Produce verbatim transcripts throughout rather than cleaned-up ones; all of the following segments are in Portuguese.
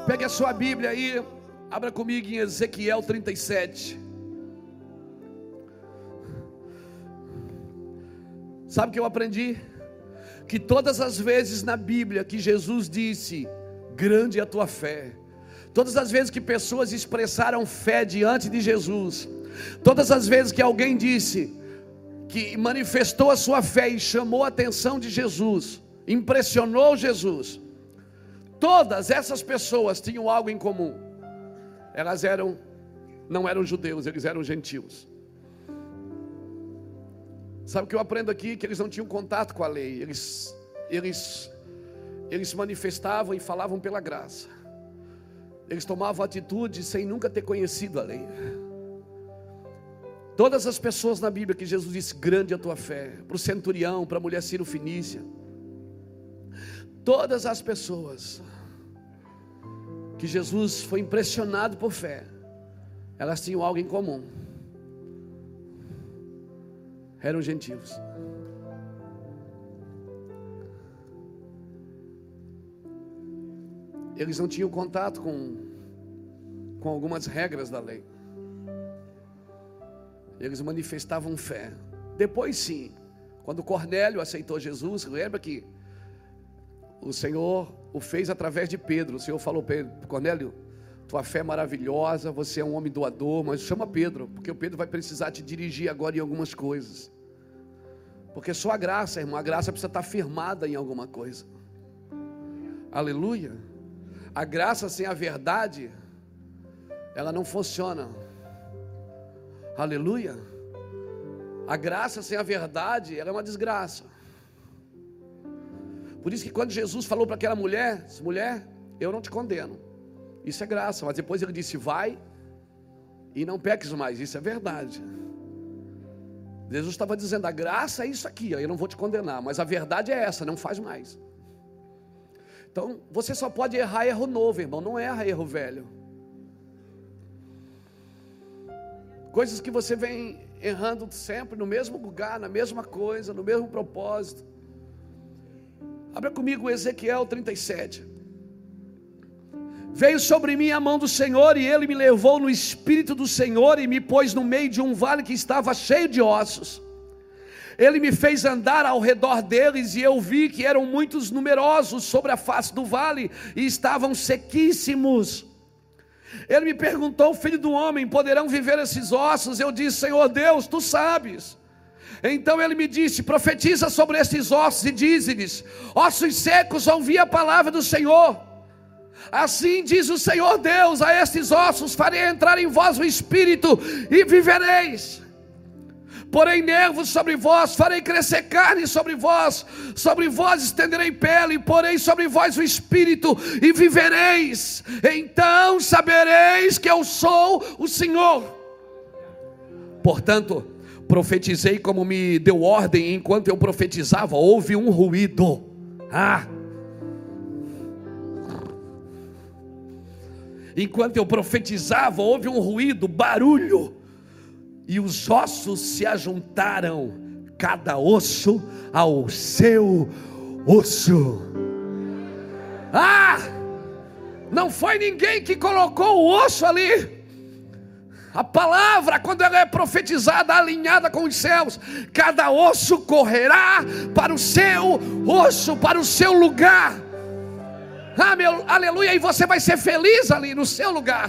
Pegue a sua Bíblia aí, abra comigo em Ezequiel trinta e sete. Sabe o que eu aprendi? Que todas as vezes na Bíblia que Jesus disse, grande é a tua fé, todas as vezes que pessoas expressaram fé diante de Jesus, todas as vezes que alguém disse, que manifestou a sua fé e chamou a atenção de Jesus, impressionou Jesus, todas essas pessoas tinham algo em comum. Elas eram, não eram judeus, eles eram gentios. Sabe o que eu aprendo aqui? Que eles não tinham contato com a lei. Eles, eles, eles se manifestavam e falavam pela graça. Eles tomavam atitude sem nunca ter conhecido a lei. Todas as pessoas na Bíblia que Jesus disse, grande é a tua fé, para o centurião, para a mulher Ciro-Fenícia, todas as pessoas que Jesus foi impressionado por fé, elas tinham algo em comum. Eram gentios. Eles não tinham contato com, com algumas regras da lei. Eles manifestavam fé. Depois sim, quando Cornélio aceitou Jesus, lembra que o Senhor o fez através de Pedro. O Senhor falou para ele, Cornélio, tua fé é maravilhosa, você é um homem doador, mas chama Pedro, porque o Pedro vai precisar te dirigir agora em algumas coisas. Porque só a graça, irmão, a graça precisa estar firmada em alguma coisa. Aleluia. A graça sem a verdade, ela não funciona. Aleluia. A graça sem a verdade, ela é uma desgraça. Por isso que quando Jesus falou para aquela mulher, mulher, eu não te condeno, isso é graça. Mas depois ele disse, vai e não peques mais, isso é verdade. Jesus estava dizendo, a graça é isso aqui, eu não vou te condenar, mas a verdade é essa, não faz mais. Então você só pode errar erro novo, irmão, não erra erro velho. Coisas que você vem errando sempre no mesmo lugar, na mesma coisa, no mesmo propósito. Abra comigo Ezequiel trinta e sete. Veio sobre mim a mão do Senhor, e Ele me levou no Espírito do Senhor, e me pôs no meio de um vale que estava cheio de ossos. Ele me fez andar ao redor deles, e eu vi que eram muitos numerosos sobre a face do vale, e estavam sequíssimos. Ele me perguntou, filho do homem, poderão viver esses ossos? Eu disse, Senhor Deus, tu sabes. Então ele me disse, profetiza sobre esses ossos e dize-lhes, ossos secos, ouvi a palavra do Senhor. Assim diz o Senhor Deus, a estes ossos farei entrar em vós o Espírito e vivereis. Porém nervos sobre vós, farei crescer carne sobre vós, sobre vós estenderei pele, porém sobre vós o Espírito e vivereis. Então sabereis que eu sou o Senhor. Portanto, profetizei como me deu ordem. Enquanto eu profetizava, houve um ruído. Ah! Enquanto eu profetizava, houve um ruído, barulho, e os ossos se ajuntaram, cada osso ao seu osso. Ah! Não foi ninguém que colocou o osso ali. A palavra, quando ela é profetizada, alinhada com os céus, cada osso correrá para o seu osso, para o seu lugar. Ah, meu, aleluia, e você vai ser feliz ali no seu lugar.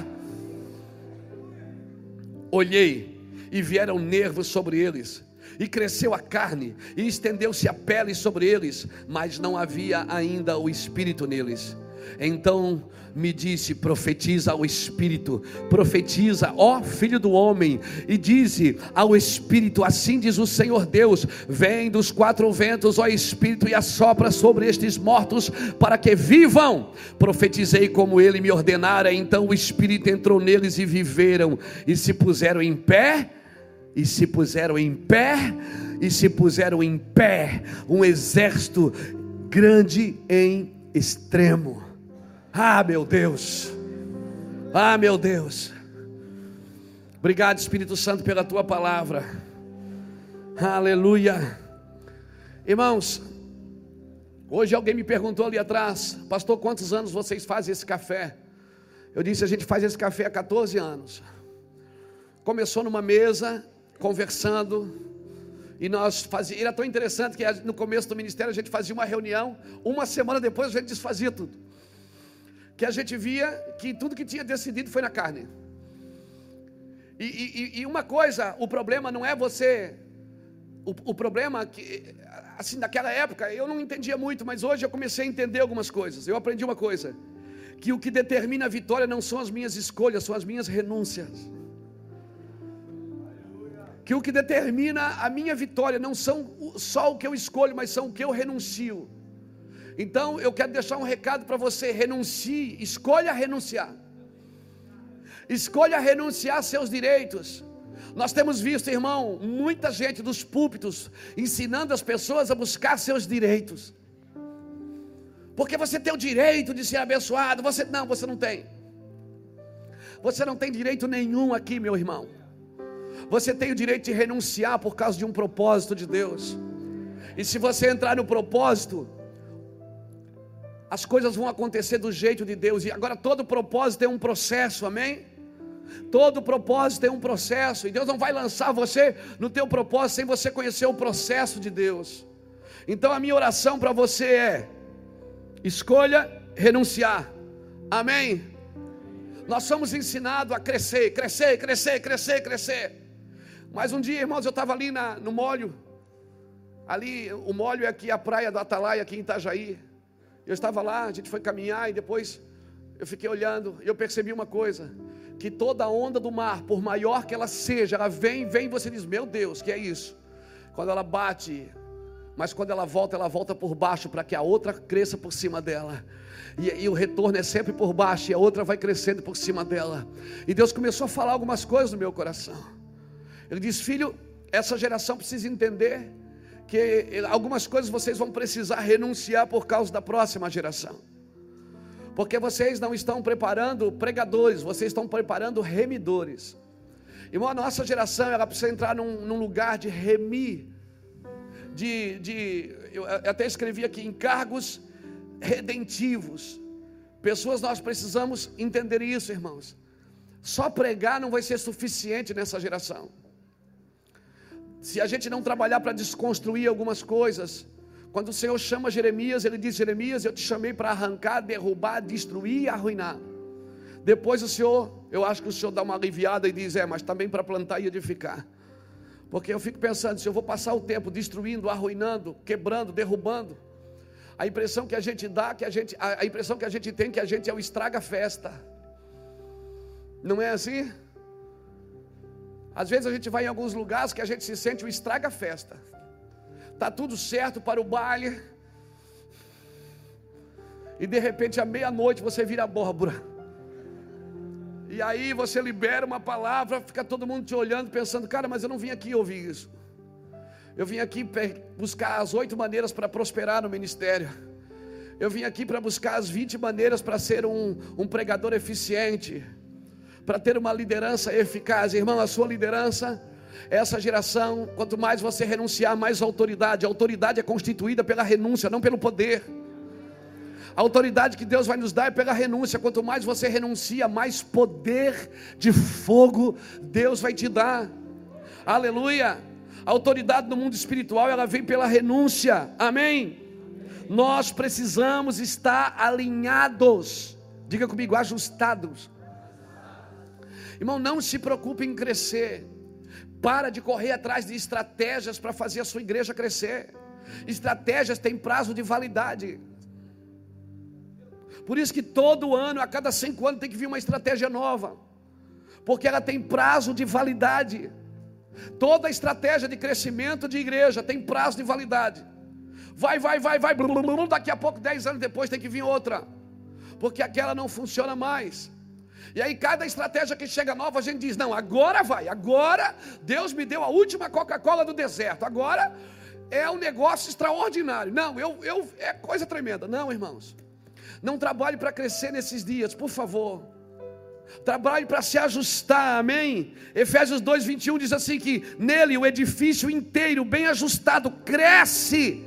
Olhei, e vieram nervos sobre eles, e cresceu a carne, e estendeu-se a pele sobre eles, mas não havia ainda o Espírito neles. Então me disse, profetiza ao Espírito, profetiza, ó filho do homem, e dize ao Espírito, assim diz o Senhor Deus, vem dos quatro ventos, ó Espírito, e assopra sobre estes mortos, para que vivam. Profetizei como ele me ordenara, então o Espírito entrou neles e viveram, e se puseram em pé, e se puseram em pé, e se puseram em pé, um exército grande em extremo. Ah, meu Deus, ah, meu Deus, obrigado Espírito Santo pela tua palavra, aleluia. Irmãos, hoje alguém me perguntou ali atrás, pastor, quantos anos vocês fazem esse café? Eu disse, a gente faz esse café há quatorze anos. Começou numa mesa, conversando, e nós fazíamos, era tão interessante que no começo do ministério a gente fazia uma reunião, uma semana depois a gente desfazia tudo, que a gente via que tudo que tinha decidido foi na carne. E, e, e uma coisa, o problema não é você, o, o problema que, assim, naquela época eu não entendia muito, mas hoje eu comecei a entender algumas coisas. Eu aprendi uma coisa, que o que determina a vitória não são as minhas escolhas, são as minhas renúncias. Que o que determina a minha vitória não são só o que eu escolho, mas são o que eu renuncio. Então eu quero deixar um recado para você: renuncie, escolha renunciar. Escolha renunciar seus direitos. Nós temos visto, irmão, muita gente dos púlpitos ensinando as pessoas a buscar seus direitos. Porque você tem o direito de ser abençoado. Você não, você não tem. Você não tem direito nenhum aqui, meu irmão. Você tem o direito de renunciar por causa de um propósito de Deus. E se você entrar no propósito, as coisas vão acontecer do jeito de Deus. E agora todo propósito tem um processo, amém? Todo propósito tem um processo. E Deus não vai lançar você no teu propósito sem você conhecer o processo de Deus. Então a minha oração para você é: escolha renunciar, amém? Nós somos ensinados a crescer, crescer, crescer, crescer, crescer. Mas um dia, irmãos, eu estava ali na, no molho. Ali, o molho é aqui a praia do Atalaia, aqui em Itajaí. Eu estava lá, a gente foi caminhar e depois eu fiquei olhando. E eu percebi uma coisa, que toda onda do mar, por maior que ela seja, ela vem, vem e você diz, meu Deus, que é isso? Quando ela bate, mas quando ela volta, ela volta por baixo, para que a outra cresça por cima dela. E, e o retorno é sempre por baixo, e a outra vai crescendo por cima dela. E Deus começou a falar algumas coisas no meu coração. Ele disse, filho, essa geração precisa entender que algumas coisas vocês vão precisar renunciar por causa da próxima geração. Porque vocês não estão preparando pregadores, vocês estão preparando remidores. Irmão, a nossa geração, ela precisa entrar num, num lugar de remir, de, de, eu até escrevi aqui, encargos redentivos. Pessoas, nós precisamos entender isso, irmãos. Só pregar não vai ser suficiente nessa geração. Se a gente não trabalhar para desconstruir algumas coisas. Quando o Senhor chama Jeremias, Ele diz, Jeremias, eu te chamei para arrancar, derrubar, destruir e arruinar. Depois o Senhor, eu acho que o Senhor dá uma aliviada e diz, é, mas também para plantar e edificar. Porque eu fico pensando, se eu vou passar o tempo destruindo, arruinando, quebrando, derrubando, a impressão que a gente dá, que a gente, a, a impressão que a gente tem que a gente é o estraga-festa. Não é assim? Às vezes a gente vai em alguns lugares que a gente se sente o estraga-festa. Está tudo certo para o baile, e de repente à meia-noite você vira abóbora. E aí você libera uma palavra, fica todo mundo te olhando, pensando, cara, mas eu não vim aqui ouvir isso. Eu vim aqui buscar as oito maneiras para prosperar no ministério. Eu vim aqui para buscar as vinte maneiras para ser um, um pregador eficiente, para ter uma liderança eficaz. Irmão, a sua liderança, essa geração, quanto mais você renunciar, mais autoridade. A autoridade é constituída pela renúncia, não pelo poder. A autoridade que Deus vai nos dar é pela renúncia. Quanto mais você renuncia, mais poder de fogo Deus vai te dar. Aleluia. A autoridade no mundo espiritual, ela vem pela renúncia. Amém. Nós precisamos estar alinhados. Diga comigo, ajustados. Irmão, não se preocupe em crescer. Para de correr atrás de estratégias para fazer a sua igreja crescer. Estratégias têm prazo de validade. Por isso que todo ano, a cada cinco anos tem que vir uma estratégia nova. Porque ela tem prazo de validade. Toda estratégia de crescimento de igreja tem prazo de validade. Vai, vai, vai, vai, blum, blum, blum, daqui a pouco, dez anos depois tem que vir outra. Porque aquela não funciona mais. E aí cada estratégia que chega nova, a gente diz, não, agora vai, agora Deus me deu a última Coca-Cola do deserto, agora é um negócio extraordinário. Não, eu, eu, é coisa tremenda. Não, irmãos, não trabalhe para crescer nesses dias, por favor. Trabalhe para se ajustar, amém? Efésios dois, vinte e um diz assim que nele o edifício inteiro, bem ajustado, cresce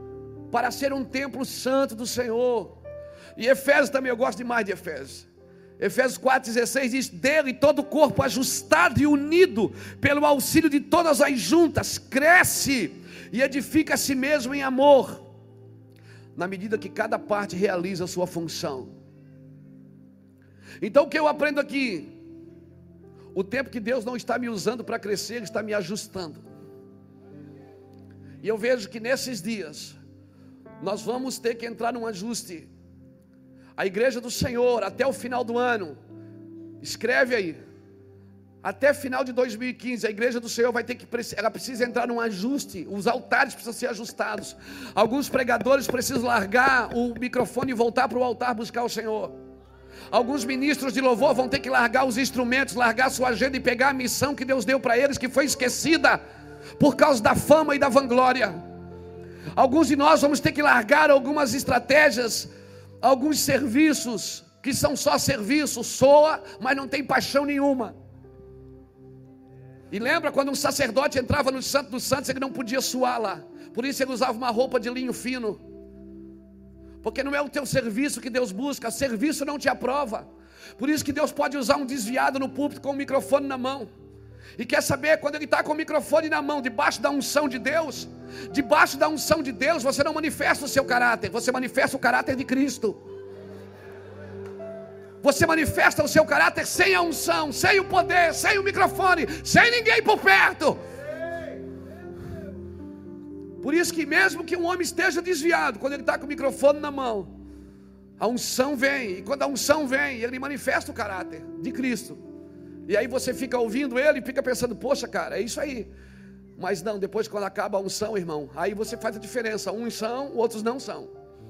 para ser um templo santo do Senhor. E Efésios também, eu gosto demais de Efésios. Efésios quatro, dezesseis diz: dele todo o corpo ajustado e unido pelo auxílio de todas as juntas, cresce e edifica a si mesmo em amor, na medida que cada parte realiza a sua função. Então o que eu aprendo aqui? O tempo que Deus não está me usando para crescer, Ele está me ajustando. E eu vejo que nesses dias nós vamos ter que entrar num ajuste. A igreja do Senhor, até o final do ano, escreve aí, até final de dois mil e quinze, a igreja do Senhor vai ter que, ela precisa entrar num ajuste. Os altares precisam ser ajustados. Alguns pregadores precisam largar o microfone e voltar para o altar buscar o Senhor. Alguns ministros de louvor vão ter que largar os instrumentos, largar a sua agenda e pegar a missão que Deus deu para eles, que foi esquecida por causa da fama e da vanglória. Alguns de nós vamos ter que largar algumas estratégias, alguns serviços que são só serviço, soa, mas não tem paixão nenhuma. E lembra quando um sacerdote entrava no Santo dos Santos, ele não podia suar lá, por isso ele usava uma roupa de linho fino, porque não é o teu serviço que Deus busca, serviço não te aprova. Por isso que Deus pode usar um desviado no púlpito com o microfone na mão. E quer saber, quando ele está com o microfone na mão, debaixo da unção de Deus, debaixo da unção de Deus, você não manifesta o seu caráter, você manifesta o caráter de Cristo. Você manifesta o seu caráter sem a unção, sem o poder, sem o microfone, sem ninguém por perto. Por isso que mesmo que um homem esteja desviado, quando ele está com o microfone na mão, a unção vem, e quando a unção vem, ele manifesta o caráter de Cristo. E aí você fica ouvindo ele e fica pensando, poxa cara, é isso aí. Mas não, depois quando acaba a unção, irmão, aí você faz a diferença, uns são, outros não são.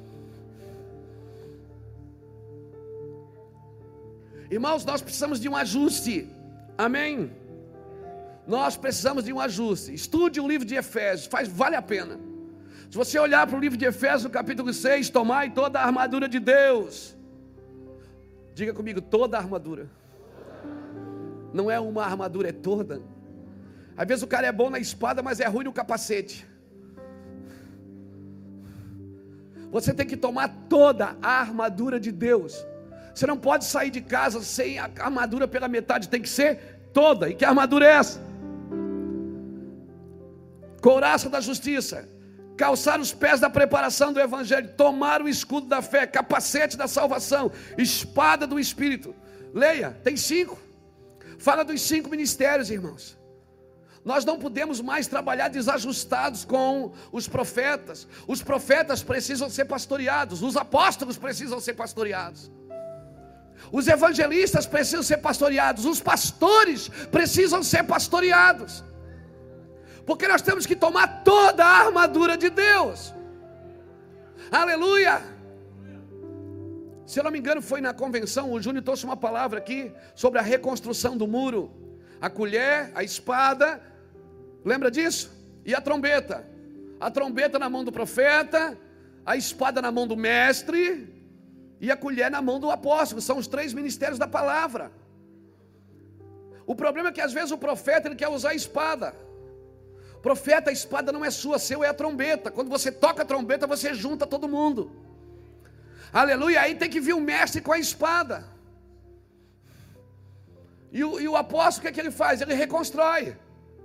Irmãos, nós precisamos de um ajuste, amém? Nós precisamos de um ajuste. Estude o livro de Efésios, faz, vale a pena. Se você olhar para o livro de Efésios, no capítulo seis, tomai toda a armadura de Deus. Diga comigo, toda a armadura. Não é uma armadura, é toda. Às vezes o cara é bom na espada, mas é ruim no capacete. Você tem que tomar toda a armadura de Deus. Você não pode sair de casa sem a armadura pela metade, tem que ser toda. E que armadura é essa? Couraça da justiça, calçar os pés da preparação do evangelho, tomar o escudo da fé, capacete da salvação, espada do Espírito. Leia, tem cinco. Fala dos cinco ministérios, irmãos. Nós não podemos mais trabalhar desajustados com os profetas. Os profetas precisam ser pastoreados, os apóstolos precisam ser pastoreados, os evangelistas precisam ser pastoreados, os pastores precisam ser pastoreados, porque nós temos que tomar toda a armadura de Deus. Aleluia. Se eu não me engano, foi na convenção, o Júnior trouxe uma palavra aqui sobre a reconstrução do muro. A colher, a espada, lembra disso? E a trombeta. A trombeta na mão do profeta, a espada na mão do mestre e a colher na mão do apóstolo. São os três ministérios da palavra. O problema é que às vezes o profeta ele quer usar a espada. Profeta, a espada não é sua, seu é a trombeta. Quando você toca a trombeta, você junta todo mundo. Aleluia, aí tem que vir o mestre com a espada. E o, e o apóstolo, o que é que ele faz? Ele reconstrói.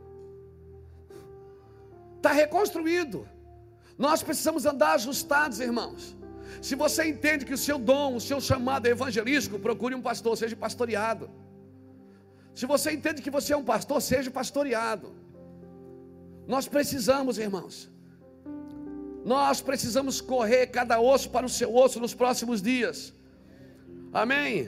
Está reconstruído. Nós precisamos andar ajustados, irmãos. Se você entende que o seu dom, o seu chamado é evangelístico, procure um pastor, seja pastoreado. Se você entende que você é um pastor, seja pastoreado. Nós precisamos, irmãos, nós precisamos correr cada osso para o seu osso nos próximos dias. Amém?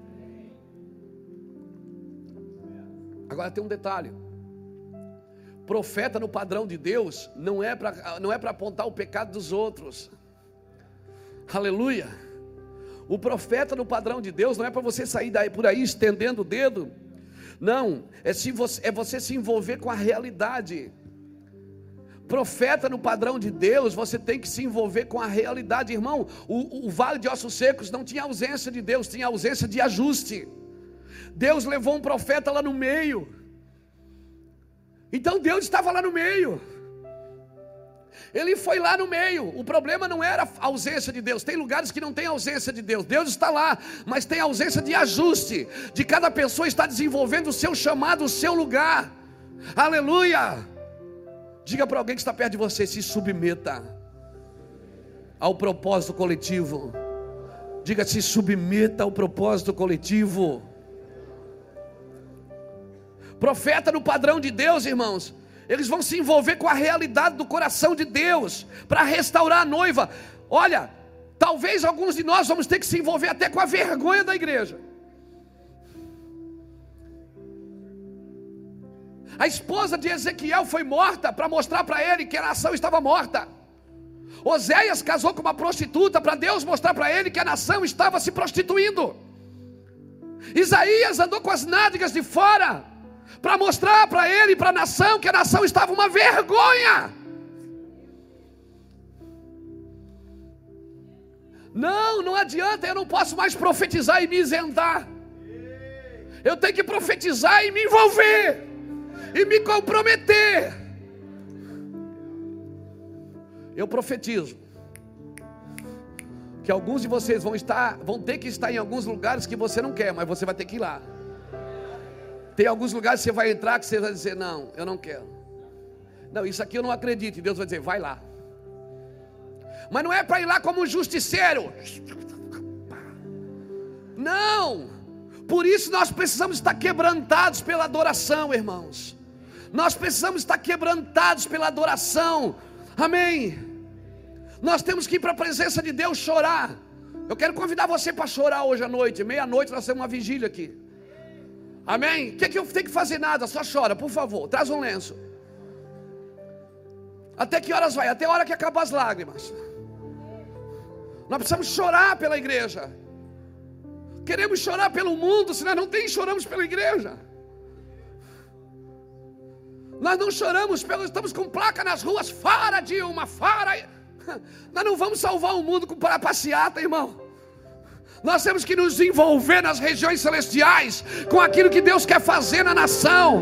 Agora tem um detalhe. Profeta no padrão de Deus não é para não é para apontar o pecado dos outros. Aleluia. O profeta no padrão de Deus não é para você sair daí por aí estendendo o dedo. Não, é, se você, é você se envolver com a realidade. Profeta no padrão de Deus, você tem que se envolver com a realidade, irmão. O, o vale de ossos secos não tinha ausência de Deus, tinha ausência de ajuste. Deus levou um profeta lá no meio. Então Deus estava lá no meio. Ele foi lá no meio. O problema não era a ausência de Deus. Tem lugares que não tem ausência de Deus. Deus está lá, mas tem ausência de ajuste. De cada pessoa estar desenvolvendo o seu chamado, o seu lugar. Aleluia. Diga para alguém que está perto de você: se submeta ao propósito coletivo. Diga: se submeta ao propósito coletivo. Profeta no padrão de Deus, irmãos, eles vão se envolver com a realidade do coração de Deus, para restaurar a noiva. Olha, talvez alguns de nós vamos ter que se envolver até com a vergonha da igreja. A esposa de Ezequiel foi morta para mostrar para ele que a nação estava morta. Oséias casou com uma prostituta para Deus mostrar para ele que a nação estava se prostituindo. Isaías andou com as nádegas de fora para mostrar para ele e para a nação que a nação estava uma vergonha. Não, não adianta, eu não posso mais profetizar e me isentar. Eu tenho que profetizar e me envolver e me comprometer. Eu profetizo que alguns de vocês vão estar, vão ter que estar em alguns lugares que você não quer, mas você vai ter que ir lá. Tem alguns lugares que você vai entrar que você vai dizer: não, eu não quero. Não, isso aqui eu não acredito. E Deus vai dizer: vai lá. Mas não é para ir lá como um justiceiro. Não. Por isso nós precisamos estar quebrantados pela adoração, irmãos. Nós precisamos estar quebrantados pela adoração. Amém. Nós temos que ir para a presença de Deus chorar. Eu quero convidar você para chorar hoje à noite. Meia-noite nós temos uma vigília aqui. Amém? O que é que eu tenho que fazer? Nada, só chora, por favor. Traz um lenço. Até que horas vai? Até a hora que acabar as lágrimas. Nós precisamos chorar pela igreja. Queremos chorar pelo mundo, se nós não tem, choramos pela igreja. Nós não choramos, pelo, estamos com placa nas ruas: fora Dilma, fora. Nós não vamos salvar o mundo para passeata, irmão. Nós temos que nos envolver nas regiões celestiais com aquilo que Deus quer fazer na nação.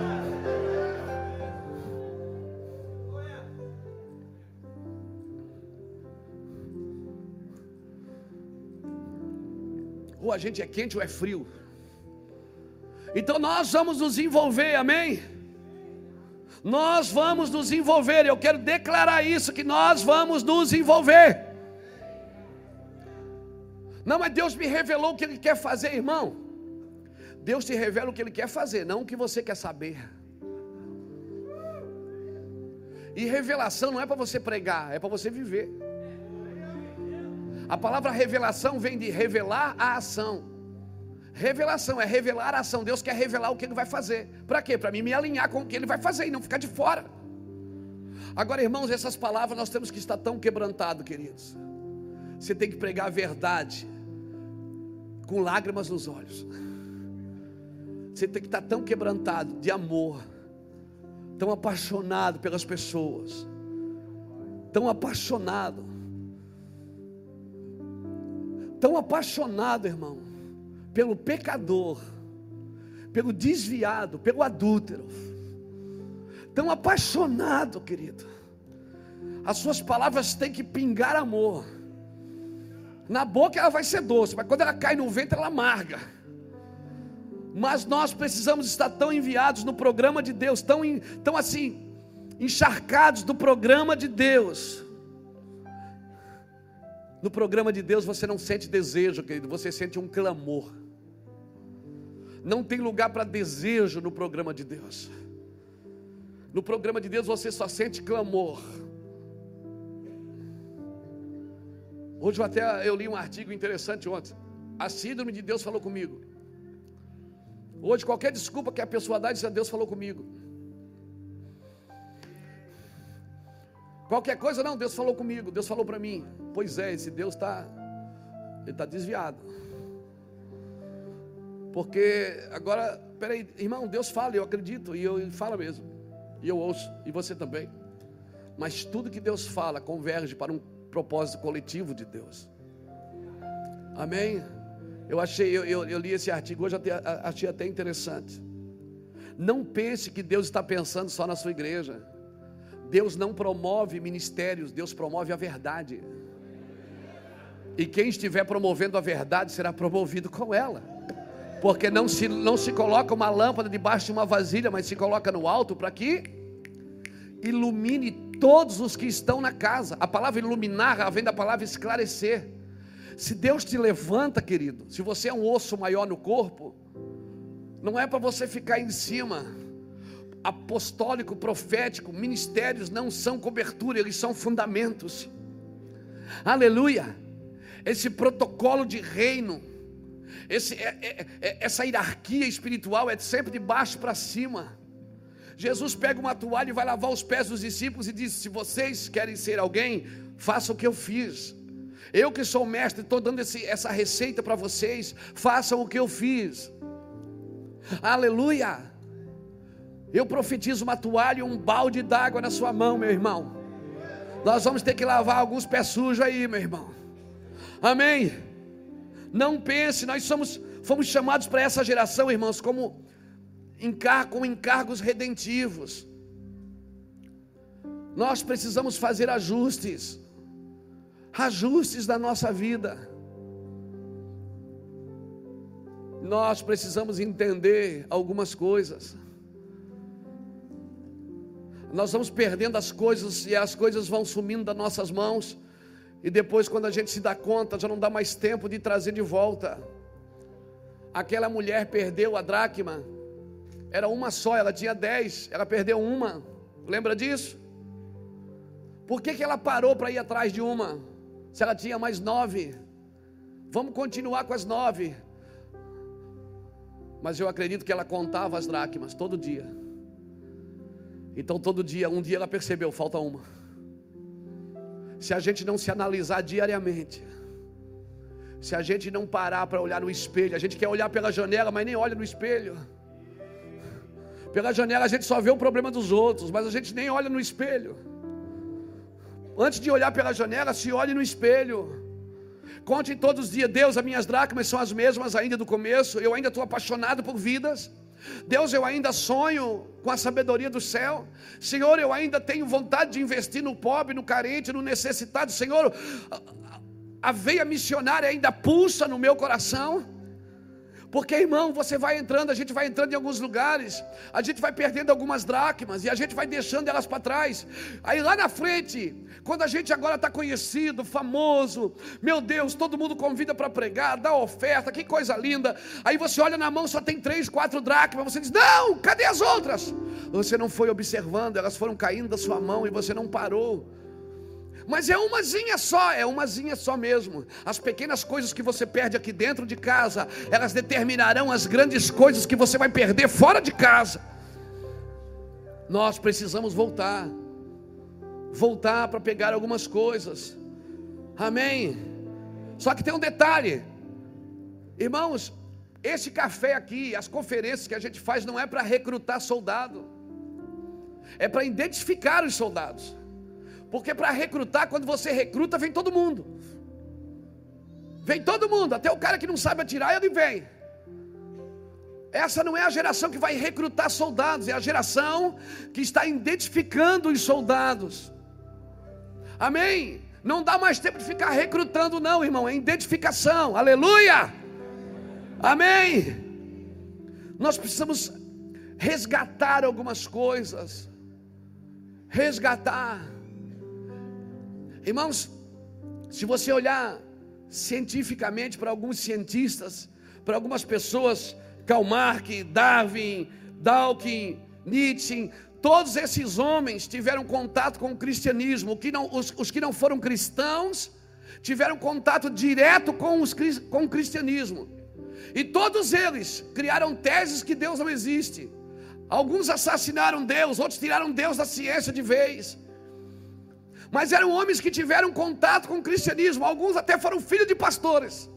Ou a gente é quente ou é frio. Então nós vamos nos envolver, amém? Nós vamos nos envolver. Eu quero declarar isso, que nós vamos nos envolver. Não, mas Deus me revelou o que Ele quer fazer, irmão. Deus te revela o que Ele quer fazer, não o que você quer saber. E revelação não é para você pregar, é para você viver. A palavra revelação vem de revelar a ação. Revelação é revelar a ação. Deus quer revelar o que Ele vai fazer. Para quê? Para mim me alinhar com o que Ele vai fazer e não ficar de fora. Agora, irmãos, essas palavras nós temos que estar tão quebrantados, queridos. Você tem que pregar a verdade com lágrimas nos olhos. Você tem que estar tão quebrantado de amor, tão apaixonado pelas pessoas, tão apaixonado, tão apaixonado, irmão, pelo pecador, pelo desviado, pelo adúltero, tão apaixonado, querido. As suas palavras têm que pingar amor. Na boca ela vai ser doce, mas quando ela cai no ventre ela amarga. Mas nós precisamos estar tão enviados no programa de Deus, tão, tão assim, encharcados do programa de Deus. No programa de Deus você não sente desejo, querido, você sente um clamor. Não tem lugar para desejo no programa de Deus. No programa de Deus você só sente clamor. Hoje eu até eu li um artigo interessante ontem. A síndrome de Deus falou comigo. Hoje qualquer desculpa que a pessoa dá, diz: Deus falou comigo. Qualquer coisa, não, Deus falou comigo, Deus falou para mim. Pois é, esse Deus está ele está desviado. Porque agora, peraí, irmão, Deus fala, eu acredito, e eu, ele fala mesmo, e eu ouço, e você também. Mas tudo que Deus fala converge para um propósito coletivo de Deus. Amém? Eu achei, eu, eu, eu li esse artigo hoje, até, achei até interessante. Não pense que Deus está pensando só na sua igreja. Deus não promove ministérios, Deus promove a verdade. E quem estiver promovendo a verdade será promovido com ela. Porque não se, não se coloca uma lâmpada debaixo de uma vasilha, mas se coloca no alto para que ilumine todos os que estão na casa. A palavra iluminar vem da palavra esclarecer. Se Deus te levanta, querido, se você é um osso maior no corpo, não é para você ficar em cima. Apostólico, profético, ministérios não são cobertura, eles são fundamentos. Aleluia. Esse protocolo de reino, esse, é, é, essa hierarquia espiritual é sempre de baixo para cima. Jesus pega uma toalha e vai lavar os pés dos discípulos e diz: se vocês querem ser alguém, façam o que eu fiz. Eu que sou mestre, estou dando esse, essa receita para vocês, façam o que eu fiz. Aleluia. Eu profetizo uma toalha e um balde d'água na sua mão, meu irmão. Nós vamos ter que lavar alguns pés sujos aí, meu irmão. Amém. Não pense, nós somos, fomos chamados para essa geração, irmãos, como encar, com encargos redentivos. Nós precisamos fazer ajustes, ajustes da nossa vida. Nós precisamos entender algumas coisas. Nós vamos perdendo as coisas e as coisas vão sumindo das nossas mãos. E depois, quando a gente se dá conta, já não dá mais tempo de trazer de volta. Aquela mulher perdeu a dracma. Era uma só, ela tinha dez, ela perdeu uma. Lembra disso? Por que que ela parou para ir atrás de uma? Se ela tinha mais nove. Vamos continuar com as nove. Mas eu acredito que ela contava as dracmas todo dia. Então todo dia, um dia ela percebeu, falta uma. Se a gente não se analisar diariamente, se a gente não parar para olhar no espelho, a gente quer olhar pela janela, mas nem olha no espelho. Pela janela a gente só vê o problema dos outros, mas a gente nem olha no espelho. Antes de olhar pela janela, se olhe no espelho. Conte todos os dias: Deus, as minhas dracmas são as mesmas ainda do começo, eu ainda estou apaixonado por vidas. Deus, eu ainda sonho com a sabedoria do céu. Senhor, eu ainda tenho vontade de investir no pobre, no carente, no necessitado. Senhor, a veia missionária ainda pulsa no meu coração. Porque, irmão, você vai entrando, a gente vai entrando em alguns lugares, a gente vai perdendo algumas dracmas e a gente vai deixando elas para trás. Aí lá na frente, quando a gente agora está conhecido, famoso, meu Deus, todo mundo convida para pregar, dá oferta, que coisa linda. Aí você olha na mão, só tem três, quatro dracmas, você diz: não, cadê as outras? Você não foi observando, elas foram caindo da sua mão e você não parou. Mas é umazinha só, é umazinha só mesmo. As pequenas coisas que você perde aqui dentro de casa, elas determinarão as grandes coisas que você vai perder fora de casa. Nós precisamos voltar, voltar para pegar algumas coisas. Amém? Só que tem um detalhe, irmãos, esse café aqui, as conferências que a gente faz, não é para recrutar soldado, é para identificar os soldados. Porque para recrutar, quando você recruta, vem todo mundo. Vem todo mundo, até o cara que não sabe atirar, ele vem. Essa não é a geração que vai recrutar soldados, é a geração que está identificando os soldados. Amém? Não dá mais tempo de ficar recrutando não, irmão, é identificação. Aleluia! Amém? Nós precisamos resgatar algumas coisas. Resgatar. Irmãos, se você olhar cientificamente para alguns cientistas, para algumas pessoas, Karl Marx, Darwin, Dawkins, Nietzsche, todos esses homens tiveram contato com o cristianismo. Que não, os, os que não foram cristãos tiveram contato direto com, os, com o cristianismo. E todos eles criaram teses que Deus não existe. Alguns assassinaram Deus, outros tiraram Deus da ciência de vez. Mas eram homens que tiveram contato com o cristianismo. Alguns até foram filhos de pastores.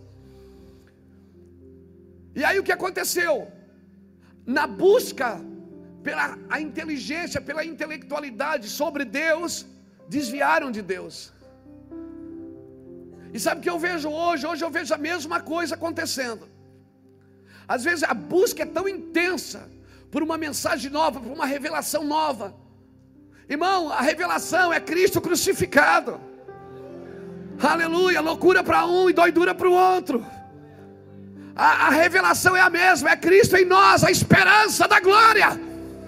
E aí o que aconteceu? Na busca pela a inteligência, pela intelectualidade sobre Deus, desviaram de Deus. E sabe o que eu vejo hoje? Hoje eu vejo a mesma coisa acontecendo. Às vezes a busca é tão intensa por uma mensagem nova, por uma revelação nova. Irmão, a revelação é Cristo crucificado. Aleluia, loucura para um e doidura para o outro. A, a revelação é a mesma, é Cristo em nós, a esperança da glória.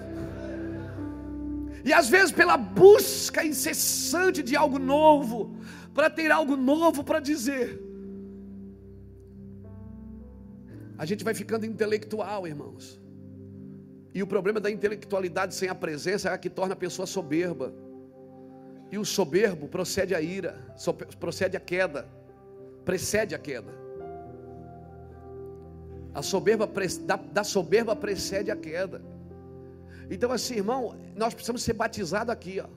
E às vezes pela busca incessante de algo novo, para ter algo novo para dizer, a gente vai ficando intelectual, irmãos. E o problema da intelectualidade sem a presença é a que torna a pessoa soberba. E o soberbo procede a ira, procede a queda, precede a queda. A soberba, da, da soberba precede a queda. Então assim, irmão, nós precisamos ser batizados aqui, ó.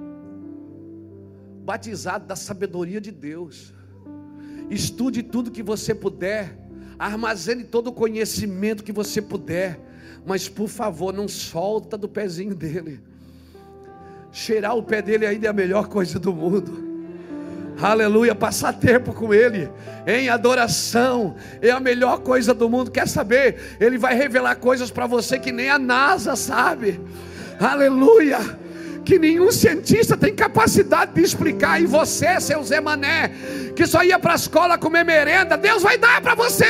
Batizado da sabedoria de Deus. Estude tudo que você puder, armazene todo o conhecimento que você puder, mas por favor, não solta do pezinho dele. Cheirar o pé dele ainda é a melhor coisa do mundo. Aleluia, passar tempo com ele em adoração é a melhor coisa do mundo. Quer saber? Ele vai revelar coisas para você que nem a NASA sabe. Aleluia, que nenhum cientista tem capacidade de explicar. E você, seu Zé Mané, que só ia para a escola comer merenda, Deus vai dar para você.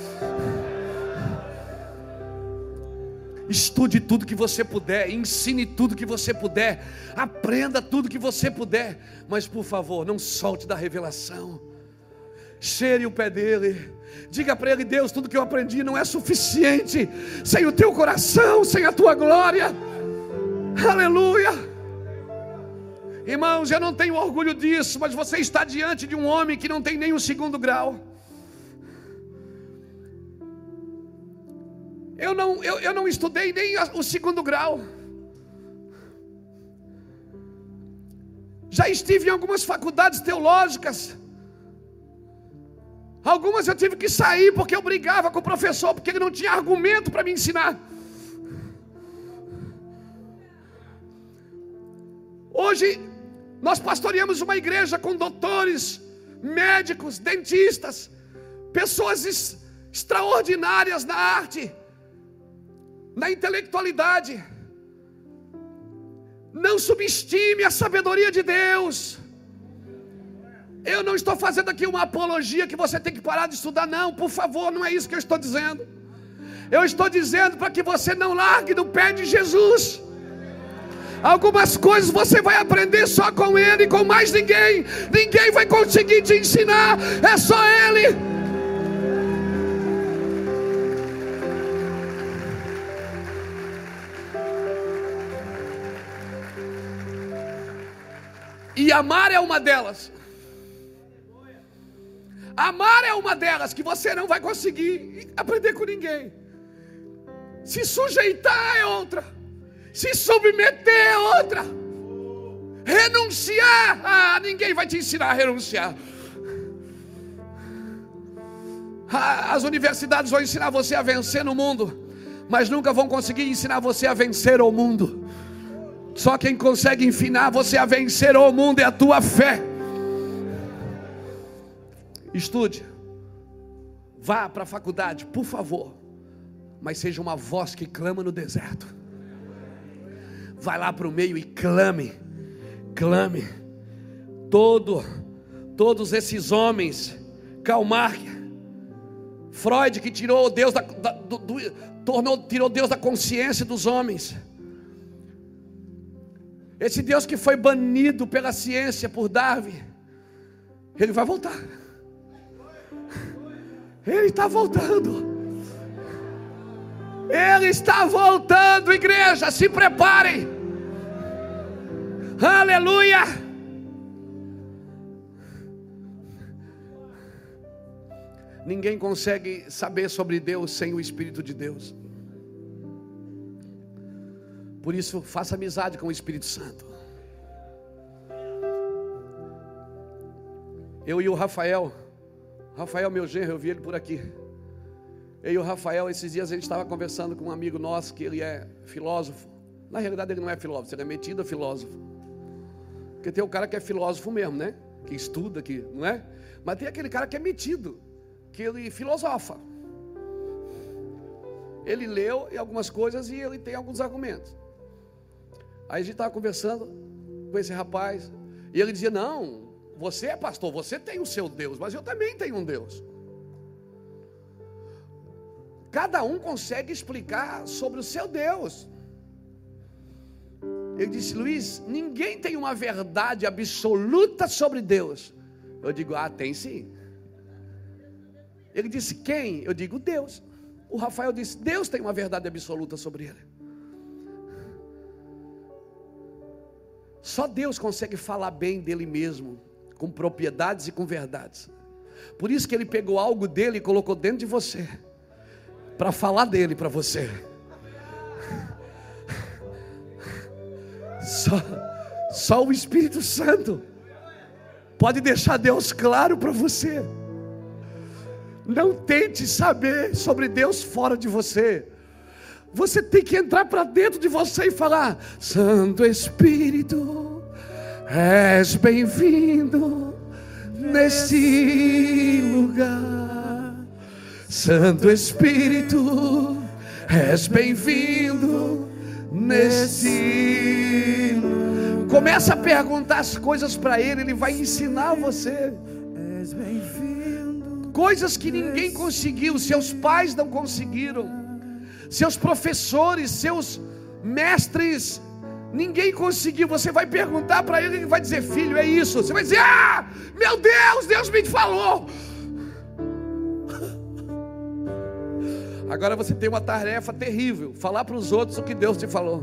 Estude tudo que você puder, ensine tudo que você puder, aprenda tudo que você puder, mas por favor, não solte da revelação. Cheire o pé dele, diga para ele: Deus, tudo que eu aprendi não é suficiente sem o teu coração, sem a tua glória. Aleluia. Irmãos, eu não tenho orgulho disso, mas você está diante de um homem que não tem nem o segundo grau. Eu não, eu, eu não estudei nem o segundo grau. Já estive em algumas faculdades teológicas. Algumas eu tive que sair porque eu brigava com o professor, porque ele não tinha argumento para me ensinar. Hoje nós pastoreamos uma igreja com doutores, médicos, dentistas, pessoas extraordinárias na arte, na intelectualidade. Não subestime a sabedoria de Deus. Eu não estou fazendo aqui uma apologia que você tem que parar de estudar, não, por favor, não é isso que eu estou dizendo. Eu estou dizendo para que você não largue do pé de Jesus. Algumas coisas você vai aprender só com Ele, com mais ninguém. Ninguém vai conseguir te ensinar, é só Ele. E amar é uma delas. Amar é uma delas que você não vai conseguir aprender com ninguém. Se sujeitar é outra. Se submeter é outra. Renunciar, ah, ninguém vai te ensinar a renunciar. Ah, as universidades vão ensinar você a vencer no mundo, mas nunca vão conseguir ensinar você a vencer o mundo. Só quem consegue ensinar você a vencer o mundo é a tua fé. Estude, vá para a faculdade, por favor, mas seja uma voz que clama no deserto. Vai lá para o meio e clame, clame. Todo, todos esses homens, Karl Marx, Freud, que tirou Deus da, da, do, do, tornou, tirou Deus da consciência dos homens. Esse Deus que foi banido pela ciência, por Darwin, Ele vai voltar. Ele está voltando. Ele está voltando, igreja, se preparem. Aleluia. Ninguém consegue saber sobre Deus sem o Espírito de Deus. Por isso, faça amizade com o Espírito Santo. Eu e o Rafael, Rafael meu genro, eu vi ele por aqui. Eu e o Rafael, esses dias a gente estava conversando com um amigo nosso, que ele é filósofo. Na realidade ele não é filósofo, ele é metido a filósofo. Porque tem o cara que é filósofo mesmo, né? Que estuda, que, não é? Mas tem aquele cara que é metido, que ele filosofa. Ele leu algumas coisas e ele tem alguns argumentos. Aí a gente estava conversando com esse rapaz, e ele dizia: não, você é pastor, você tem o seu Deus, mas eu também tenho um Deus. Cada um consegue explicar sobre o seu Deus. Ele disse: Luiz, ninguém tem uma verdade absoluta sobre Deus. Eu digo: ah, tem sim. Ele disse: quem? Eu digo: Deus. O Rafael disse: Deus tem uma verdade absoluta sobre ele. Só Deus consegue falar bem dele mesmo, com propriedades e com verdades. Por isso que ele pegou algo dele e colocou dentro de você, para falar dele para você. Só, só o Espírito Santo pode deixar Deus claro para você. Não tente saber sobre Deus fora de você. Você tem que entrar para dentro de você e falar: Santo Espírito, és bem-vindo neste lugar. Santo Espírito, és bem-vindo nesse lugar. Começa a perguntar as coisas para Ele, Ele vai ensinar você. És bem-vindo. Coisas que ninguém conseguiu, seus pais não conseguiram, seus professores, seus mestres, ninguém conseguiu. Você vai perguntar para ele, ele vai dizer: filho, é isso. Você vai dizer: ah, meu Deus, Deus me falou. Agora você tem uma tarefa terrível: falar para os outros o que Deus te falou.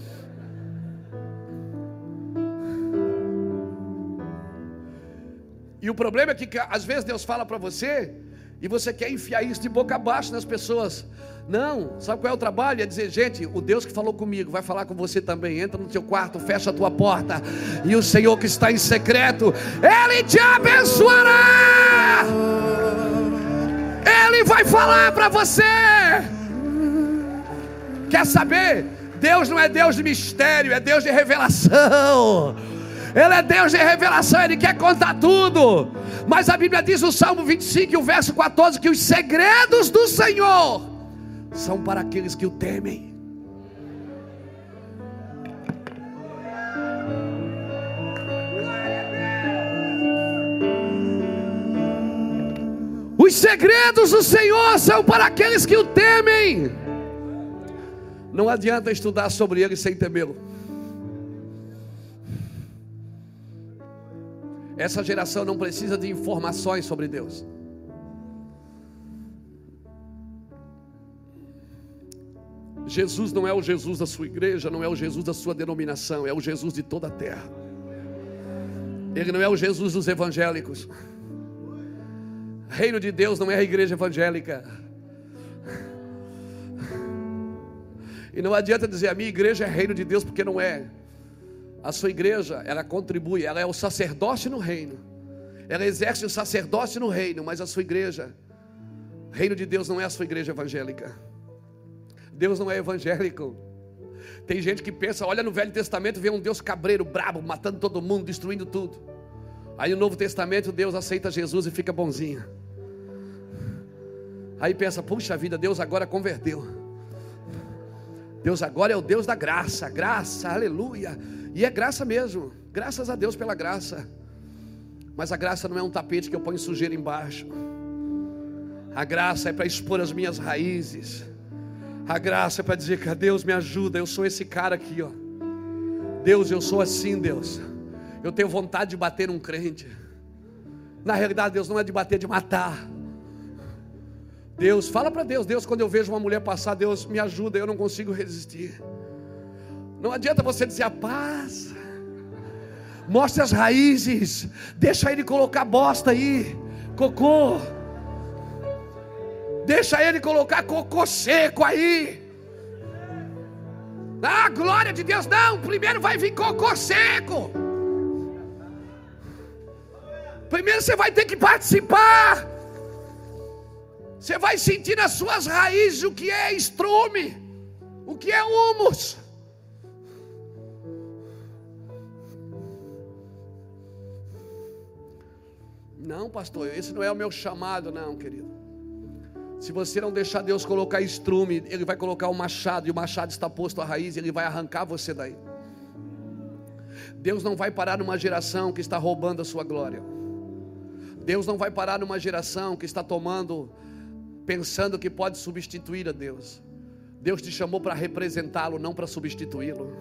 E o problema é que às vezes Deus fala para você e você quer enfiar isso de boca abaixo nas pessoas. Não, sabe qual é o trabalho? É dizer: gente, o Deus que falou comigo vai falar com você também. Entra no teu quarto, fecha a tua porta, e o Senhor que está em secreto, Ele te abençoará. Ele vai falar para você. Quer saber? Deus não é Deus de mistério, é Deus de revelação. Ele é Deus de revelação, Ele quer contar tudo. Mas a Bíblia diz no Salmo vinte e cinco, e o verso quatorze, que os segredos do Senhor são para aqueles que o temem. Os segredos do Senhor são para aqueles que o temem. Não adianta estudar sobre Ele sem temê-lo. Essa geração não precisa de informações sobre Deus. Jesus não é o Jesus da sua igreja, não é o Jesus da sua denominação, é o Jesus de toda a terra. Ele não é o Jesus dos evangélicos. Reino de Deus não é a igreja evangélica. E não adianta dizer: a minha igreja é reino de Deus, porque não é. A sua igreja, ela contribui, ela é o sacerdócio no reino, ela exerce o sacerdócio no reino, mas a sua igreja, reino de Deus não é a sua igreja evangélica. Deus não é evangélico. Tem gente que pensa, olha no Velho Testamento, vê um Deus cabreiro, brabo, matando todo mundo, destruindo tudo. Aí no Novo Testamento Deus aceita Jesus e fica bonzinho. Aí pensa: puxa vida, Deus agora converteu. Deus agora é o Deus da graça, graça, aleluia. E é graça mesmo, graças a Deus pela graça. Mas a graça não é um tapete que eu ponho sujeira embaixo. A graça é para expor as minhas raízes. A graça é para dizer que Deus me ajuda, eu sou esse cara aqui, ó. Deus, eu sou assim, Deus. Eu tenho vontade de bater num crente. Na realidade, Deus não é de bater, é de matar. Deus, fala para Deus: Deus, quando eu vejo uma mulher passar, Deus me ajuda, eu não consigo resistir. Não adianta você dizer: a paz. Mostre as raízes. Deixa ele colocar bosta aí, cocô. Deixa ele colocar cocô seco aí. Ah, glória de Deus. Não, primeiro vai vir cocô seco. Primeiro você vai ter que participar. Você vai sentir nas suas raízes o que é estrume, o que é humus. Não, pastor, esse não é o meu chamado. Não, querido. Se você não deixar Deus colocar estrume, Ele vai colocar o machado, e o machado está posto à raiz, e Ele vai arrancar você daí. Deus não vai parar numa geração que está roubando a sua glória. Deus não vai parar numa geração que está tomando, pensando que pode substituir a Deus. Deus te chamou para representá-lo, não para substituí-lo.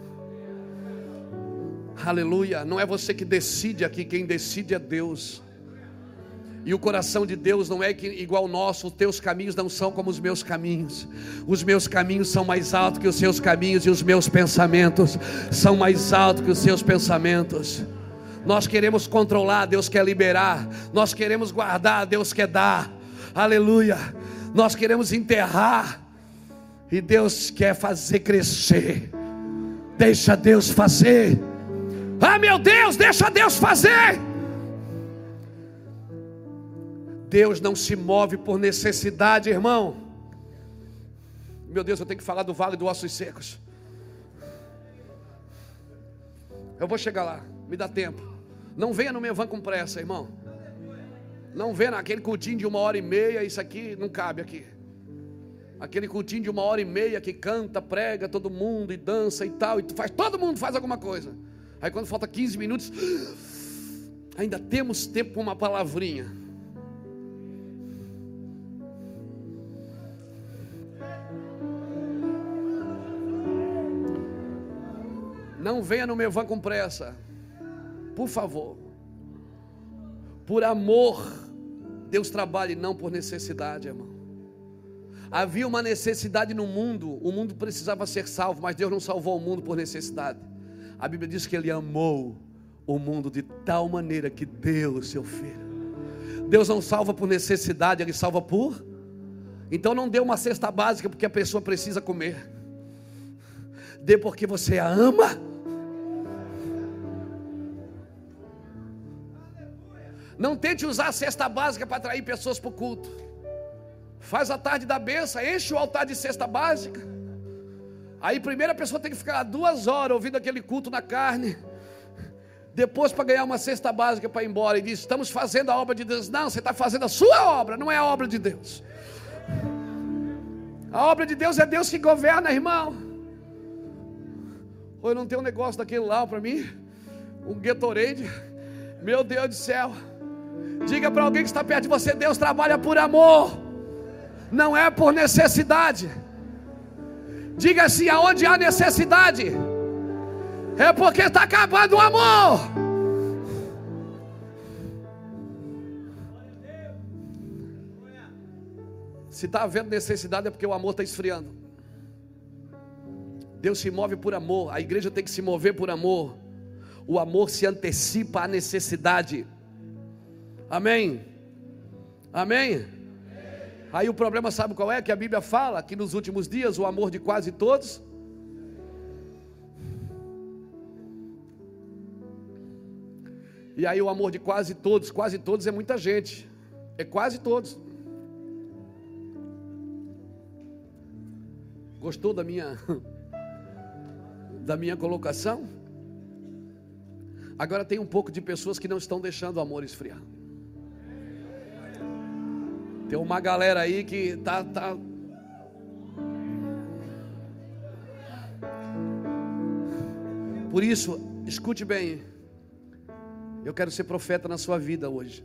Aleluia. Não é você que decide aqui, quem decide é Deus. E o coração de Deus não é que, igual o nosso. Os teus caminhos não são como os meus caminhos. Os meus caminhos são mais altos que os seus caminhos, e os meus pensamentos são mais altos que os seus pensamentos. Nós queremos controlar, Deus quer liberar. Nós queremos guardar, Deus quer dar. Aleluia. Nós queremos enterrar, e Deus quer fazer crescer. Deixa Deus fazer. Ah, meu Deus, deixa Deus fazer. Deus não se move por necessidade, irmão. Meu Deus, eu tenho que falar do vale dos ossos secos. Eu vou chegar lá, me dá tempo. Não venha no meu van com pressa, irmão. Não venha naquele cultinho de uma hora e meia. Isso aqui não cabe aqui. Aquele cultinho de uma hora e meia que canta, prega todo mundo e dança e tal, e tu faz, todo mundo faz alguma coisa. Aí quando falta quinze minutos, ainda temos tempo para uma palavrinha. Não venha no meu van com pressa, por favor. Por amor, Deus trabalha e não por necessidade, irmão. Havia uma necessidade no mundo, o mundo precisava ser salvo, mas Deus não salvou o mundo por necessidade. A Bíblia diz que Ele amou o mundo de tal maneira que deu o seu Filho. Deus não salva por necessidade, Ele salva por... Então não dê uma cesta básica porque a pessoa precisa comer. Dê porque você a ama. Não tente usar a cesta básica para atrair pessoas para o culto. Faz a tarde da bênção, enche o altar de cesta básica. Aí primeiro a pessoa tem que ficar duas horas ouvindo aquele culto na carne. Depois para ganhar uma cesta básica para ir embora. E diz, estamos fazendo a obra de Deus. Não, você está fazendo a sua obra, não é a obra de Deus. A obra de Deus é Deus que governa, irmão. Ou eu não tenho um negócio daquele lá para mim, um Gatorade. Meu Deus do céu. Diga para alguém que está perto de você, Deus trabalha por amor, não é por necessidade. Diga assim, aonde há necessidade, é porque está acabando o amor. Se está havendo necessidade é porque o amor está esfriando. Deus se move por amor, a igreja tem que se mover por amor. O amor se antecipa à necessidade. Amém? Amém? Aí o problema sabe qual é? Que a Bíblia fala que nos últimos dias o amor de quase todos E aí o amor de quase todos, quase todos é muita gente. É quase todos. Gostou da minha da minha colocação? Agora tem um pouco de pessoas que não estão deixando o amor esfriar. Tem uma galera aí que tá, tá... Por isso, escute bem. Eu quero ser profeta na sua vida hoje.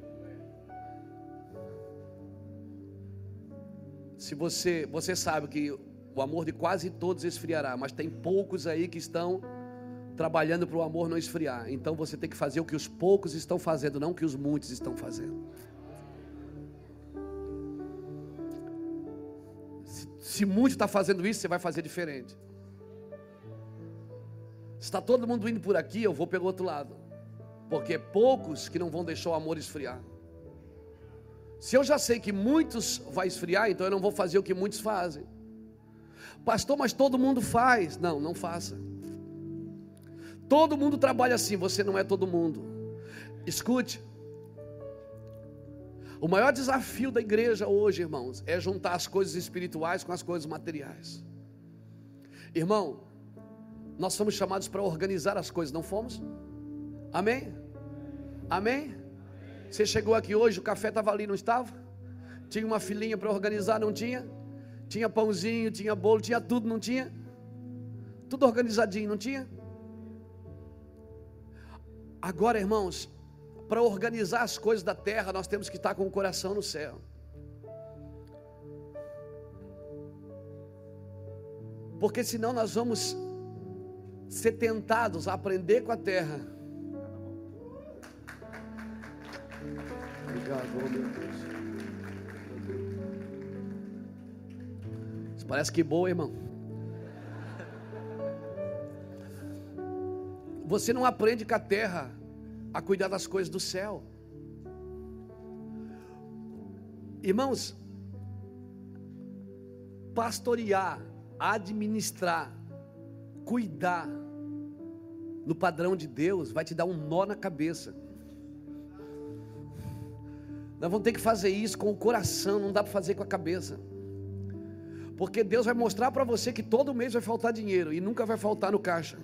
Se você, você sabe que o amor de quase todos esfriará, mas tem poucos aí que estão trabalhando para o amor não esfriar. Então você tem que fazer o que os poucos estão fazendo, não o que os muitos estão fazendo. Se, se muito está fazendo isso, você vai fazer diferente. Se está todo mundo indo por aqui, eu vou pelo outro lado. Porque é poucos que não vão deixar o amor esfriar. Se eu já sei que muitos vai esfriar, então eu não vou fazer o que muitos fazem. Pastor, mas todo mundo faz. Não, não faça. Todo mundo trabalha assim, você não é todo mundo. Escute. O maior desafio da igreja hoje, irmãos, é juntar as coisas espirituais com as coisas materiais. Irmão, nós fomos chamados para organizar as coisas, não fomos? Amém? Amém? Você chegou aqui hoje, o café estava ali, não estava? Tinha uma filinha para organizar, não tinha? Tinha pãozinho, tinha bolo, tinha tudo, não tinha? Tudo organizadinho, não tinha? Agora, irmãos, para organizar as coisas da terra, nós temos que estar com o coração no céu. Porque senão nós vamos ser tentados a aprender com a terra. Obrigado, oh meu Deus. Isso parece que boa, irmão. Você não aprende com a terra a cuidar das coisas do céu. Irmãos, pastorear, administrar, cuidar no padrão de Deus vai te dar um nó na cabeça. Nós vamos ter que fazer isso com o coração, não dá para fazer com a cabeça. Porque Deus vai mostrar para você que todo mês vai faltar dinheiro e nunca vai faltar no caixa.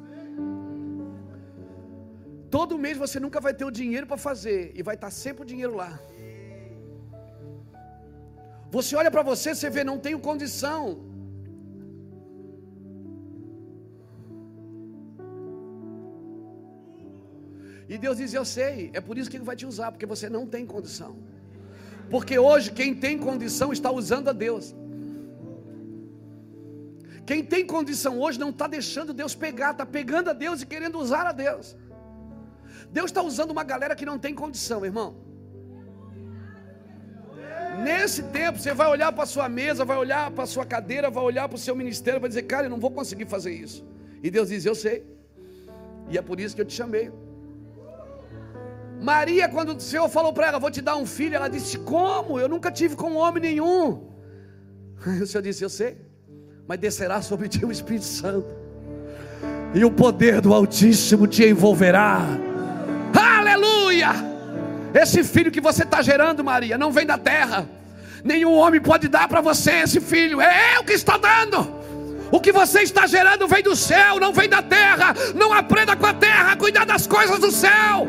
Todo mês você nunca vai ter o dinheiro para fazer e vai estar sempre o dinheiro lá. Você olha para você, você vê, não tenho condição. E Deus diz, eu sei, é por isso que Ele vai te usar, porque você não tem condição. Porque hoje quem tem condição está usando a Deus. Quem tem condição hoje não está deixando Deus pegar, está pegando a Deus e querendo usar a Deus. Deus está usando uma galera que não tem condição, irmão. Nesse tempo você vai olhar para a sua mesa, vai olhar para a sua cadeira, vai olhar para o seu ministério, vai dizer, cara, eu não vou conseguir fazer isso. E Deus diz, eu sei, e é por isso que eu te chamei. Maria, quando o Senhor falou para ela, vou te dar um filho, ela disse, como? Eu nunca tive com homem nenhum. Aí o Senhor disse, eu sei, mas descerá sobre ti o Espírito Santo, e o poder do Altíssimo te envolverá. Aleluia! Esse filho que você está gerando, Maria, não vem da terra. Nenhum homem pode dar para você esse filho, é eu que estou dando. O que você está gerando vem do céu, não vem da terra. Não aprenda com a terra a cuidar das coisas do céu.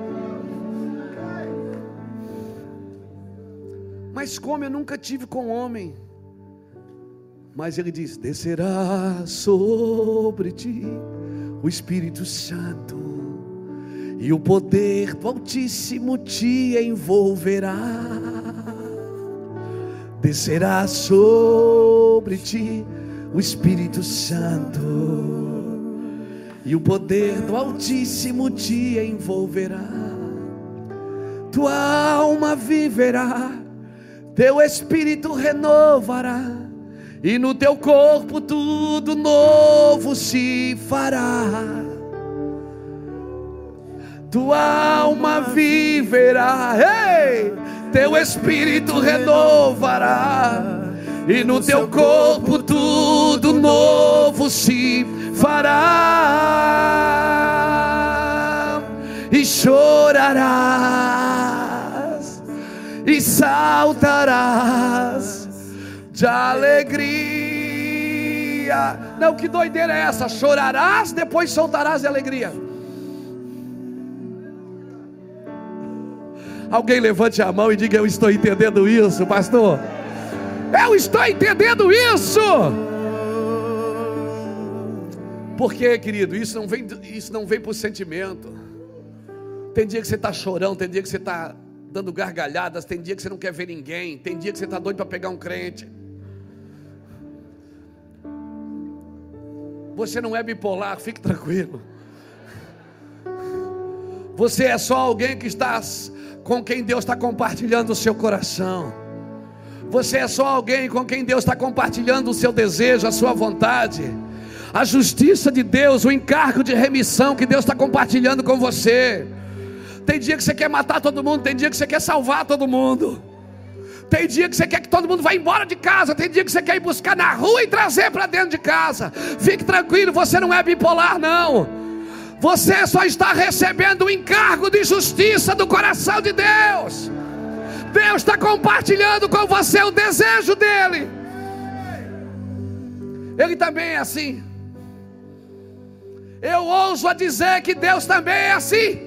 Mas como eu nunca tive com homem. Mas ele diz, descerá sobre ti o Espírito Santo, e o poder do Altíssimo te envolverá. Descerá sobre ti o Espírito Santo, e o poder do Altíssimo te envolverá. Tua alma viverá, teu espírito renovará, e no teu corpo tudo novo se fará. Tua alma viverá, ei, teu espírito renovará, e no teu corpo tudo novo se fará. E chorarás, e saltarás de alegria. Não, que doideira é essa? Chorarás, depois soltarás de alegria. Alguém levante a mão e diga, eu estou entendendo isso, pastor. Eu estou entendendo isso. Porque, querido, isso não vem, isso não vem por sentimento. Tem dia que você está chorando, tem dia que você está dando gargalhadas, tem dia que você não quer ver ninguém, tem dia que você está doido para pegar um crente. Você não é bipolar, fique tranquilo. Você é só alguém que está com quem Deus está compartilhando o seu coração. Você é só alguém com quem Deus está compartilhando o seu desejo, a sua vontade, a justiça de Deus, o encargo de remissão que Deus está compartilhando com você. Tem dia que você quer matar todo mundo, tem dia que você quer salvar todo mundo, tem dia que você quer que todo mundo vá embora de casa, tem dia que você quer ir buscar na rua e trazer para dentro de casa. Fique tranquilo, você não é bipolar não. Você só está recebendo o encargo de justiça do coração de Deus. Deus está compartilhando com você o desejo dele. Ele também é assim. Eu ouso a dizer que Deus também é assim.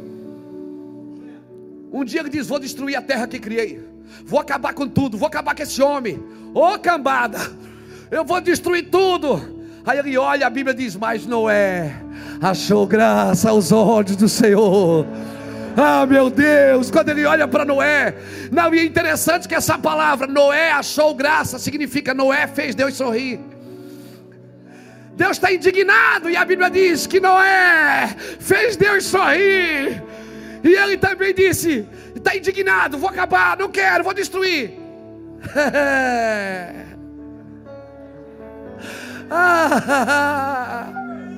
Um dia ele diz, vou destruir a terra que criei, vou acabar com tudo, vou acabar com esse homem. Ô cambada, eu vou destruir tudo. Aí ele olha, a Bíblia diz, mas Noé, achou graça aos olhos do Senhor. Ah, meu Deus, quando ele olha para Noé. Não, e é interessante que essa palavra Noé achou graça significa Noé fez Deus sorrir. Deus está indignado, e a Bíblia diz que Noé fez Deus sorrir. E ele também disse: está indignado, vou acabar, não quero, vou destruir. ah,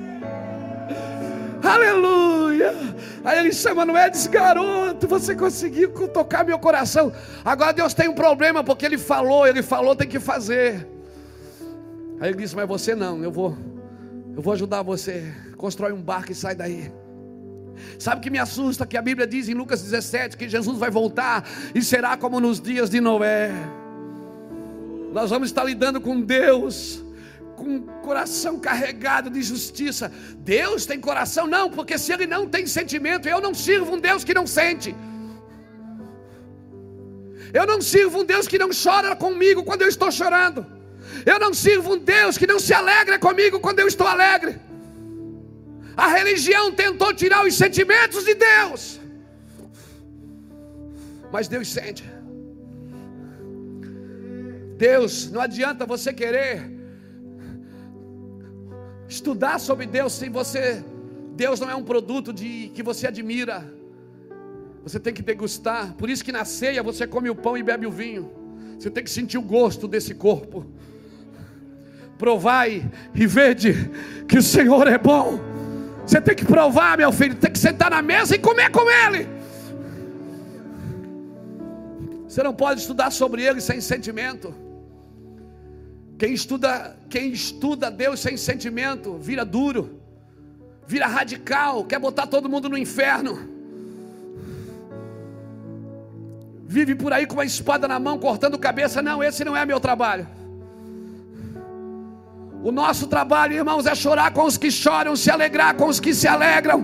aleluia. Aí ele chama Noé e diz: garoto, você conseguiu tocar meu coração. Agora Deus tem um problema, porque ele falou, ele falou, tem que fazer. Aí ele disse: mas você não, eu vou Eu vou ajudar você. Constrói um barco e sai daí. Sabe o que me assusta? Que a Bíblia diz em Lucas dezessete que Jesus vai voltar e será como nos dias de Noé. Nós vamos estar lidando com Deus com um coração carregado de justiça. Deus tem coração? Não, porque se Ele não tem sentimento, eu não sirvo um Deus que não sente. Eu não sirvo um Deus que não chora comigo quando eu estou chorando. Eu não sirvo um Deus que não se alegra comigo quando eu estou alegre. A religião tentou tirar os sentimentos de Deus, mas Deus sente. Deus, não adianta você querer estudar sobre Deus sem você. Deus não é um produto de, que você admira. Você tem que degustar. Por isso que na ceia você come o pão e bebe o vinho. Você tem que sentir o gosto desse corpo. Provai e vede que o Senhor é bom. Você tem que provar, meu filho. Tem que sentar na mesa e comer com Ele. Você não pode estudar sobre Ele sem sentimento. Quem estuda, quem estuda Deus sem sentimento vira duro, vira radical, quer botar todo mundo no inferno. Vive por aí com uma espada na mão, cortando cabeça. Não, esse não é meu trabalho. O nosso trabalho, irmãos, é chorar com os que choram, se alegrar com os que se alegram.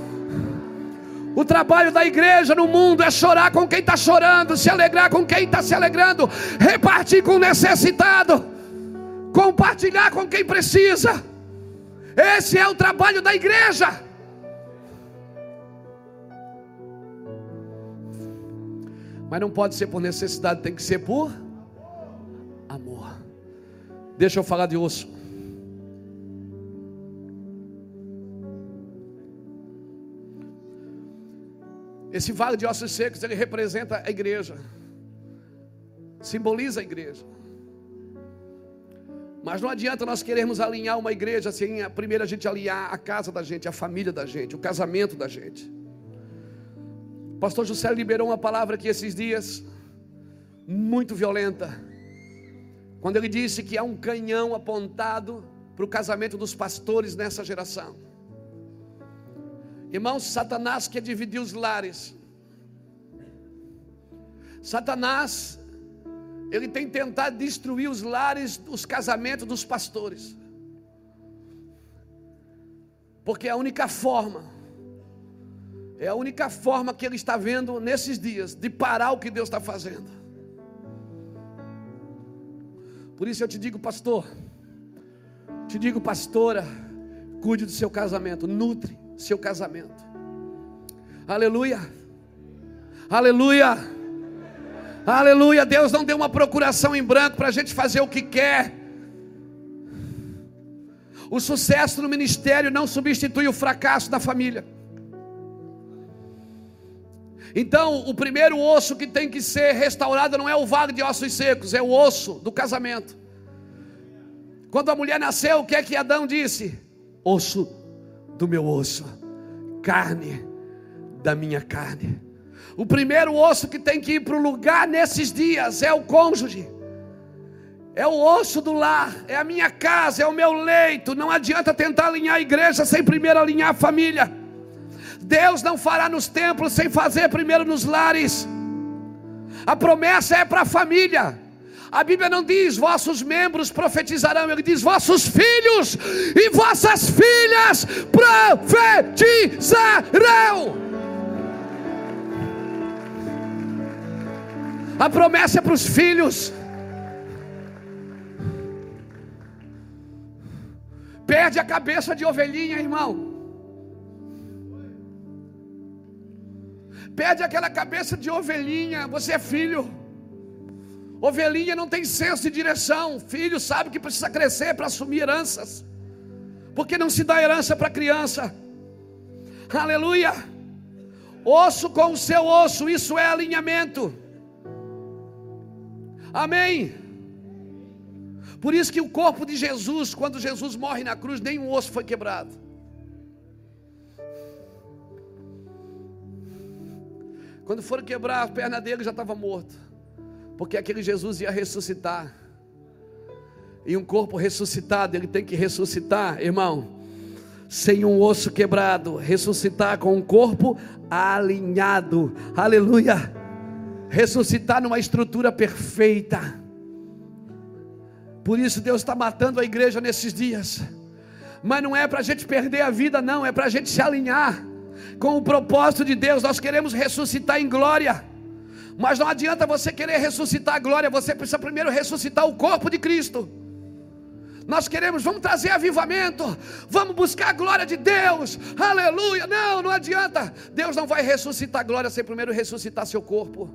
O trabalho da igreja no mundo é chorar com quem está chorando, se alegrar com quem está se alegrando, repartir com o necessitado, compartilhar com quem precisa. Esse é o trabalho da igreja. Mas não pode ser por necessidade, tem que ser por amor. Deixa eu falar de osso. Esse vale de ossos secos, ele representa a igreja, simboliza a igreja. Mas não adianta nós queremos alinhar uma igreja sem primeiro a gente alinhar a casa da gente, a família da gente, o casamento da gente. O pastor José liberou uma palavra aqui esses dias, muito violenta, quando ele disse que há um canhão apontado para o casamento dos pastores nessa geração. Irmãos, Satanás quer dividir os lares. Satanás, ele tem tentado destruir os lares, os casamentos dos pastores. Porque é a única forma, é a única forma que ele está vendo nesses dias de parar o que Deus está fazendo. Por isso eu te digo, pastor, te digo, pastora, cuide do seu casamento, nutre seu casamento. Aleluia, aleluia, aleluia. Deus não deu uma procuração em branco para a gente fazer o que quer. O sucesso no ministério não substitui o fracasso da família. Então, o primeiro osso que tem que ser restaurado não é o vale de ossos secos, é o osso do casamento. Quando a mulher nasceu, o que é que Adão disse? Osso do meu osso, carne da minha carne. O primeiro osso que tem que ir para o lugar nesses dias é o cônjuge, é o osso do lar, é a minha casa, é o meu leito. Não adianta tentar alinhar a igreja sem primeiro alinhar a família. Deus não fará nos templos sem fazer primeiro nos lares. A promessa é para a família. A Bíblia não diz vossos membros profetizarão, ele diz vossos filhos e vossas filhas profetizarão. A promessa é para os filhos. Perde a cabeça de ovelhinha, irmão. Perde aquela cabeça de ovelhinha. Você é filho. Ovelhinha não tem senso de direção. Filho sabe que precisa crescer para assumir heranças, porque não se dá herança para criança. Aleluia. Osso com o seu osso, isso é alinhamento. Amém. Por isso que o corpo de Jesus, quando Jesus morre na cruz, nenhum osso foi quebrado. Quando foram quebrar a perna dele, já estava morto, porque aquele Jesus ia ressuscitar. E um corpo ressuscitado, ele tem que ressuscitar, irmão, sem um osso quebrado, ressuscitar com um corpo alinhado. Aleluia. Ressuscitar numa estrutura perfeita. Por isso Deus está matando a igreja nesses dias. Mas não é para a gente perder a vida, não. É para a gente se alinhar com o propósito de Deus. Nós queremos ressuscitar em glória, mas não adianta você querer ressuscitar a glória. Você precisa primeiro ressuscitar o corpo de Cristo. Nós queremos, vamos trazer avivamento, vamos buscar a glória de Deus, aleluia. Não, não adianta. Deus não vai ressuscitar a glória sem primeiro ressuscitar seu corpo.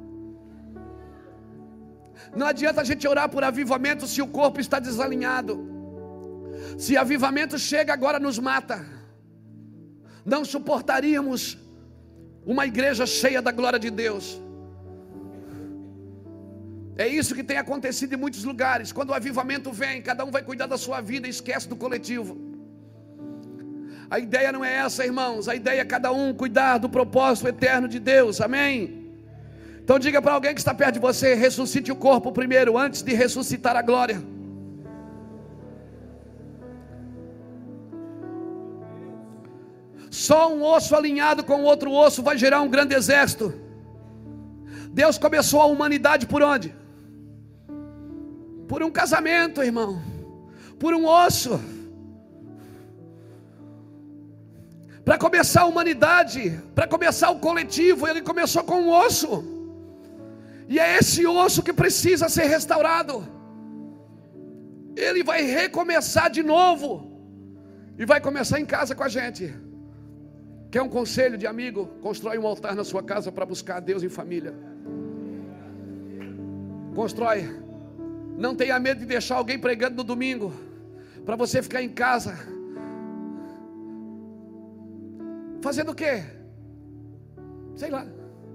Não adianta a gente orar por avivamento se o corpo está desalinhado. Se avivamento chega agora nos mata. Não suportaríamos uma igreja cheia da glória de Deus. É isso que tem acontecido em muitos lugares. Quando o avivamento vem, cada um vai cuidar da sua vida e esquece do coletivo. A ideia não é essa, irmãos. A ideia é cada um cuidar do propósito eterno de Deus. Amém? Então diga para alguém que está perto de você: ressuscite o corpo primeiro, antes de ressuscitar a glória. Só um osso alinhado com outro osso vai gerar um grande exército. Deus começou a humanidade por onde? Por um casamento, irmão. Por um osso. Para começar a humanidade, para começar o coletivo, Ele começou com um osso. E é esse osso que precisa ser restaurado. Ele vai recomeçar de novo. E vai começar em casa com a gente. Quer um conselho de amigo? Constrói um altar na sua casa para buscar a Deus em família. Constrói. Não tenha medo de deixar alguém pregando no domingo, para você ficar em casa fazendo o quê? Sei lá,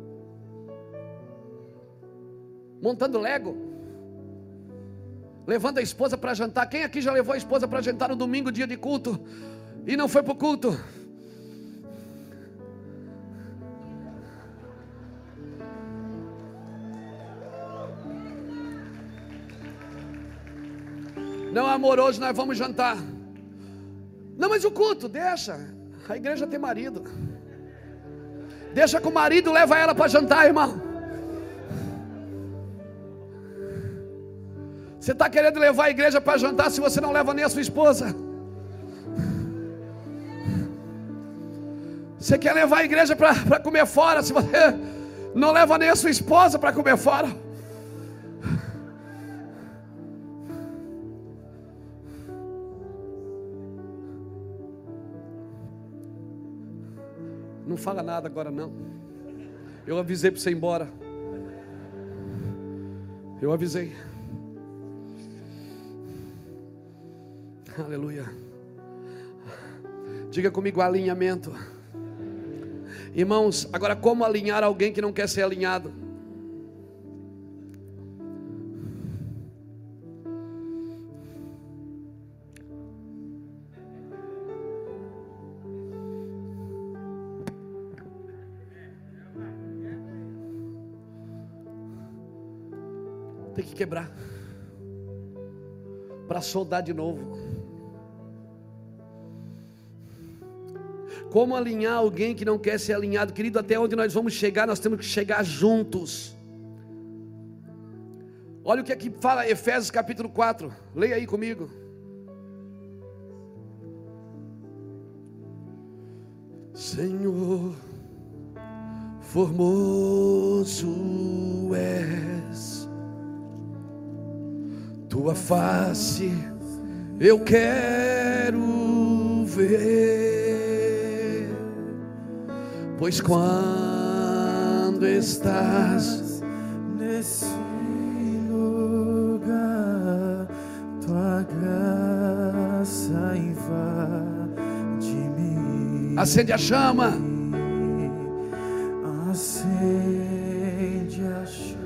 montando Lego, levando a esposa para jantar. Quem aqui já levou a esposa para jantar no domingo, dia de culto, e não foi para o culto? Não, amor, hoje nós vamos jantar. Não, mas o culto, deixa. A igreja tem marido. Deixa com o marido, leva ela para jantar, irmão. Você está querendo levar a igreja para jantar se você não leva nem a sua esposa? Você quer levar a igreja para comer fora se você não leva nem a sua esposa para comer fora? Não fala nada agora não. Eu avisei para você ir embora. Eu avisei. Aleluia. Diga comigo: alinhamento. Irmãos, agora como alinhar alguém que não quer ser alinhado? Tem que quebrar para soldar de novo. Como alinhar alguém que não quer ser alinhado? Querido, até onde nós vamos chegar, nós temos que chegar juntos. Olha o que aqui fala Efésios capítulo quatro. Leia aí comigo. Senhor, formoso és, tua face eu quero ver, pois quando quando estás nesse lugar, tua graça invade-me. Acende a chama. Acende a chama.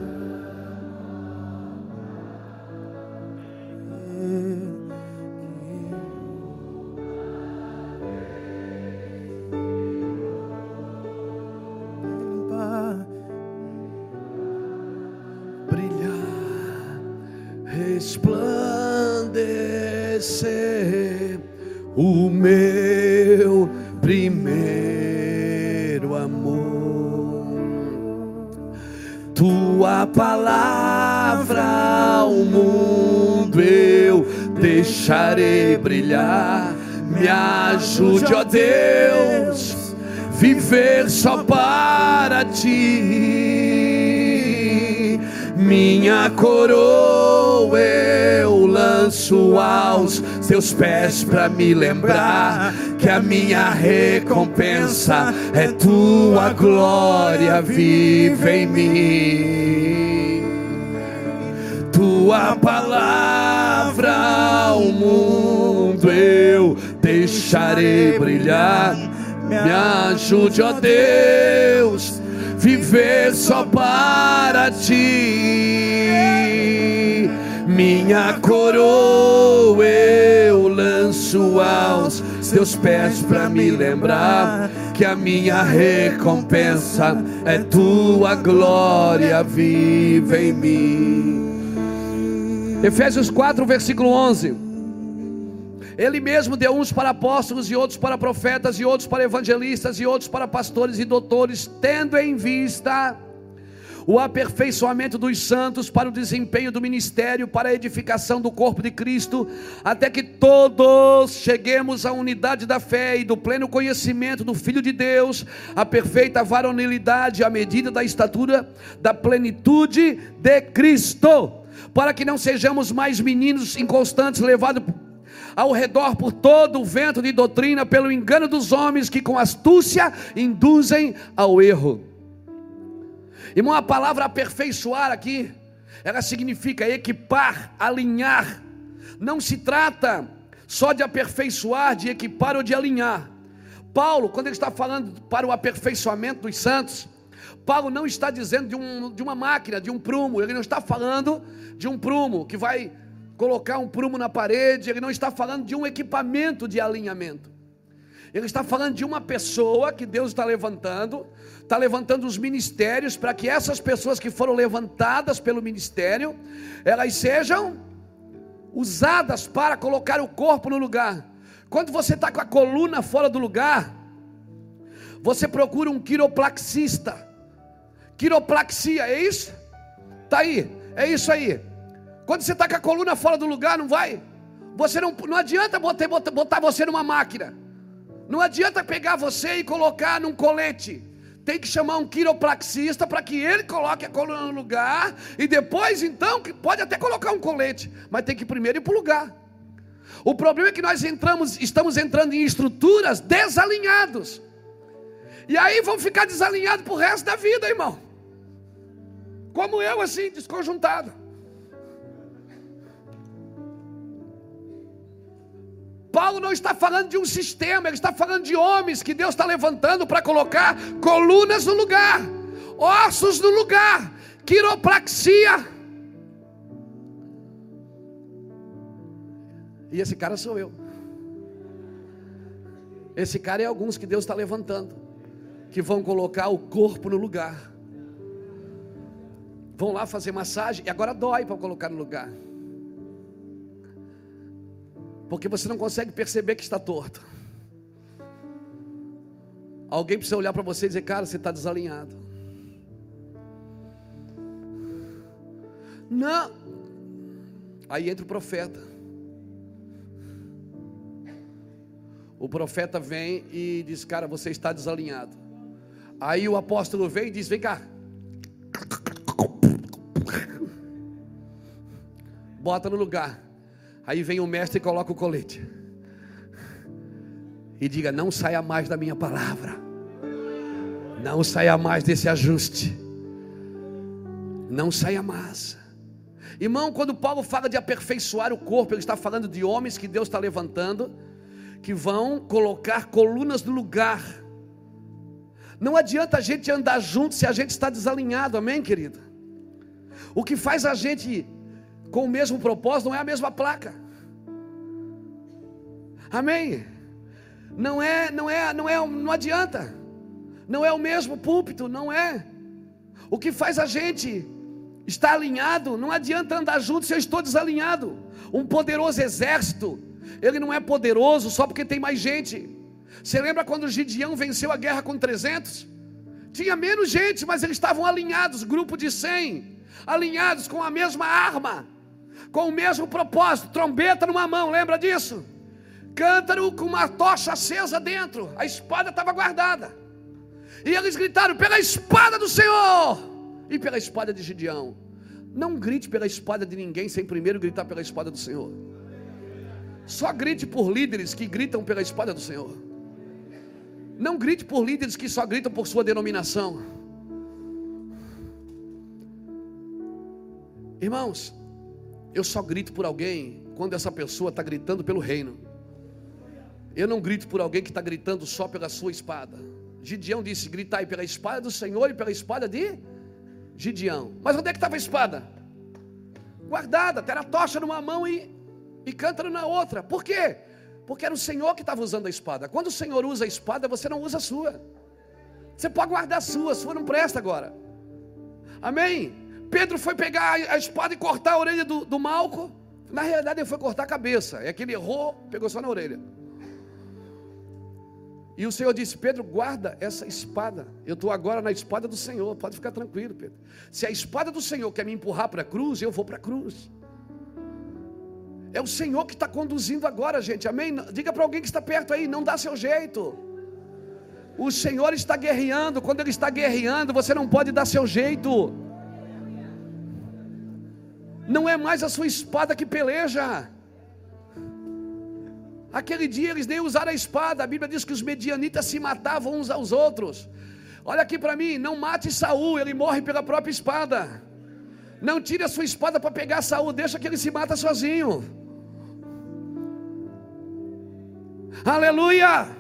Resplandecer o meu primeiro amor, tua palavra ao mundo eu deixarei brilhar. Me ajude, ó Deus, viver só para ti. Minha coroa eu lanço aos teus pés para me lembrar que a minha recompensa é tua glória viva em mim. Tua palavra ao mundo eu deixarei brilhar. Me ajude, ó Deus, viver só para ti. Minha coroa eu lanço aos teus pés para me lembrar que a minha recompensa é tua glória viva em mim. Efésios quatro, versículo onze. Ele mesmo deu uns para apóstolos, e outros para profetas, e outros para evangelistas, e outros para pastores e doutores, tendo em vista o aperfeiçoamento dos santos para o desempenho do ministério, para a edificação do corpo de Cristo, até que todos cheguemos à unidade da fé e do pleno conhecimento do Filho de Deus, a perfeita varonilidade, à medida da estatura da plenitude de Cristo, para que não sejamos mais meninos inconstantes, levados ao redor por todo o vento de doutrina, pelo engano dos homens que com astúcia induzem ao erro. Irmão, a palavra aperfeiçoar aqui, ela significa equipar, alinhar. Não se trata só de aperfeiçoar, de equipar ou de alinhar. Paulo, quando ele está falando para o aperfeiçoamento dos santos, Paulo não está dizendo de, um, de uma máquina, de um prumo. Ele não está falando de um prumo que vai colocar um prumo na parede. Ele não está falando de um equipamento de alinhamento. Ele está falando de uma pessoa que Deus está levantando, está levantando os ministérios, para que essas pessoas que foram levantadas pelo ministério, elas sejam usadas para colocar o corpo no lugar. Quando você está com a coluna fora do lugar, você procura um quiropraxista. Quiropraxia, é isso? Está aí, é isso aí. Quando você está com a coluna fora do lugar, não vai? Você não, não adianta botar, botar, botar você numa máquina. Não adianta pegar você e colocar num colete. Tem que chamar um quiropraxista para que ele coloque a coluna no lugar. E depois então, pode até colocar um colete, mas tem que primeiro ir para o lugar. O problema é que nós entramos, estamos entrando em estruturas desalinhados. E aí vão ficar desalinhados para o resto da vida, irmão. Como eu assim, desconjuntado. Paulo não está falando de um sistema, ele está falando de homens que Deus está levantando para colocar colunas no lugar, ossos no lugar, quiropraxia. E esse cara sou eu. Esse cara é alguns que Deus está levantando, que vão colocar o corpo no lugar. Vão lá fazer massagem e agora dói para colocar no lugar. Porque você não consegue perceber que está torto. Alguém precisa olhar para você e dizer: cara, você está desalinhado. Não. Aí entra o profeta. O profeta vem e diz: cara, você está desalinhado. Aí o apóstolo vem e diz: vem cá. Bota no lugar. Aí vem o mestre e coloca o colete. E diga: não saia mais da minha palavra. Não saia mais desse ajuste. Não saia mais. Irmão, quando Paulo fala de aperfeiçoar o corpo, ele está falando de homens que Deus está levantando, que vão colocar colunas no lugar. Não adianta a gente andar junto se a gente está desalinhado, amém, querido? O que faz a gente com o mesmo propósito não é a mesma placa, amém? Não é, não é, não é, não adianta. Não é o mesmo púlpito, não é. O que faz a gente estar alinhado, não adianta andar junto se eu estou desalinhado. Um poderoso exército, ele não é poderoso só porque tem mais gente. Você lembra quando Gideão venceu a guerra com trezentos? Tinha menos gente, mas eles estavam alinhados, grupo de cem, alinhados com a mesma arma, com o mesmo propósito, trombeta numa mão, lembra disso? Cântaro com uma tocha acesa dentro, a espada estava guardada, e eles gritaram: pela espada do Senhor e pela espada de Gideão. Não grite pela espada de ninguém sem primeiro gritar pela espada do Senhor. Só grite por líderes que gritam pela espada do Senhor. Não grite por líderes que só gritam por sua denominação. Irmãos, eu só grito por alguém quando essa pessoa está gritando pelo reino. Eu não grito por alguém que está gritando só pela sua espada. Gideão disse: gritai pela espada do Senhor e pela espada de Gideão. Mas onde é que estava a espada? Guardada, era a tocha numa mão e, e cântaro na outra. Por quê? Porque era o Senhor que estava usando a espada. Quando o Senhor usa a espada, você não usa a sua. Você pode guardar a sua, a sua não presta agora. Amém? Pedro foi pegar a espada e cortar a orelha do, do Malco. Na realidade ele foi cortar a cabeça. É que ele errou, pegou só na orelha. E o Senhor disse: Pedro, guarda essa espada. Eu estou agora na espada do Senhor. Pode ficar tranquilo, Pedro. Se a espada do Senhor quer me empurrar para a cruz, eu vou para a cruz. É o Senhor que está conduzindo agora, gente, amém? Diga para alguém que está perto aí: não dá seu jeito. O Senhor está guerreando. Quando Ele está guerreando, você não pode dar seu jeito. Não é mais a sua espada que peleja. Aquele dia eles nem usaram a espada. A Bíblia diz que os medianitas se matavam uns aos outros. Olha aqui para mim: não mate Saul, ele morre pela própria espada. Não tire a sua espada para pegar Saul, deixa que ele se mata sozinho. Aleluia!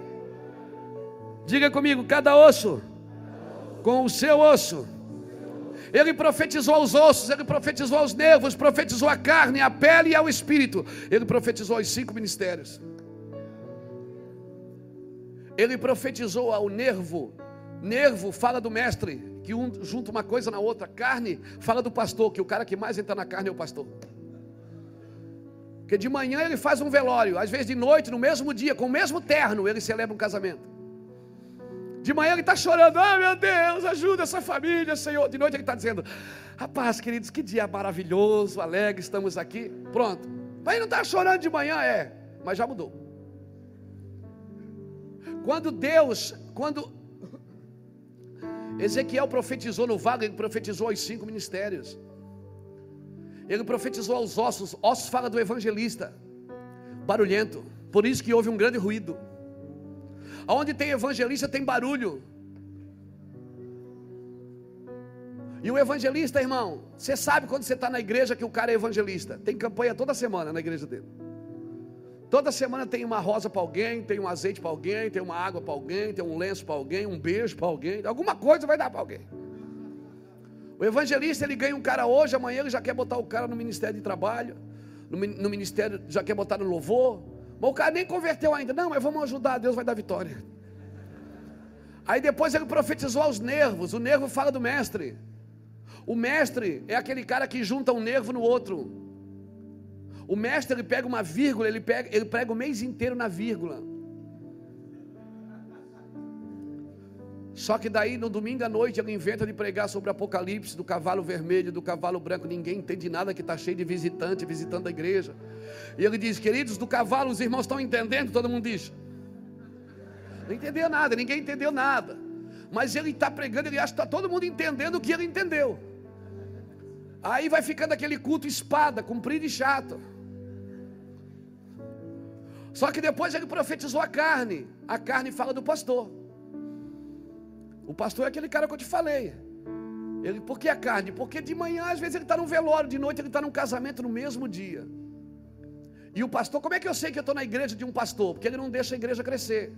Diga comigo: cada osso com o seu osso. Ele profetizou aos ossos, ele profetizou aos nervos, profetizou a carne, a pele e ao espírito. Ele profetizou aos cinco ministérios. Ele profetizou ao nervo. Nervo fala do mestre, que um junta uma coisa na outra. Carne fala do pastor, que o cara que mais entra na carne é o pastor. Porque de manhã ele faz um velório, às vezes de noite, no mesmo dia, com o mesmo terno, ele celebra um casamento. De manhã ele está chorando: ah, meu Deus, ajuda essa família, Senhor. De noite ele está dizendo: rapaz, queridos, que dia maravilhoso, alegre, estamos aqui. Pronto. Mas ele não está chorando de manhã, é, mas já mudou. Quando Deus, quando Ezequiel profetizou no vale, ele profetizou aos cinco ministérios. Ele profetizou aos ossos. Ossos fala do evangelista, barulhento. Por isso que houve um grande ruído. Onde tem evangelista tem barulho. E o evangelista, irmão, você sabe quando você está na igreja que o cara é evangelista? Tem campanha toda semana na igreja dele. Toda semana tem uma rosa para alguém, tem um azeite para alguém, tem uma água para alguém, tem um lenço para alguém, um beijo para alguém. Alguma coisa vai dar para alguém. O evangelista, ele ganha um cara hoje, amanhã ele já quer botar o cara no ministério de trabalho, no, no ministério, já quer botar no louvor. Mas o cara nem converteu ainda. Não, mas vamos ajudar, Deus vai dar vitória. Aí depois ele profetizou aos nervos. O nervo fala do mestre. O mestre é aquele cara que junta um nervo no outro. O mestre, ele pega uma vírgula, ele, pega, ele prega o mês inteiro na vírgula. Só que daí no domingo à noite ele inventa de pregar sobre o Apocalipse, do cavalo vermelho, do cavalo branco. Ninguém entende nada, que está cheio de visitante, visitando a igreja. E ele diz: queridos, do cavalo os irmãos estão entendendo? Todo mundo diz: não entendeu nada, ninguém entendeu nada. Mas ele está pregando, ele acha que está todo mundo entendendo o que ele entendeu. Aí vai ficando aquele culto espada, comprido e chato. Só que depois ele profetizou a carne. A carne fala do pastor. O pastor é aquele cara que eu te falei. Ele, por que a carne? Porque de manhã, às vezes, ele está num velório, de noite ele está num casamento no mesmo dia. E o pastor, como é que eu sei que eu estou na igreja de um pastor? Porque ele não deixa a igreja crescer.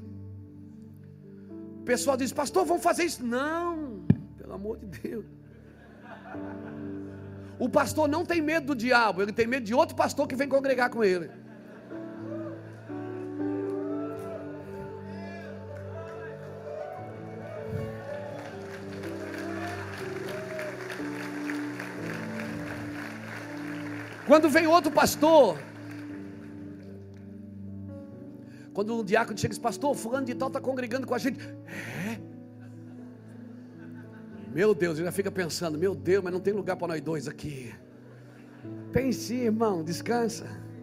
O pessoal diz, pastor, vamos fazer isso. Não, pelo amor de Deus. O pastor não tem medo do diabo, ele tem medo de outro pastor que vem congregar com ele. Quando vem outro pastor, quando um diácono chega e diz, pastor, fulano de tal está congregando com a gente. É? Meu Deus, ele já fica pensando, meu Deus, mas não tem lugar para nós dois aqui. Tem sim, irmão, descansa.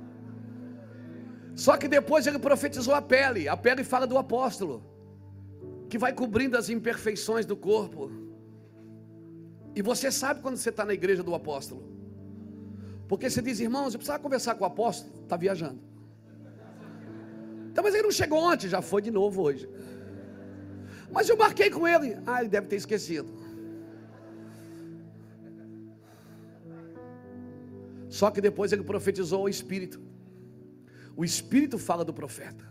Só que depois ele profetizou a pele. A pele fala do apóstolo, que vai cobrindo as imperfeições do corpo. E você sabe quando você está na igreja do apóstolo. Porque você diz, irmãos, eu precisava conversar com o apóstolo. Está viajando. Então, mas ele não chegou ontem, já foi de novo hoje. Mas eu marquei com ele. Ah, ele deve ter esquecido. Só que depois ele profetizou o Espírito. O Espírito fala do profeta.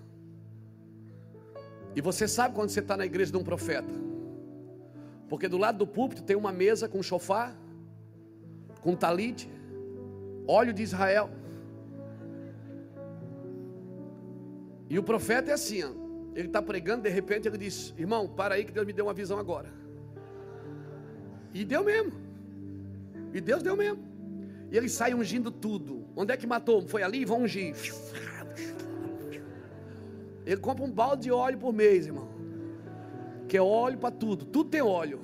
E você sabe quando você está na igreja de um profeta. Porque do lado do púlpito tem uma mesa com chofar, com talite, óleo de Israel. E o profeta é assim, ó, ele está pregando, de repente ele diz, irmão, para aí que Deus me deu uma visão agora. E deu mesmo. E Deus deu mesmo. E ele sai ungindo tudo. Onde é que matou? Foi ali, vão ungir. Ele compra um balde de óleo por mês, irmão. Que é óleo para tudo. Tudo tem óleo.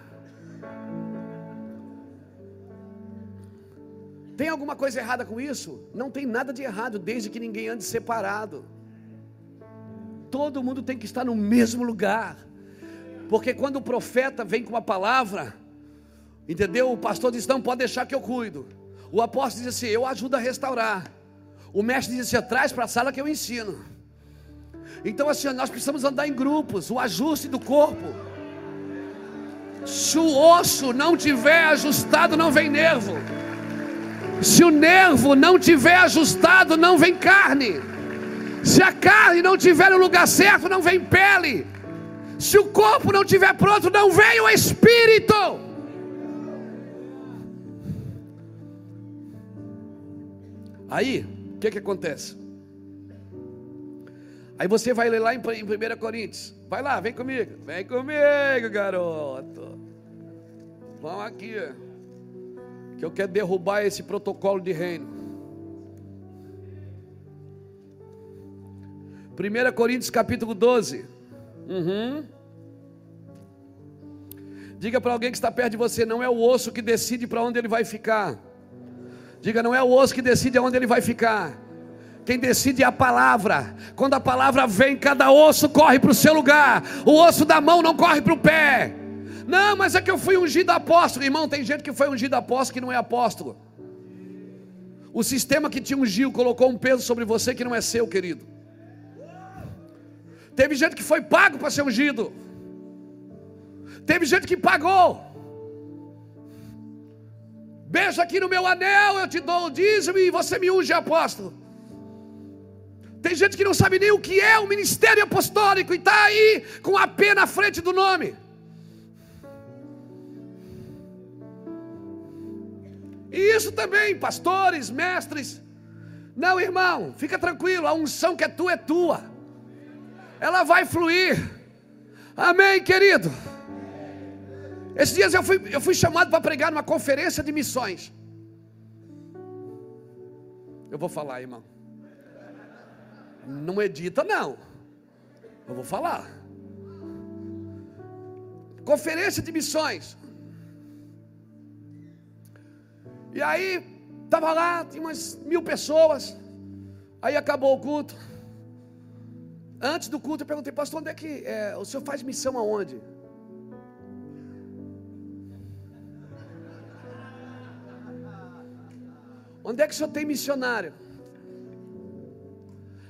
Tem alguma coisa errada com isso? Não tem nada de errado, desde que ninguém ande separado. Todo mundo tem que estar no mesmo lugar. Porque quando o profeta vem com uma palavra, entendeu? O pastor diz, não, pode deixar que eu cuido. O apóstolo diz assim, eu ajudo a restaurar. O mestre diz assim, traz para a sala que eu ensino. Então assim, nós precisamos andar em grupos. O ajuste do corpo. Se o osso não tiver ajustado, não vem nervo. Se o nervo não tiver ajustado, não vem carne. Se a carne não tiver no lugar certo, não vem pele. Se o corpo não tiver pronto, não vem o espírito. Aí, o que que acontece? Aí você vai ler lá em primeira Coríntios. Vai lá, vem comigo. Vem comigo, garoto. Vamos aqui, que eu quero derrubar esse protocolo de reino. primeira Coríntios capítulo doze. Uhum. Diga para alguém que está perto de você, não é o osso que decide para onde ele vai ficar. Diga, não é o osso que decide aonde ele vai ficar. Quem decide é a palavra. Quando a palavra vem, cada osso corre para o seu lugar. O osso da mão não corre para o pé. Não, mas é que eu fui ungido apóstolo. Irmão, tem gente que foi ungido apóstolo que não é apóstolo. O sistema que te ungiu colocou um peso sobre você que não é seu, querido. Teve gente que foi pago para ser ungido. Teve gente que pagou. Beija aqui no meu anel, eu te dou o dízimo e você me unge apóstolo. Tem gente que não sabe nem o que é o ministério apostólico e está aí com a P na frente do nome. E isso também, pastores, mestres. Não, irmão, fica tranquilo, a unção que é tua é tua. Ela vai fluir. Amém, querido. Esses dias eu fui, eu fui chamado para pregar numa conferência de missões. Eu vou falar, irmão. Não edita, não. Eu vou falar. Conferência de missões. E aí, estava lá, tinha umas mil pessoas. Aí acabou o culto. Antes do culto eu perguntei, pastor, onde é que é, o senhor faz missão aonde? Onde é que o senhor tem missionário?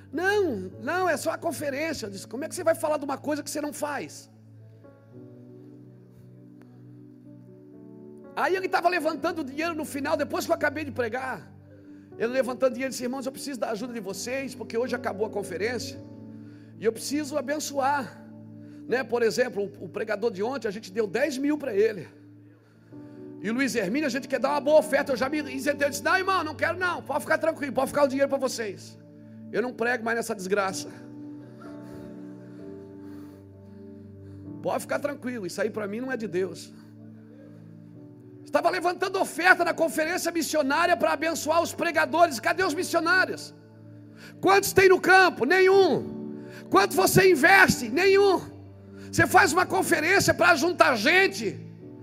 Não, não, é só a conferência. Eu disse, como é que você vai falar de uma coisa que você não faz? Aí ele estava levantando dinheiro no final, depois que eu acabei de pregar. Ele levantando dinheiro e disse: irmãos, eu preciso da ajuda de vocês, porque hoje acabou a conferência. E eu preciso abençoar, né? Por exemplo, o, o pregador de ontem, a gente deu dez mil para ele. E o Luiz Hermínio, a gente quer dar uma boa oferta. Eu já me isentei, eu disse: não, irmão, não quero não, pode ficar tranquilo, pode ficar o dinheiro para vocês. Eu não prego mais nessa desgraça. Pode ficar tranquilo, isso aí para mim não é de Deus. Estava levantando oferta na conferência missionária para abençoar os pregadores. Cadê os missionários? Quantos tem no campo? Nenhum. Quanto você investe? Nenhum. Você faz uma conferência para juntar gente,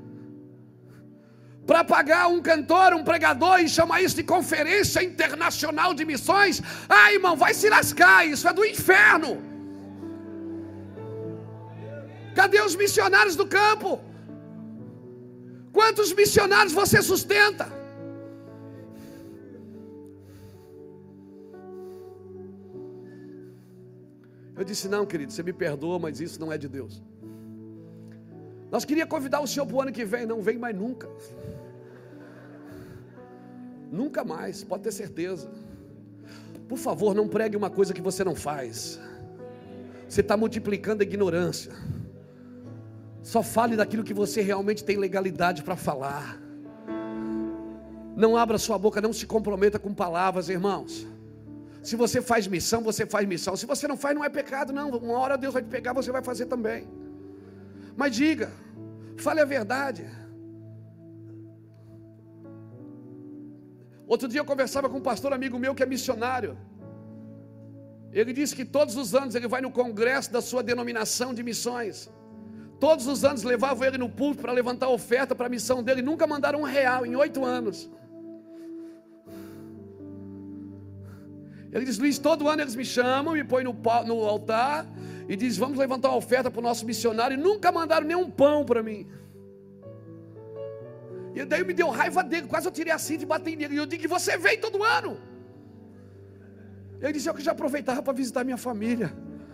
para pagar um cantor, um pregador, e chamar isso de Conferência Internacional de Missões? Ah, irmão, vai se lascar, isso é do inferno. Cadê os missionários do campo? Quantos missionários você sustenta? Eu disse: não, querido, você me perdoa, mas isso não é de Deus. Nós queríamos convidar o senhor para o ano que vem. Não vem mais nunca. Nunca mais, pode ter certeza. Por favor, não pregue uma coisa que você não faz. Você está multiplicando a ignorância. Só fale daquilo que você realmente tem legalidade para falar. Não abra sua boca, não se comprometa com palavras, irmãos. Se você faz missão, você faz missão. Se você não faz, não é pecado, não. Uma hora Deus vai te pegar, você vai fazer também. Mas diga, fale a verdade. Outro dia eu conversava com um pastor amigo meu que é missionário. Ele disse que todos os anos ele vai no congresso da sua denominação de missões. Todos os anos levavam ele no púlpito para levantar oferta para a missão dele. Nunca mandaram um real em oito anos. Ele diz: Luiz, todo ano eles me chamam, me põem no, no altar e diz: vamos levantar uma oferta para o nosso missionário. E nunca mandaram nem um pão para mim. E daí me deu raiva dele, quase eu tirei a cinta e bati nele. E eu digo: que você vem todo ano. Ele disse: eu que já aproveitava para visitar minha família.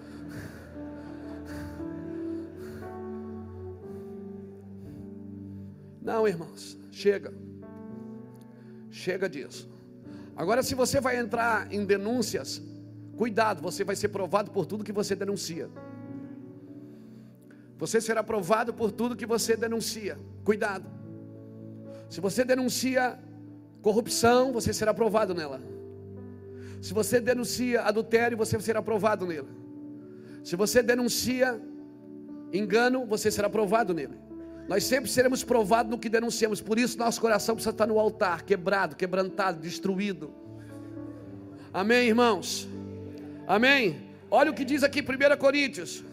Não, irmãos, chega. Chega disso. Agora, se você vai entrar em denúncias, cuidado, você vai ser provado por tudo que você denuncia. Você será provado por tudo que você denuncia. Cuidado. Se você denuncia corrupção, você será provado nela. Se você denuncia adultério, você será provado nele. Se você denuncia engano, você será provado nele. Nós sempre seremos provados no que denunciamos. Por isso nosso coração precisa estar no altar, quebrado, quebrantado, destruído. Amém, irmãos? Amém? Olha o que diz aqui primeira Coríntios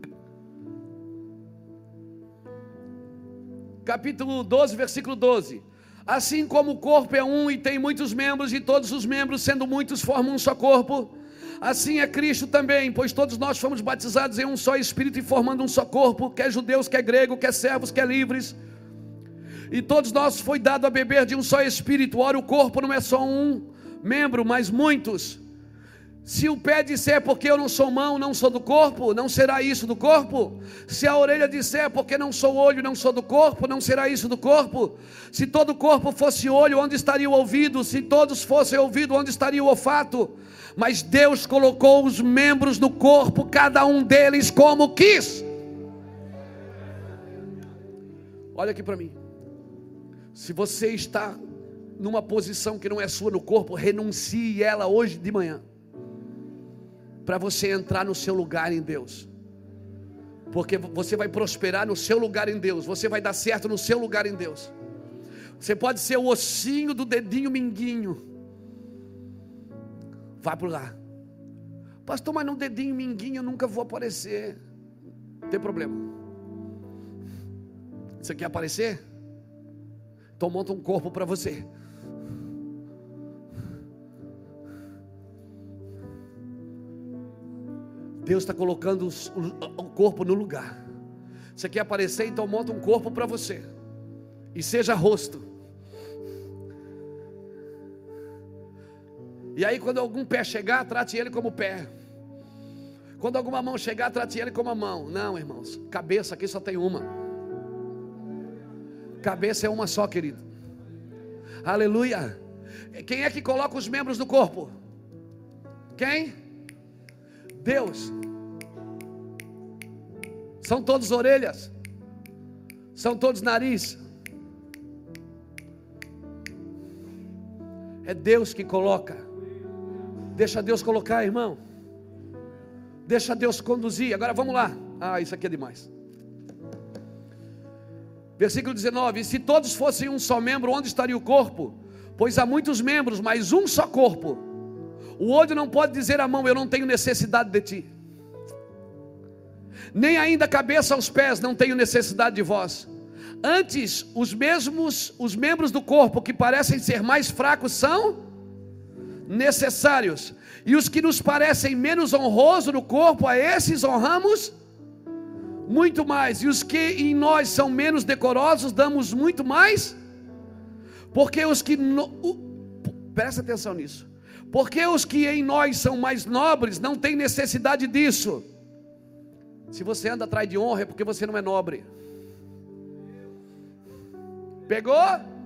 capítulo doze, versículo doze. Assim como o corpo é um e tem muitos membros, e todos os membros, sendo muitos, formam um só corpo, assim é Cristo também, pois todos nós fomos batizados em um só Espírito e formando um só corpo, quer judeus, quer grego, quer servos, quer livres, e todos nós foi dado a beber de um só Espírito. Ora, o corpo não é só um membro, mas muitos. Se o pé disser porque eu não sou mão, não sou do corpo, não será isso do corpo? Se a orelha disser porque não sou olho, não sou do corpo, não será isso do corpo? Se todo o corpo fosse olho, onde estaria o ouvido? Se todos fossem ouvido, onde estaria o olfato? Mas Deus colocou os membros no corpo, cada um deles como quis. Olha aqui para mim. Se você está numa posição que não é sua no corpo, renuncie ela hoje de manhã, para você entrar no seu lugar em Deus. Porque você vai prosperar no seu lugar em Deus. Você vai dar certo no seu lugar em Deus. Você pode ser o ossinho do dedinho minguinho. Vá por lá. Pastor, mas no dedinho minguinho eu nunca vou aparecer. Não tem problema. Você quer aparecer? Então monta um corpo para você. Deus está colocando o corpo no lugar. Você quer aparecer? Então monta um corpo para você. E seja rosto. E aí quando algum pé chegar, trate ele como pé. Quando alguma mão chegar, trate ele como a mão. Não, irmãos, cabeça aqui só tem uma. Cabeça é uma só, querido. Aleluia. Quem é que coloca os membros do corpo? Quem? Deus. São todos orelhas? São todos nariz? É Deus que coloca. Deixa Deus colocar, irmão. Deixa Deus conduzir. Agora vamos lá. Ah, isso aqui é demais. Versículo dezenove: e se todos fossem um só membro, onde estaria o corpo? Pois há muitos membros, mas um só corpo. O olho não pode dizer à mão: eu não tenho necessidade de ti. Nem ainda a cabeça aos pés: não tenho necessidade de vós. Antes, os mesmos, os membros do corpo que parecem ser mais fracos são necessários. E os que nos parecem menos honrosos no corpo, a esses honramos muito mais. E os que em nós são menos decorosos, damos muito mais. Porque os que no, uh, presta atenção nisso. Porque os que em nós são mais nobres não têm necessidade disso. Se você anda atrás de honra, é porque você não é nobre. Pegou?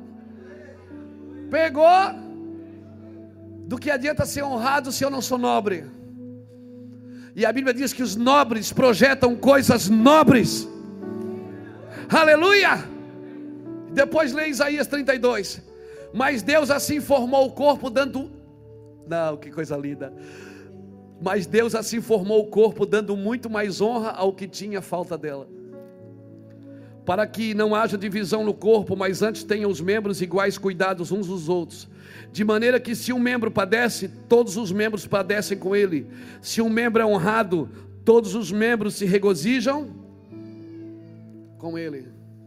Pegou? Do que adianta ser honrado se eu não sou nobre? E a Bíblia diz que os nobres projetam coisas nobres. Aleluia! Depois lê Isaías trinta e dois. Mas Deus assim formou o corpo dando... Não, que coisa linda. Mas Deus assim formou o corpo dando muito mais honra ao que tinha falta dela. Para que não haja divisão no corpo, mas antes tenham os membros iguais cuidados uns dos outros. De maneira que se um membro padece, todos os membros padecem com ele. Se um membro é honrado, todos os membros se regozijam com ele.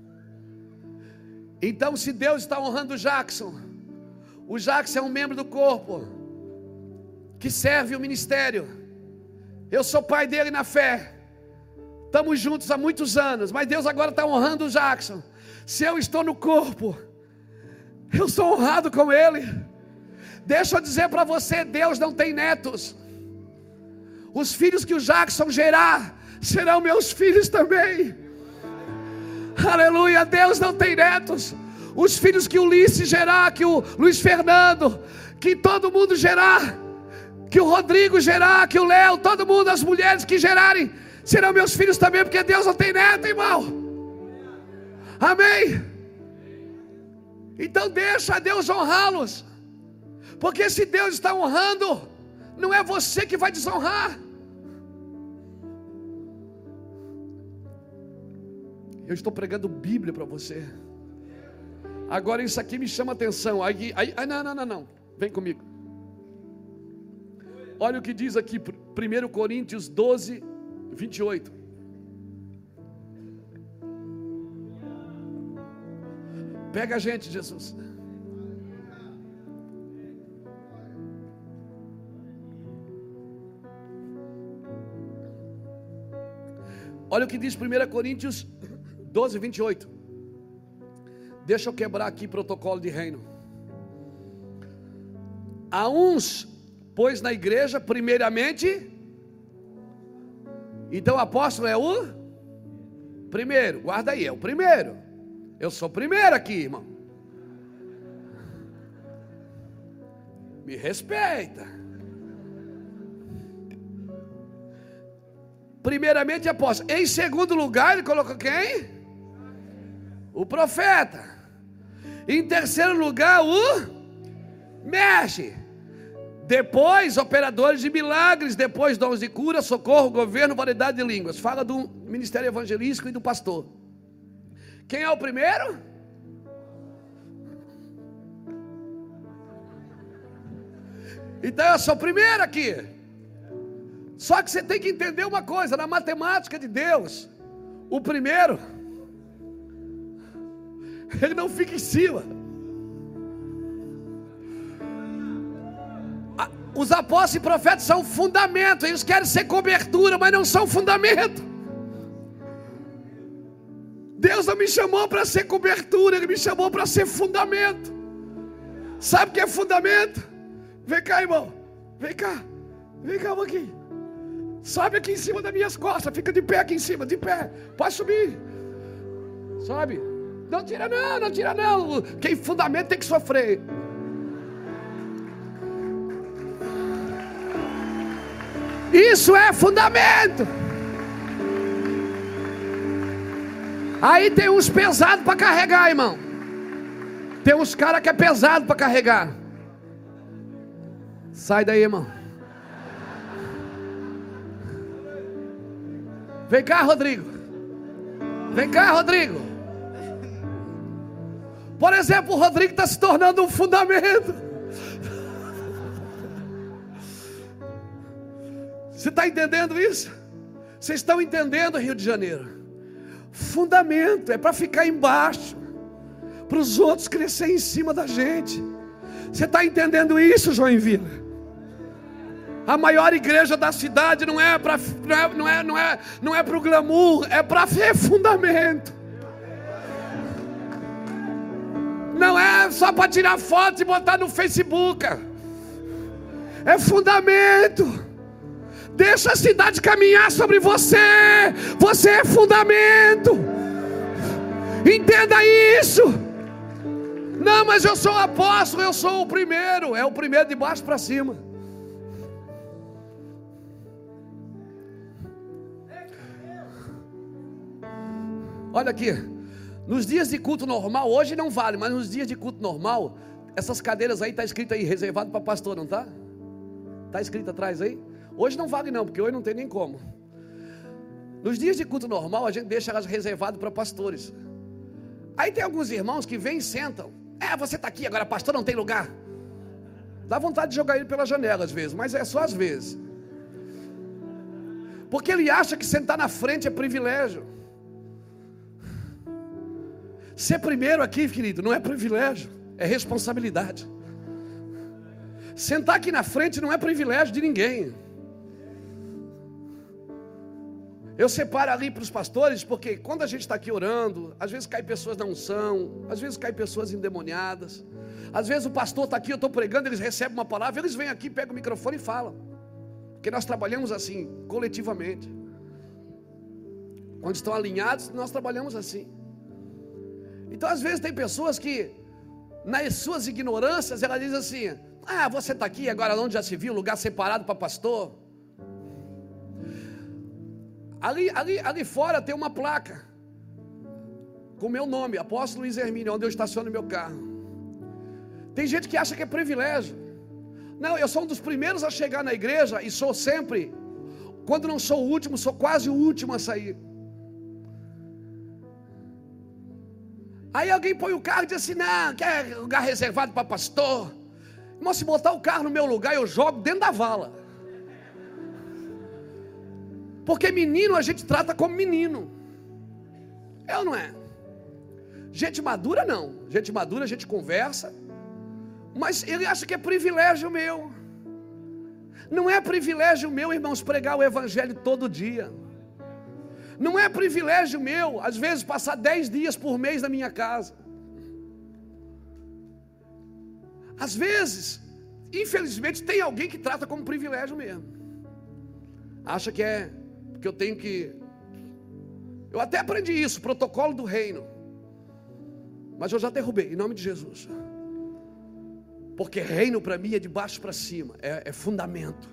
Então, se Deus está honrando o Jackson, o Jackson é um membro do corpo que serve o ministério. Eu sou pai dele na fé. Estamos juntos há muitos anos, mas Deus agora está honrando o Jackson. Se eu estou no corpo, eu sou honrado com ele. Deixa eu dizer para você, Deus não tem netos. Os filhos que o Jackson gerar serão meus filhos também. Aleluia, Deus não tem netos. Os filhos que o Ulisses gerar, que o Luiz Fernando, que todo mundo gerar, que o Rodrigo gerar, que o Léo, todo mundo, as mulheres que gerarem, serão meus filhos também, porque Deus não tem neto, irmão. Amém? Então deixa Deus honrá-los. Porque se Deus está honrando, não é você que vai desonrar. Eu estou pregando Bíblia para você. Agora isso aqui me chama atenção. Aí, aí, aí, não, não, não, não. Vem comigo. Olha o que diz aqui, primeiro Coríntios doze, vinte e oito. Pega a gente, Jesus. Olha o que diz primeiro Coríntios doze, vinte e oito. Deixa eu quebrar aqui protocolo de reino. Há uns, pois na igreja, primeiramente. Então o apóstolo é o primeiro. Guarda aí, é o primeiro. Eu sou o primeiro aqui, irmão. Me respeita. Primeiramente apóstolo. Em segundo lugar, ele colocou quem? O profeta. Em terceiro lugar, o mestre. Depois, operadores de milagres. Depois, dons de cura, socorro, governo, variedade de línguas. Fala do ministério evangelístico e do pastor. Quem é o primeiro? Então eu sou o primeiro aqui. Só que você tem que entender uma coisa: na matemática de Deus, o primeiro, ele não fica em cima. Os apóstolos e profetas são fundamento. Eles querem ser cobertura, mas não são fundamento. Deus não me chamou para ser cobertura, Ele me chamou para ser fundamento. Sabe o que é fundamento? Vem cá, irmão. Vem cá. Vem cá um pouquinho. Sobe aqui em cima das minhas costas. Fica de pé aqui em cima, de pé. Pode subir. Sobe. Não tira não, não tira não. Quem fundamento tem que sofrer. Isso é fundamento. Aí tem uns pesados para carregar, irmão. Tem uns caras que é pesado para carregar. Sai daí, irmão. Vem cá, Rodrigo. Vem cá, Rodrigo. Por exemplo, o Rodrigo está se tornando um fundamento. Você está entendendo isso? Vocês estão entendendo, Rio de Janeiro? Fundamento é para ficar embaixo, para os outros crescerem em cima da gente. Você está entendendo isso, Joinville? A maior igreja da cidade não é para não é, não é, não é, não é para o glamour, é para ter fundamento. Não é só para tirar foto e botar no Facebook. É fundamento. Deixa a cidade caminhar sobre você. Você é fundamento. Entenda isso. Não, mas eu sou apóstolo, eu sou o primeiro. É o primeiro de baixo para cima. Olha aqui. Nos dias de culto normal, hoje não vale, mas nos dias de culto normal, essas cadeiras aí, está escrito aí, reservado para pastor, não está? Está escrito atrás aí? Hoje não vale não, porque hoje não tem nem como. Nos dias de culto normal, a gente deixa elas reservadas para pastores. Aí tem alguns irmãos que vêm e sentam. É, você está aqui, agora pastor não tem lugar. Dá vontade de jogar ele pela janela às vezes, mas é só às vezes. Porque ele acha que sentar na frente é privilégio. Ser primeiro aqui, querido, não é privilégio, é responsabilidade. Sentar aqui na frente não é privilégio de ninguém. Eu separo ali para os pastores, porque quando a gente está aqui orando, às vezes caem pessoas na unção, às vezes caem pessoas endemoniadas, às vezes o pastor está aqui, eu estou pregando, eles recebem uma palavra, eles vêm aqui, pegam o microfone e falam. Porque nós trabalhamos assim, coletivamente. Quando estão alinhados, nós trabalhamos assim. Então às vezes tem pessoas que, nas suas ignorâncias, ela diz assim: ah, você está aqui agora onde já se viu, lugar separado para pastor. Ali, ali, ali fora tem uma placa com meu nome, Apóstolo Luiz Hermínio, onde eu estaciono meu carro. Tem gente que acha que é privilégio. Não, eu sou um dos primeiros a chegar na igreja e sou sempre, quando não sou o último, sou quase o último a sair. Aí alguém põe o carro e diz assim: não, quer lugar reservado para pastor? Irmão, se botar o carro no meu lugar, eu jogo dentro da vala. Porque menino a gente trata como menino. É ou não é? Gente madura não. Gente madura a gente conversa. Mas ele acha que é privilégio meu. Não é privilégio meu, irmãos, pregar o evangelho todo dia. Não é privilégio meu, às vezes, passar dez dias por mês na minha casa. Às vezes, infelizmente, tem alguém que trata como privilégio mesmo. Acha que é, que eu tenho que... Eu até aprendi isso, protocolo do reino. Mas eu já derrubei, em nome de Jesus. Porque reino para mim é de baixo para cima, é, é fundamento.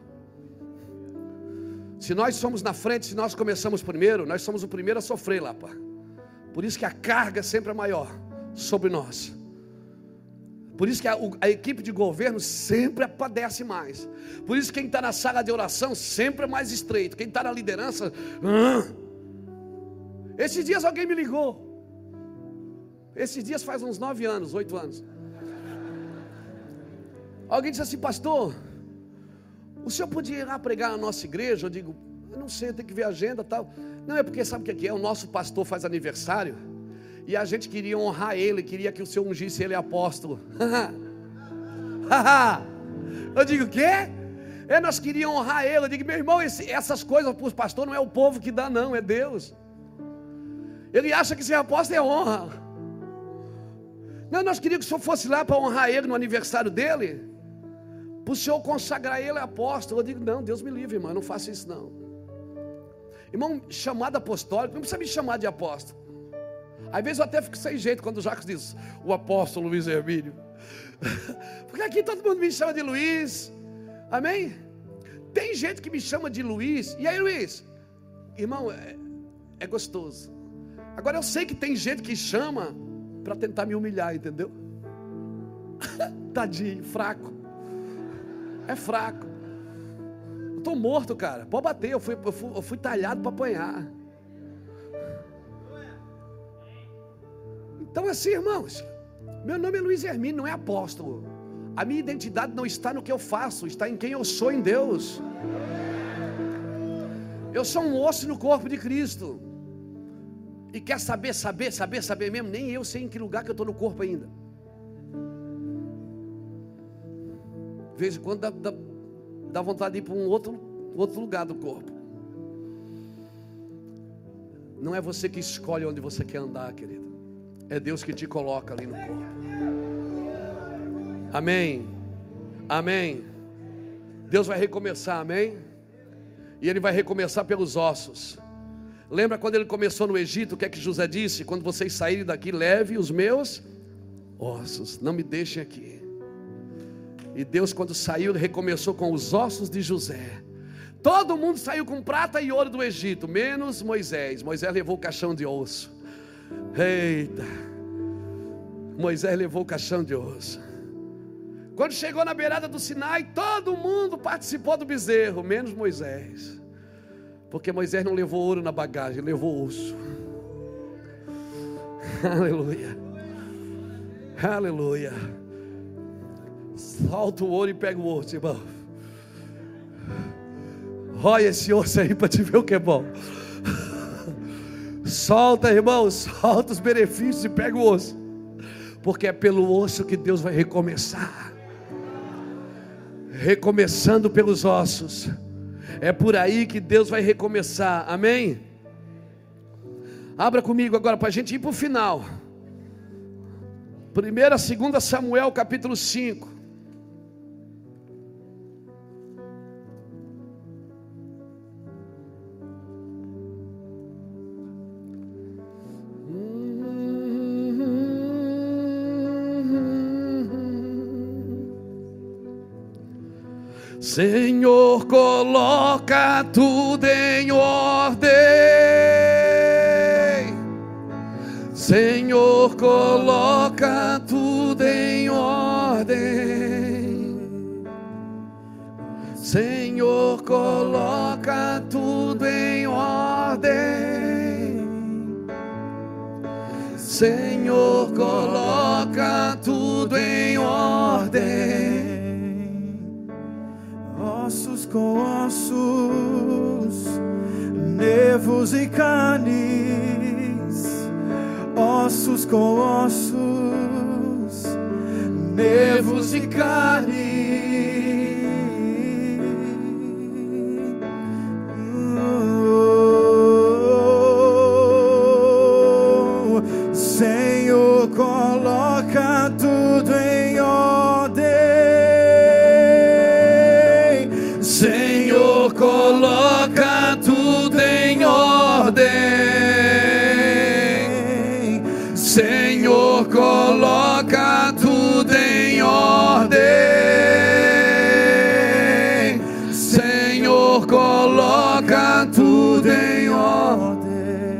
Se nós somos na frente, se nós começamos primeiro, nós somos o primeiro a sofrer lá, pá. Por isso que a carga sempre é maior sobre nós. Por isso que a, a equipe de governo sempre padece mais. Por isso que quem está na sala de oração sempre é mais estreito. Quem está na liderança... Ah. Esses dias alguém me ligou. Esses dias faz uns nove anos, oito anos. Alguém disse assim: pastor, o senhor podia ir lá pregar na nossa igreja? Eu digo: eu não sei, eu tenho que ver a agenda e tal. Não, é porque sabe o que é? O nosso pastor faz aniversário e a gente queria honrar ele, queria que o senhor ungisse ele apóstolo. Eu digo: o quê? É, nós queríamos honrar ele. Eu digo: meu irmão, esse, essas coisas para os pastores não é o povo que dá, não, é Deus. Ele acha que ser apóstolo é honra. Não, nós queríamos que o senhor fosse lá para honrar ele no aniversário dele, para o senhor consagrar ele apóstolo. Eu digo: não, Deus me livre, irmão, eu não faço isso não. Irmão, chamado apostólico, não precisa me chamar de apóstolo. Às vezes eu até fico sem jeito quando o Jacques diz o apóstolo Luiz Hermínio. Porque aqui todo mundo me chama de Luiz. Amém? Tem gente que me chama de Luiz. E aí, Luiz? Irmão, é, é gostoso. Agora eu sei que tem gente que chama para tentar me humilhar, entendeu? Tadinho, fraco. É fraco. Eu estou morto, cara. Pode bater, eu fui, eu fui, eu fui talhado para apanhar. Então assim, irmãos, meu nome é Luiz Hermínio, não é apóstolo. A minha identidade não está no que eu faço, está em quem eu sou em Deus. Eu sou um osso no corpo de Cristo. E quer saber, saber, saber, saber mesmo? Nem eu sei em que lugar que eu estou no corpo ainda. De vez em quando dá, dá, dá vontade de ir para um outro, outro lugar do corpo. Não é você que escolhe onde você quer andar, querido. É Deus que te coloca ali no corpo. Amém. Amém. Deus vai recomeçar, amém? E Ele vai recomeçar pelos ossos. Lembra quando Ele começou no Egito? O que é que José disse? Quando vocês saírem daqui, leve os meus ossos, não me deixem aqui. E Deus, quando saiu, recomeçou com os ossos de José. Todo mundo saiu com prata e ouro do Egito, menos Moisés. Moisés levou o caixão de osso. Eita, Moisés levou o caixão de osso. Quando chegou na beirada do Sinai, todo mundo participou do bezerro, menos Moisés. Porque Moisés não levou ouro na bagagem, levou osso. Aleluia. Aleluia. Solta o ouro e pega o osso, irmão. Olha esse osso aí para te ver o que é bom. Solta, irmão, solta os benefícios e pega o osso. Porque é pelo osso que Deus vai recomeçar. Recomeçando pelos ossos. É por aí que Deus vai recomeçar, amém? Abra comigo agora para a gente ir para o final. Primeira, segunda Samuel, capítulo cinco. Senhor, coloca tudo em ordem. Senhor, coloca tudo em ordem. Senhor, coloca tudo em ordem. Senhor, coloca tudo em ordem. Ossos com ossos, nervos e carnes, ossos com ossos, nervos e carnes. Oh, Senhor, coloca tudo em ordem. Senhor, coloca tudo em ordem. Senhor, coloca tudo em ordem. Senhor, coloca tudo em ordem.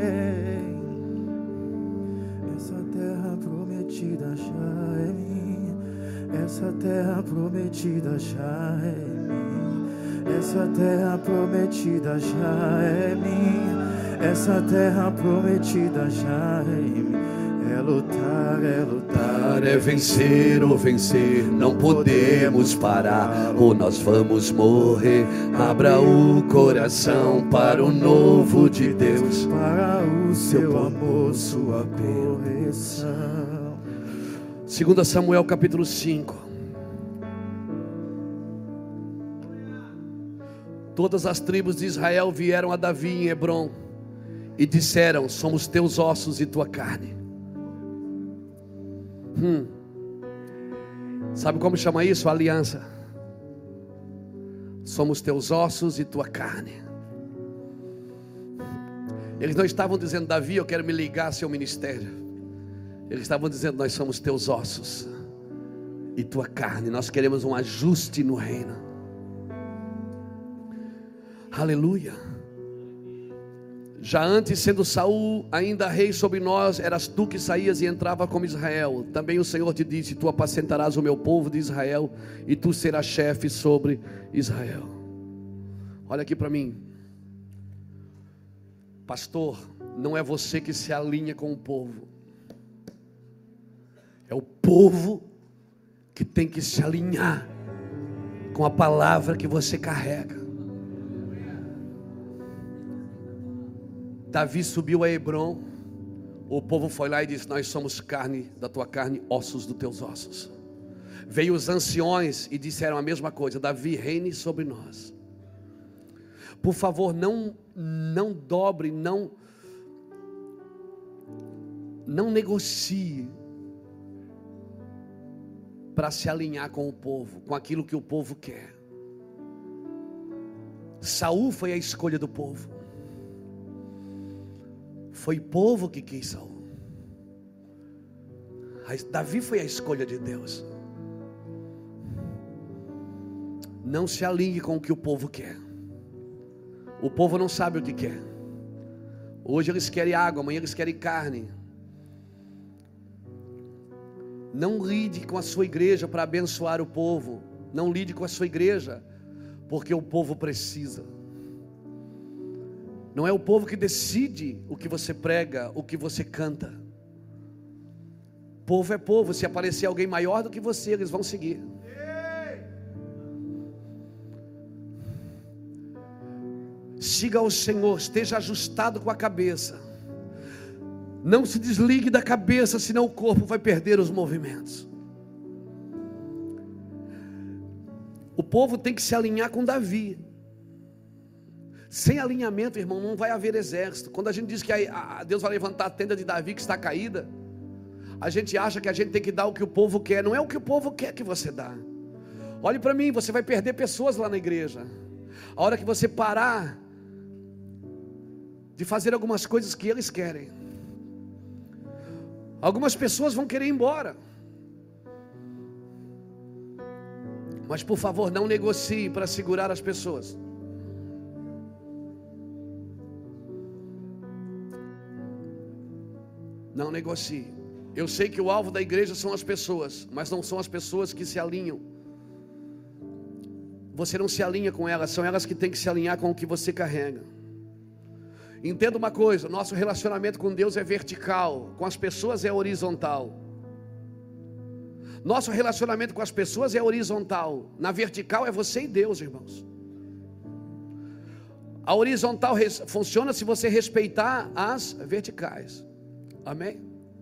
Essa terra prometida já é minha. Essa terra prometida já é minha. Essa terra prometida já é minha. Essa terra prometida já é minha. É lutar, é lutar, É vencer ou vencer, não podemos parar, ou nós vamos morrer. Abra o coração para o novo de Deus, para o seu amor, sua correção. Segunda Samuel capítulo cinco. Todas as tribos de Israel vieram a Davi em Hebrom e disseram: somos teus ossos e tua carne. Hum. Sabe como chama isso? Aliança. Somos teus ossos e tua carne. Eles não estavam dizendo: Davi, eu quero me ligar a seu ministério. Eles estavam dizendo: nós somos teus ossos e tua carne, nós queremos um ajuste no reino. Aleluia. Já antes, sendo Saul ainda rei sobre nós, eras tu que saías e entrava como Israel. Também o Senhor te disse: tu apacentarás o meu povo de Israel, e tu serás chefe sobre Israel. Olha aqui para mim, pastor, não é você que se alinha com o povo, é o povo que tem que se alinhar com a palavra que você carrega. Davi subiu a Hebrom, o povo foi lá e disse: nós somos carne da tua carne, ossos dos teus ossos. Veio os anciões e disseram a mesma coisa: Davi, reine sobre nós. Por favor, não, não dobre, não, não negocie para se alinhar com o povo, com aquilo que o povo quer. Saul foi a escolha do povo. Foi o povo que quis Saul. Davi foi a escolha de Deus. Não se alinhe com o que o povo quer. O povo não sabe o que quer. Hoje eles querem água, amanhã eles querem carne. Não lide com a sua igreja para abençoar o povo. Não lide com a sua igreja porque o povo precisa. Não é o povo que decide o que você prega, o que você canta. Povo é povo. Se aparecer alguém maior do que você, eles vão seguir. Siga o Senhor, esteja ajustado com a cabeça. Não se desligue da cabeça, senão o corpo vai perder os movimentos. O povo tem que se alinhar com Davi. Sem alinhamento, irmão, não vai haver exército. Quando a gente diz que a, a Deus vai levantar a tenda de Davi que está caída, a gente acha que a gente tem que dar o que o povo quer. Não é o que o povo quer que você dá. Olhe para mim, você vai perder pessoas lá na igreja. A hora que você parar de fazer algumas coisas que eles querem, algumas pessoas vão querer ir embora. Mas por favor, não negocie para segurar as pessoas. Não negocie. Eu sei que o alvo da igreja são as pessoas, mas não são as pessoas que se alinham. Você não se alinha com elas, são elas que têm que se alinhar com o que você carrega. Entenda uma coisa: nosso relacionamento com Deus é vertical, com as pessoas é horizontal. Nosso relacionamento com as pessoas é horizontal. Na vertical é você e Deus, irmãos. A horizontal res, funciona se você respeitar as verticais. Amém?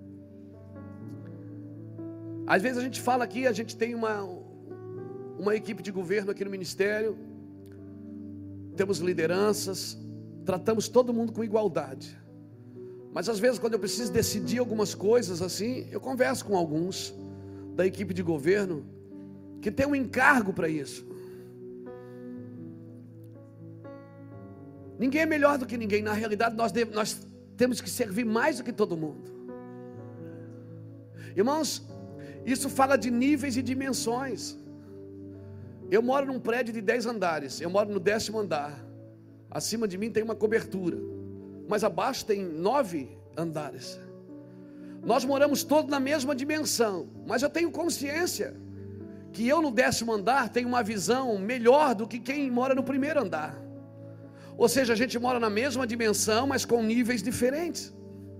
Às vezes a gente fala aqui, a gente tem uma, uma equipe de governo aqui no ministério, temos lideranças, tratamos todo mundo com igualdade. Mas às vezes quando eu preciso decidir algumas coisas assim, eu converso com alguns da equipe de governo que tem um encargo para isso. Ninguém é melhor do que ninguém. Na realidade nós, deve, nós temos que servir mais do que todo mundo. Irmãos, isso fala de níveis e dimensões. Eu moro num prédio de dez andares, eu moro no décimo andar. Acima de mim tem uma cobertura, mas abaixo tem nove andares. Nós moramos todos na mesma dimensão, mas eu tenho consciência que eu no décimo andar tenho uma visão melhor do que quem mora no primeiro andar. Ou seja, a gente mora na mesma dimensão, mas com níveis diferentes.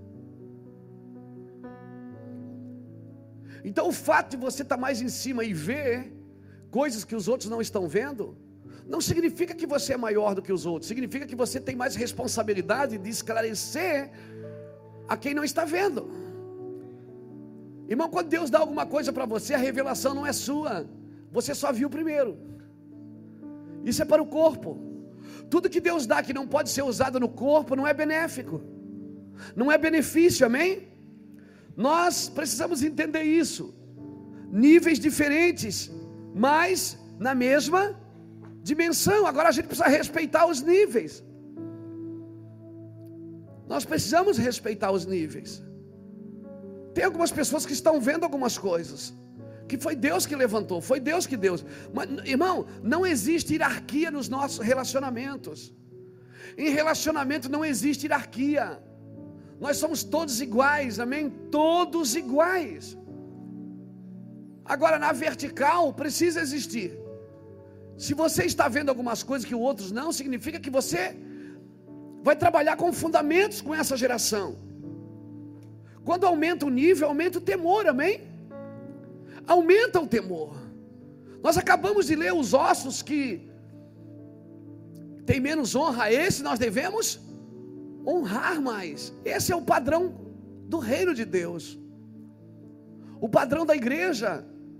Então o fato de você estar mais em cima e ver coisas que os outros não estão vendo, não significa que você é maior do que os outros. Significa que você tem mais responsabilidade de esclarecer a quem não está vendo. Irmão, quando Deus dá alguma coisa para você, a revelação não é sua, você só viu primeiro. Isso é para o corpo. Tudo que Deus dá que não pode ser usado no corpo não é benéfico, não é benefício, amém? Nós precisamos entender isso. Níveis diferentes, mas na mesma dimensão. Agora a gente precisa respeitar os níveis. Nós precisamos respeitar os níveis. Tem algumas pessoas que estão vendo algumas coisas que foi Deus que levantou, foi Deus que deu. Mas, irmão, não existe hierarquia nos nossos relacionamentos. Em relacionamento não existe hierarquia. Nós somos todos iguais, amém? Todos iguais. Agora, na vertical, precisa existir. Se você está vendo algumas coisas que outros não, significa que você vai trabalhar com fundamentos com essa geração. Quando aumenta o nível, aumenta o temor, amém? Aumenta o temor. Nós acabamos de ler os ossos que tem menos honra, esse nós devemos honrar mais. Esse é o padrão do reino de Deus, o padrão da igreja,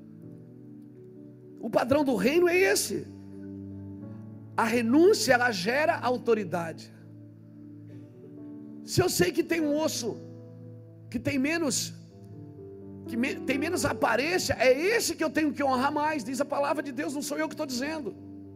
o padrão do reino é esse. A renúncia, ela gera autoridade. Se eu sei que tem um osso que tem menos que me, tem menos aparência, é esse que eu tenho que honrar mais, diz a palavra de Deus, não sou eu que estou dizendo.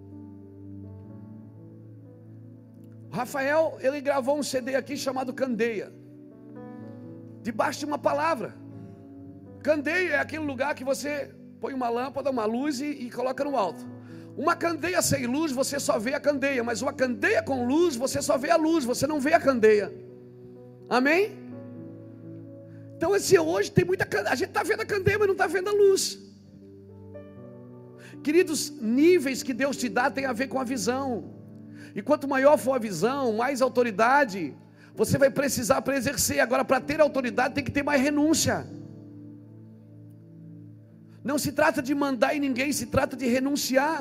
Rafael, ele gravou um C D aqui chamado Candeia, debaixo de uma palavra. Candeia é aquele lugar que você põe uma lâmpada, uma luz e, e coloca no alto. Uma candeia sem luz, você só vê a candeia, mas uma candeia com luz, você só vê a luz, você não vê a candeia. Amém? Então esse hoje tem muita candeia, a gente está vendo a candeia, mas não está vendo a luz. Queridos, níveis que Deus te dá tem a ver com a visão. E quanto maior for a visão, mais autoridade você vai precisar para exercer. Agora, para ter autoridade tem que ter mais renúncia. Não se trata de mandar em ninguém, se trata de renunciar.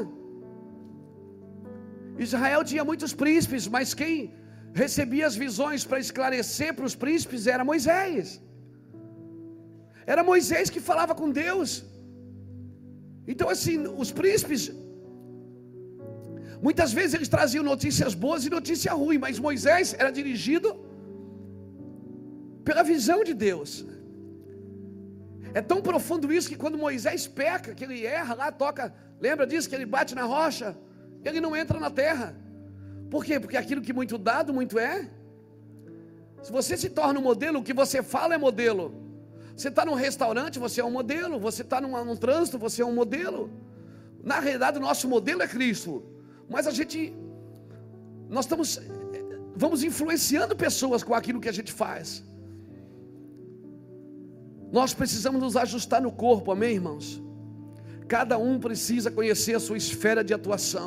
Israel tinha muitos príncipes, mas quem recebia as visões para esclarecer para os príncipes era Moisés. Era Moisés que falava com Deus. Então assim, os príncipes, muitas vezes eles traziam notícias boas e notícias ruins, mas Moisés era dirigido pela visão de Deus. É tão profundo isso que quando Moisés peca, que ele erra lá, toca, lembra disso, que ele bate na rocha, ele não entra na terra. Por quê? Porque aquilo que muito dado, muito é. Se você se torna um modelo, o que você fala é modelo. Você está num restaurante, você é um modelo. Você está num, num trânsito, você é um modelo. Na realidade, o nosso modelo é Cristo. Mas a gente, nós estamos, vamos influenciando pessoas com aquilo que a gente faz. Nós precisamos nos ajustar no corpo, amém, irmãos? Cada um precisa conhecer a sua esfera de atuação.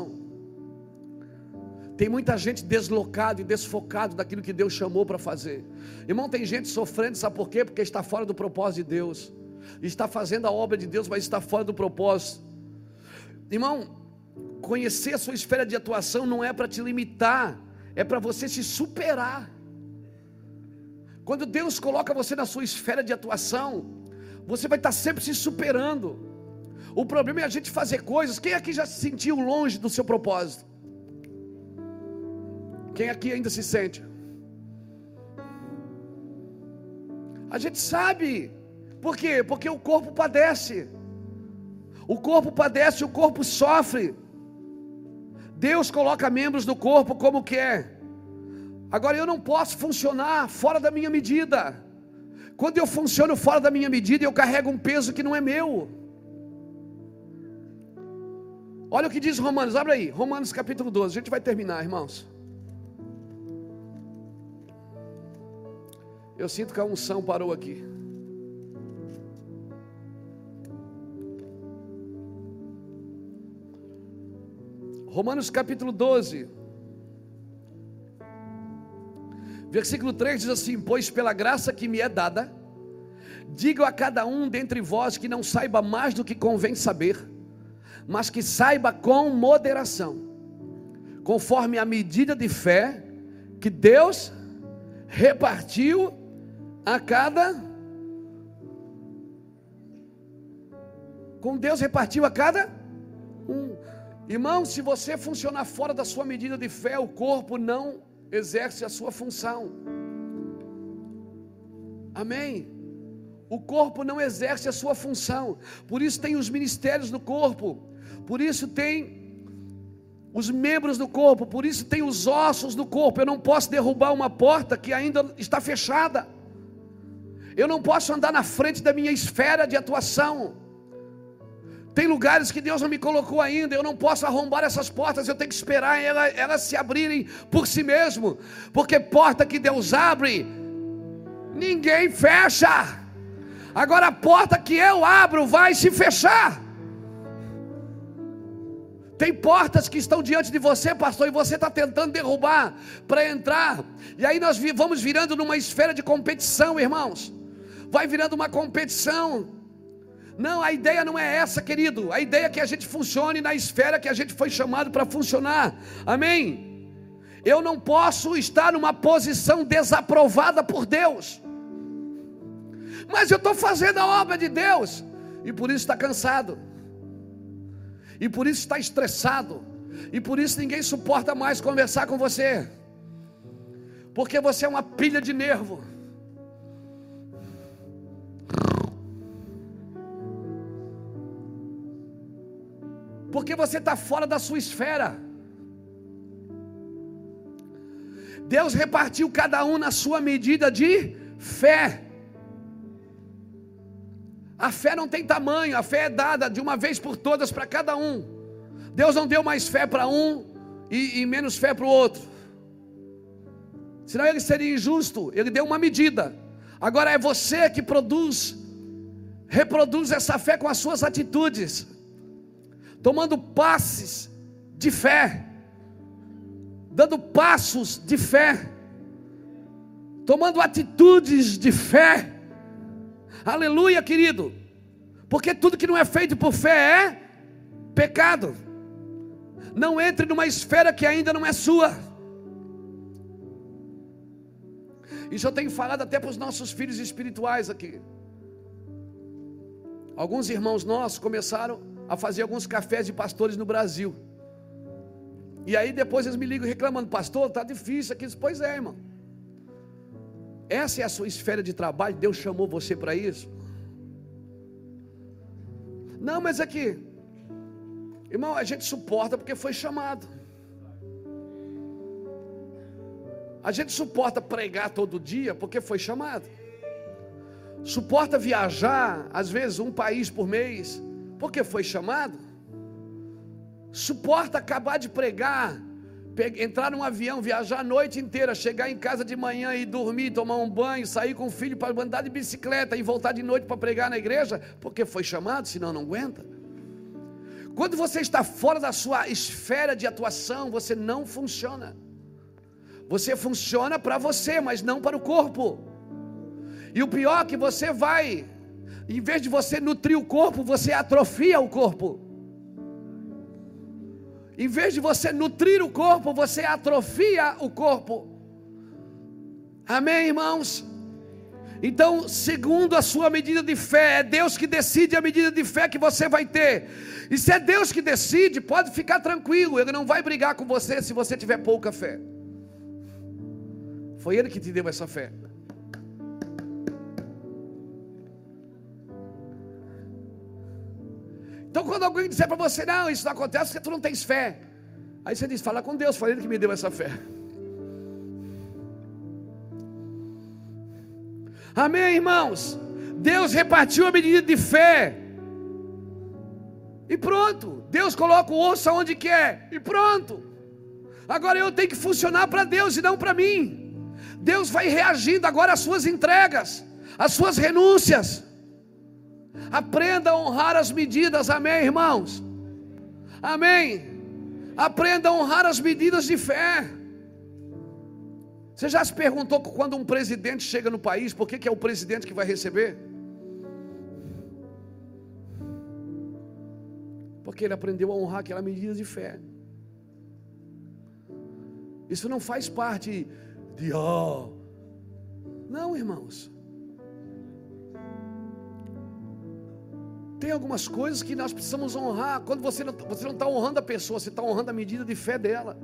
Tem muita gente deslocado e desfocado daquilo que Deus chamou para fazer. Irmão, tem gente sofrendo, sabe por quê? Porque está fora do propósito de Deus. Está fazendo a obra de Deus, mas está fora do propósito. Irmão, conhecer a sua esfera de atuação não é para te limitar, é para você se superar. Quando Deus coloca você na sua esfera de atuação, você vai estar sempre se superando. O problema é a gente fazer coisas. Quem aqui já se sentiu longe do seu propósito? Quem aqui ainda se sente? A gente sabe. Por quê? Porque o corpo padece. O corpo padece, o corpo sofre. Deus coloca membros do corpo como quer. Agora eu não posso funcionar fora da minha medida. Quando eu funciono fora da minha medida, eu carrego um peso que não é meu. Olha o que diz Romanos, abre aí, Romanos capítulo doze, a gente vai terminar, irmãos. Eu sinto que a unção parou aqui. Romanos capítulo doze, versículo três diz assim: pois pela graça que me é dada, digo a cada um dentre vós que não saiba mais do que convém saber, mas que saiba com moderação, conforme a medida de fé que Deus repartiu a cada com Deus repartiu a cada um. Irmão, se você funcionar fora da sua medida de fé, o corpo não exerce a sua função. Amém? O corpo não exerce a sua função. Por isso tem os ministérios no corpo. Por isso tem os membros do corpo, por isso tem os ossos do corpo. Eu não posso derrubar uma porta que ainda está fechada. Eu não posso andar na frente da minha esfera de atuação. Tem lugares que Deus não me colocou ainda, eu não posso arrombar essas portas, eu tenho que esperar elas, elas se abrirem por si mesmo, porque porta que Deus abre, ninguém fecha. Agora a porta que eu abro vai se fechar. Tem portas que estão diante de você, pastor, e você está tentando derrubar para entrar, e aí nós vamos virando numa esfera de competição, irmãos, vai virando uma competição. Não, a ideia não é essa, querido. A ideia é que a gente funcione na esfera que a gente foi chamado para funcionar. Amém? Eu não posso estar numa posição desaprovada por Deus, mas eu estou fazendo a obra de Deus, e por isso está cansado, e por isso está estressado, e por isso ninguém suporta mais conversar com você, porque você é uma pilha de nervo. Porque você está fora da sua esfera. Deus repartiu cada um na sua medida de fé. A fé não tem tamanho, a fé é dada de uma vez por todas para cada um. Deus não deu mais fé para um e, e menos fé para o outro, senão ele seria injusto. Ele deu uma medida. Agora é você que produz, reproduz essa fé com as suas atitudes, tomando passes de fé, dando passos de fé, tomando atitudes de fé. Aleluia, querido, porque tudo que não é feito por fé é pecado. Não entre numa esfera que ainda não é sua. Isso eu tenho falado até para os nossos filhos espirituais aqui. Alguns irmãos nossos começaram a fazer alguns cafés de pastores no Brasil, e aí depois eles me ligam reclamando: pastor, está difícil aqui. Pois é, irmão, essa é a sua esfera de trabalho, Deus chamou você para isso? Não, mas é que, irmão, a gente suporta porque foi chamado. A gente suporta pregar todo dia porque foi chamado. Suporta viajar, às vezes um país por mês, porque foi chamado. Suporta acabar de pregar, entrar num avião, viajar a noite inteira, chegar em casa de manhã e dormir, tomar um banho, sair com o filho para andar de bicicleta e voltar de noite para pregar na igreja, porque foi chamado, senão não aguenta. Quando você está fora da sua esfera de atuação, você não funciona. Você funciona para você, mas não para o corpo. E o pior é que você vai, em vez de você nutrir o corpo, você atrofia o corpo. Em vez de você nutrir o corpo, você atrofia o corpo. Amém, irmãos? Então, segundo a sua medida de fé, é Deus que decide a medida de fé que você vai ter. E se é Deus que decide, pode ficar tranquilo, Ele não vai brigar com você se você tiver pouca fé. Foi Ele que te deu essa fé. Então quando alguém disser para você: não, isso não acontece porque tu não tens fé, aí você diz: fala com Deus, foi Ele que me deu essa fé. Amém, irmãos? Deus repartiu a medida de fé, e pronto. Deus coloca o osso onde quer, e pronto. Agora eu tenho que funcionar para Deus e não para mim. Deus vai reagindo agora às suas entregas, às suas renúncias. Aprenda a honrar as medidas, amém, irmãos? Amém? Aprenda a honrar as medidas de fé. Você já se perguntou quando um presidente chega no país, por que que é o presidente que vai receber? Porque ele aprendeu a honrar aquela medida de fé. Isso não faz parte de, oh, não, irmãos. Tem algumas coisas que nós precisamos honrar. Quando você não, você não está honrando a pessoa, você está honrando a medida de fé dela.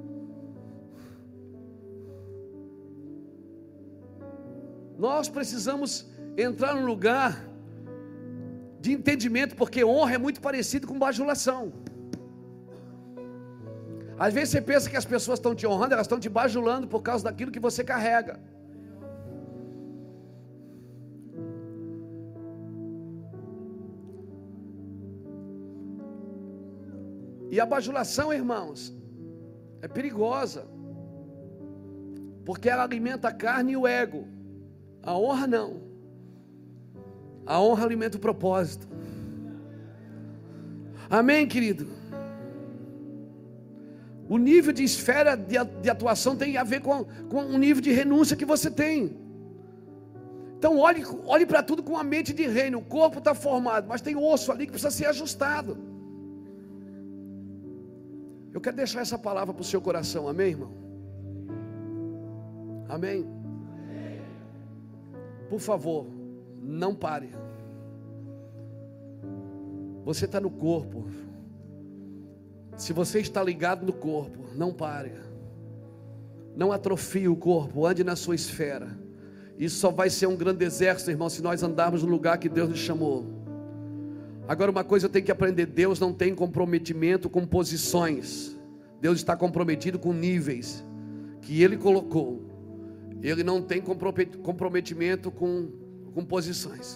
Nós precisamos entrar num lugar de entendimento, porque honra é muito parecido com bajulação. Às vezes você pensa que as pessoas estão te honrando, elas estão te bajulando por causa daquilo que você carrega. E a bajulação, irmãos, é perigosa, porque ela alimenta a carne e o ego. A honra não. A honra alimenta o propósito. Amém, querido? O nível de esfera de, de atuação tem a ver com, com o nível de renúncia que você tem. Então olhe, olhe para tudo com a mente de reino. O corpo está formado, mas tem osso ali que precisa ser ajustado. Eu quero deixar essa palavra para o seu coração, amém, irmão? Amém? Por favor, não pare. Você está no corpo. Se você está ligado no corpo, não pare. Não atrofie o corpo, ande na sua esfera. Isso só vai ser um grande exército, irmão, se nós andarmos no lugar que Deus nos chamou. Agora uma coisa eu tenho que aprender: Deus não tem comprometimento com posições. Deus está comprometido com níveis que Ele colocou. Ele não tem comprometimento com, com posições.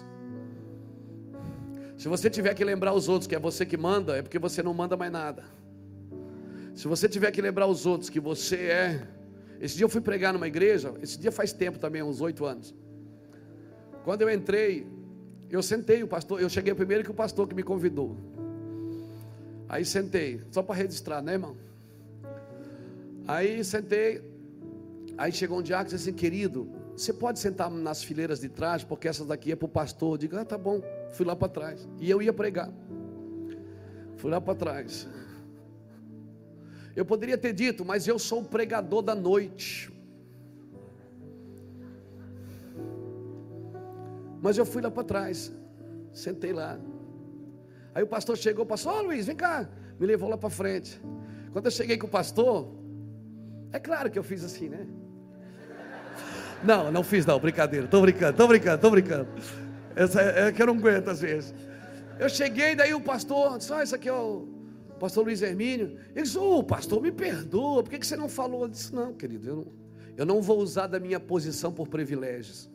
Se você tiver que lembrar os outros que é você que manda, é porque você não manda mais nada. Se você tiver que lembrar os outros que você é... Esse dia eu fui pregar numa igreja, esse dia faz tempo também, uns oito anos. Quando eu entrei, eu sentei, o pastor, eu cheguei primeiro que o pastor que me convidou. Aí sentei, só para registrar, né, irmão? Aí sentei, aí chegou um diácono e disse assim: querido, você pode sentar nas fileiras de trás, porque essas daqui é para o pastor. Eu digo: ah, tá bom. Fui lá para trás, e eu ia pregar. Fui lá para trás. Eu poderia ter dito: mas eu sou o pregador da noite. Mas eu fui lá para trás, sentei lá. Aí o pastor chegou, passou: ó, Luiz, vem cá. Me levou lá para frente. Quando eu cheguei com o pastor, é claro que eu fiz assim, né? Não, não fiz não, brincadeira, estou brincando, estou brincando, estou brincando. Essa é, é que eu não aguento às vezes. Eu cheguei, daí o pastor disse: ó, isso aqui é o pastor Luiz Hermínio. Ele disse: ô, pastor, me perdoa, por que, que você não falou? Eu disse: não, querido, eu não, eu não vou usar da minha posição por privilégios.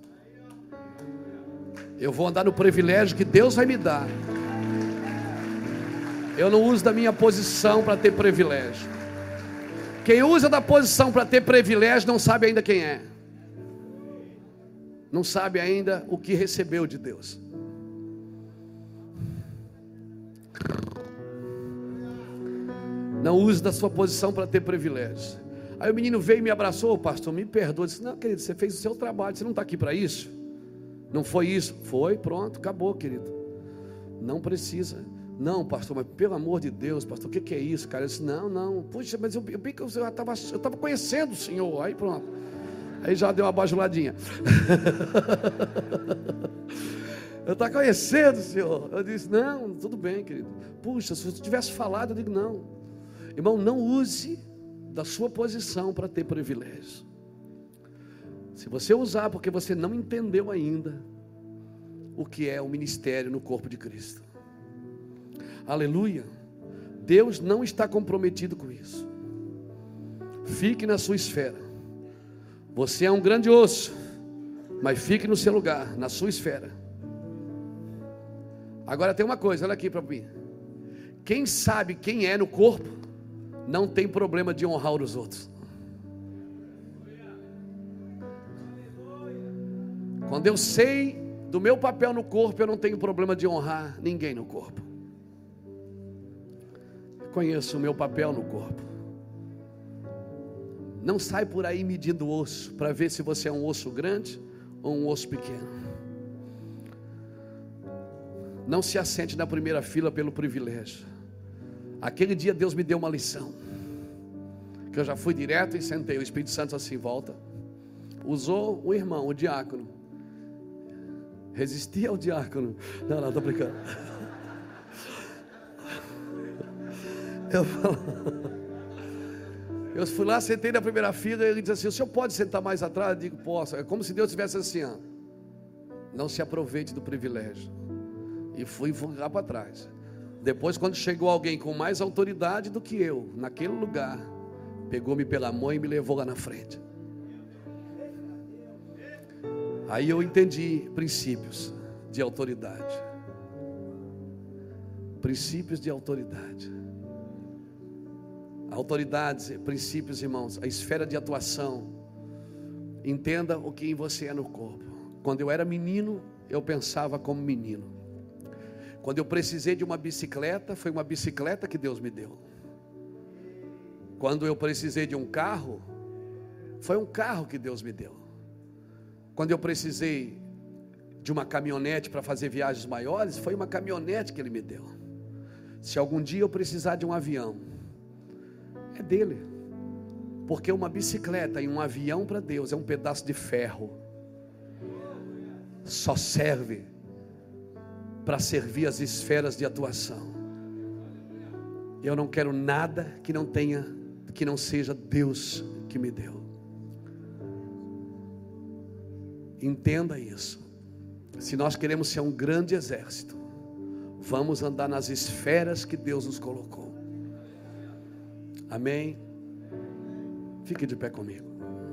Eu vou andar no privilégio que Deus vai me dar. Eu não uso da minha posição para ter privilégio. Quem usa da posição para ter privilégio não sabe ainda quem é. Não sabe ainda o que recebeu de Deus. Não use da sua posição para ter privilégios. Aí o menino veio e me abraçou: pastor, me perdoa. Eu disse: não, querido, você fez o seu trabalho, você não está aqui para isso? Não foi isso? Foi, pronto, acabou, querido. Não precisa. Não, pastor, mas pelo amor de Deus, pastor, o que, que é isso, cara? Eu disse: não, não, puxa, mas eu, eu, eu estava eu estava conhecendo o Senhor. Aí pronto. Aí já deu uma bajuladinha. Eu estava conhecendo o Senhor. Eu disse: não, tudo bem, querido. Puxa, se você tivesse falado, eu digo: não. Irmão, não use da sua posição para ter privilégio. Se você usar porque você não entendeu ainda o que é o ministério no corpo de Cristo. Aleluia. Deus não está comprometido com isso. Fique na sua esfera. Você é um grande osso, mas fique no seu lugar, na sua esfera. Agora tem uma coisa, olha aqui para mim. Quem sabe quem é no corpo, não tem problema de honrar os outros. Quando eu sei do meu papel no corpo, eu não tenho problema de honrar ninguém no corpo. Conheço o meu papel no corpo. Não sai por aí medindo osso, para ver se você é um osso grande ou um osso pequeno. Não se assente na primeira fila pelo privilégio. Aquele dia Deus me deu uma lição, que eu já fui direto e sentei. O Espírito Santo assim: volta. Usou o irmão, o diácono. Resisti ao diácono. Não, não, estou brincando. Eu falo... Eu fui lá, sentei na primeira fila, e ele disse assim: o senhor pode sentar mais atrás? Eu digo: posso. É como se Deus tivesse assim, ó, não se aproveite do privilégio. E fui, fui lá para trás. Depois, quando chegou alguém com mais autoridade do que eu, naquele lugar, pegou-me pela mão e me levou lá na frente. Aí eu entendi princípios de autoridade. Princípios de autoridade. Autoridades, princípios, irmãos, a esfera de atuação. Entenda o que você é no corpo. Quando eu era menino, eu pensava como menino. Quando eu precisei de uma bicicleta, foi uma bicicleta que Deus me deu. Quando eu precisei de um carro, foi um carro que Deus me deu. Quando eu precisei de uma caminhonete para fazer viagens maiores, foi uma caminhonete que Ele me deu. Se algum dia eu precisar de um avião, é dele. Porque uma bicicleta e um avião para Deus é um pedaço de ferro. Só serve para servir as esferas de atuação. Eu não quero nada que não tenha, que não seja Deus que me deu. Entenda isso. Se nós queremos ser um grande exército, vamos andar nas esferas que Deus nos colocou. Amém? Fique de pé comigo.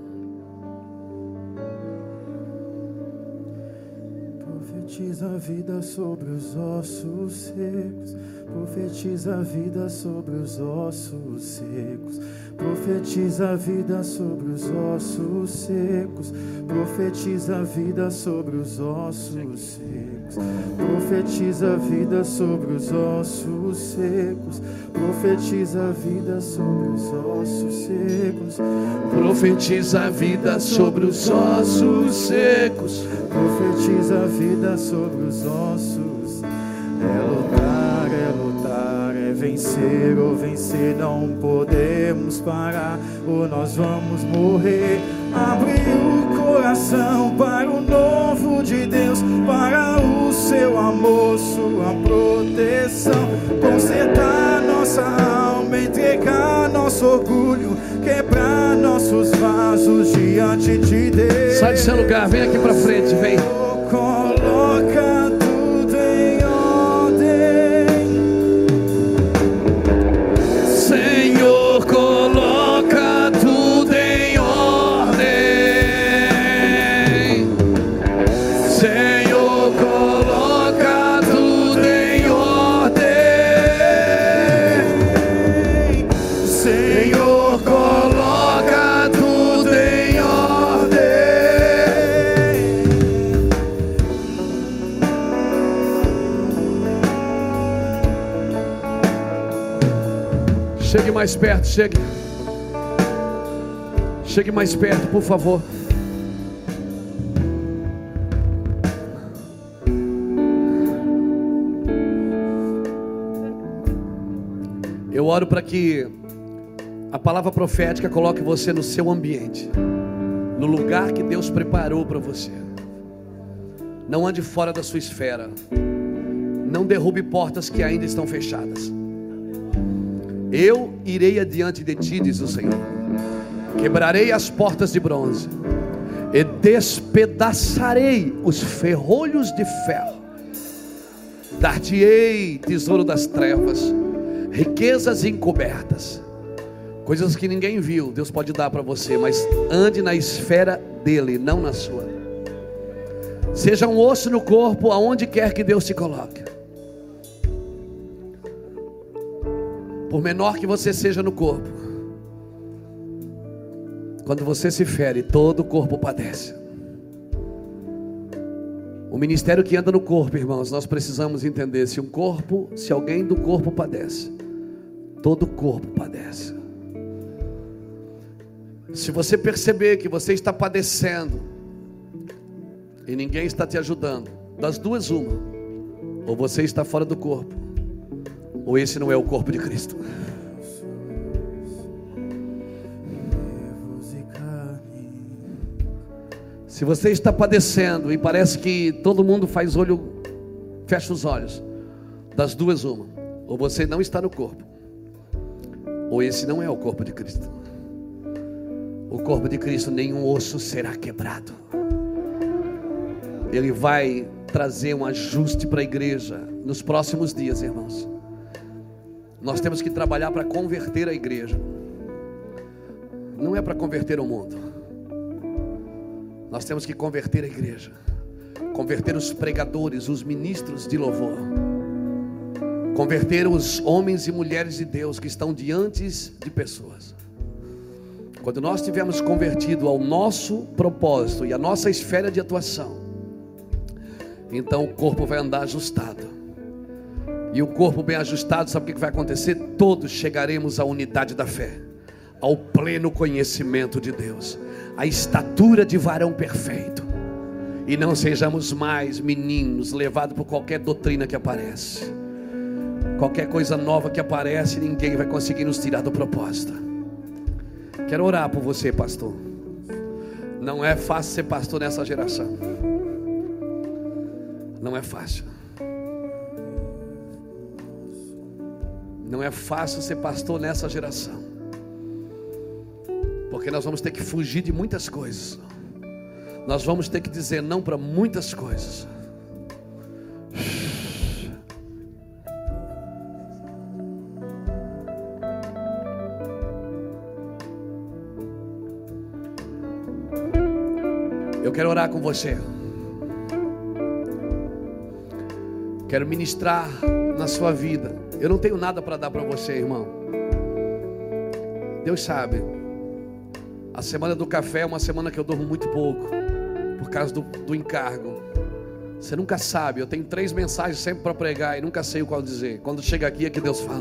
Profetiza a vida sobre os ossos secos. Profetiza a vida sobre os ossos secos. Profetiza a vida sobre os ossos secos. Profetiza a vida sobre os ossos secos. Profetiza a vida sobre os ossos secos. Profetiza a vida sobre os ossos secos. Profetiza a vida sobre os ossos secos. Profetiza a vida sobre os ossos. É lutar, é lutar, é vencer ou vencer. Não podemos parar ou nós vamos morrer. Abre o coração para o novo de Deus, para o seu amor, sua proteção. Consertar nossa alma, entregar nosso orgulho, quebrar nossos vasos diante de Deus. Sai do seu lugar, vem aqui para frente, vem. Coloca tudo em ordem, Senhor, coloca tudo em ordem. Senhor, coloca tudo em ordem. Senhor, coloca tudo em ordem. Chegue mais perto, chegue. Chegue mais perto, por favor. Eu oro para que a palavra profética coloque você no seu ambiente, no lugar que Deus preparou para você. Não ande fora da sua esfera. Não derrube portas que ainda estão fechadas. Eu irei adiante de ti, diz o Senhor. Quebrarei as portas de bronze e despedaçarei os ferrolhos de ferro. Dar-te-ei tesouro das trevas, riquezas encobertas, coisas que ninguém viu. Deus pode dar para você, mas ande na esfera dele, não na sua. Seja um osso no corpo, aonde quer que Deus te coloque. Por menor que você seja no corpo, quando você se fere, todo o corpo padece. O ministério que anda no corpo, irmãos, nós precisamos entender: se um corpo, se alguém do corpo padece, todo o corpo padece. Se você perceber que você está padecendo e ninguém está te ajudando, das duas uma: ou você está fora do corpo, ou esse não é o corpo de Cristo. Se você está padecendo e parece que todo mundo faz olho, fecha os olhos, das duas uma: ou você não está no corpo, ou esse não é o corpo de Cristo. O corpo de Cristo, nenhum osso será quebrado. Ele vai trazer um ajuste para a igreja nos próximos dias, irmãos. Nós temos que trabalhar para converter a igreja. não é para converter o mundo. Nós temos que converter a igreja, converter os pregadores, os ministros de louvor, converter os homens e mulheres de Deus que estão diante de pessoas. Quando nós tivermos convertido ao nosso propósito e à nossa esfera de atuação, então o corpo vai andar ajustado. E o corpo bem ajustado, sabe o que vai acontecer? Todos chegaremos à unidade da fé, ao pleno conhecimento de Deus, à estatura de varão perfeito. E não sejamos mais meninos levados por qualquer doutrina que aparece. Qualquer coisa nova que aparece, ninguém vai conseguir nos tirar do propósito. Quero orar por você, pastor. Não é fácil ser pastor nessa geração. Não é fácil. Não é fácil ser pastor nessa geração, porque nós vamos ter que fugir de muitas coisas. Nós vamos ter que dizer não para muitas coisas. Eu quero orar com você. Quero ministrar na sua vida. Eu não tenho nada para dar para você, irmão. Deus sabe. A semana do café é uma semana que eu durmo muito pouco, por causa do, do encargo. Você nunca sabe. Eu tenho três mensagens sempre para pregar e nunca sei o qual dizer. Quando chega aqui é que Deus fala.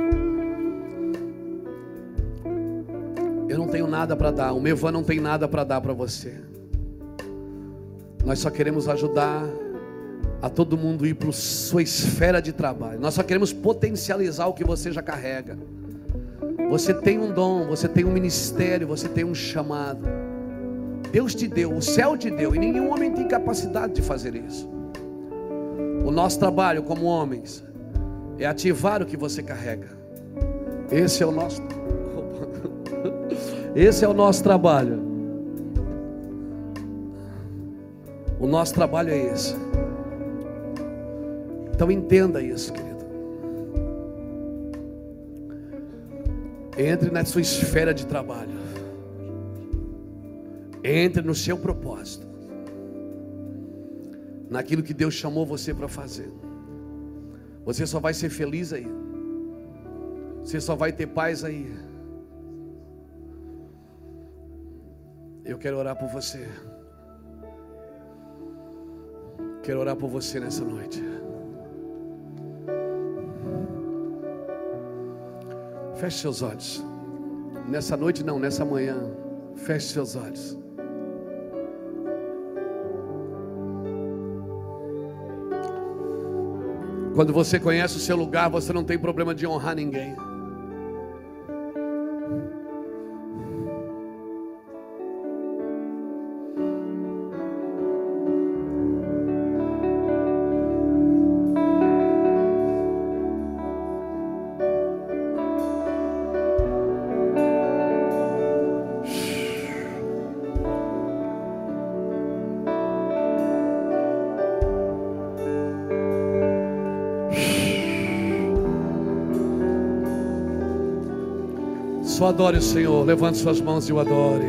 Eu não tenho nada para dar. O Mevan não tem nada para dar para você. Nós só queremos ajudar a todo mundo ir para a sua esfera de trabalho. Nós só queremos potencializar o que você já carrega. Você tem um dom, você tem um ministério, você tem um chamado. Deus te deu, o céu te deu, e nenhum homem tem capacidade de fazer isso. O nosso trabalho como homens é ativar o que você carrega. Esse é o nosso Esse é o nosso trabalho. O nosso trabalho é esse. Então entenda isso, querido. Entre na sua esfera de trabalho. Entre no seu propósito. Naquilo que Deus chamou você para fazer. Você só vai ser feliz aí. Você só vai ter paz aí. Eu quero orar por você. Quero orar por você nessa noite. Feche seus olhos. Nessa noite não, nessa manhã. Feche seus olhos. Quando você conhece o seu lugar, você não tem problema de honrar ninguém. Só adore o Senhor. Levante suas mãos e o adore.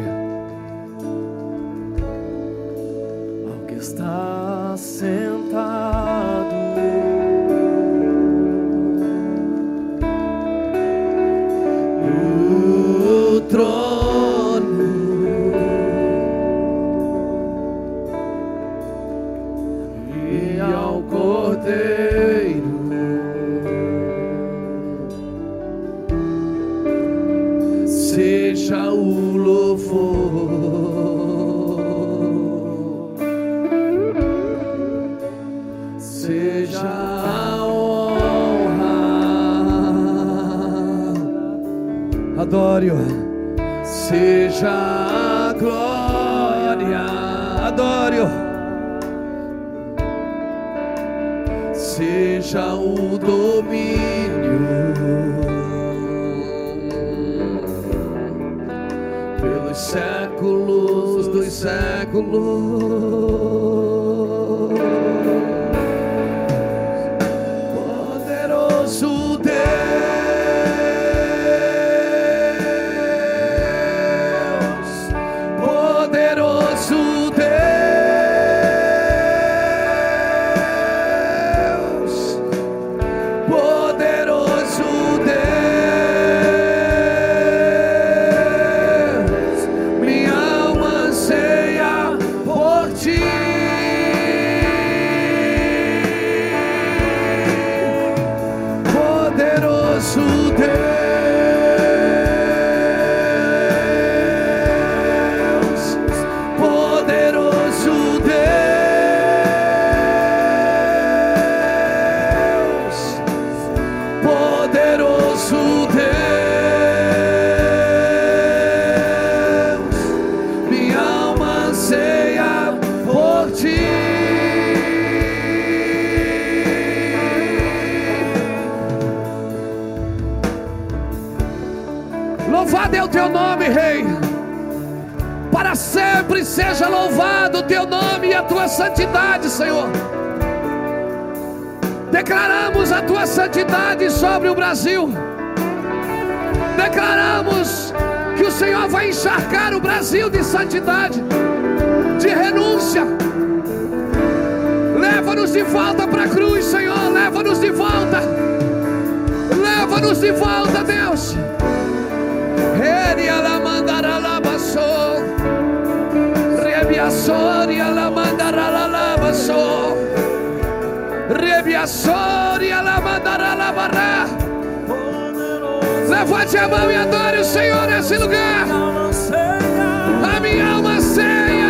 Ao que está sentado no trono, e ao Cordeiro seja o louvor, seja a honra. Adore-o. Seja a glória. Adore-o. Seja o domínio pelos séculos dos séculos. Poderoso Deus, Louvado é o teu nome, Rei. Para sempre seja louvado o teu nome e a tua santidade, Senhor. Declaramos a tua santidade sobre o Brasil. Declaramos que o Senhor vai encharcar o Brasil de santidade, de renúncia. Leva-nos de volta para a cruz, Senhor. Leva-nos de volta. Leva-nos de volta, Deus. Ele ela mandará labaçou. Rebiaçoria la mandará labaçou. Rebiaçoria la mandará labará. Levante a mão e adore o Senhor nesse lugar. A minha alma ceia.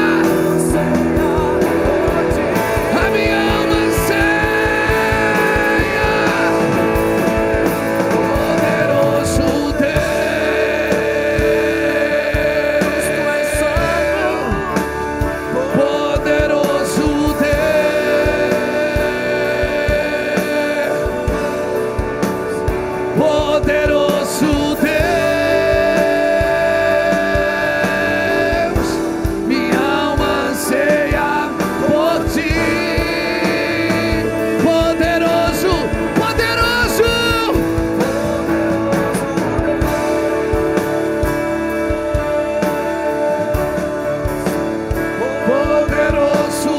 A minha alma ceia. Poderoso Deus, tu és santo. Poderoso Deus. Poderoso Deus, minha alma anseia por ti. Poderoso, poderoso, poderoso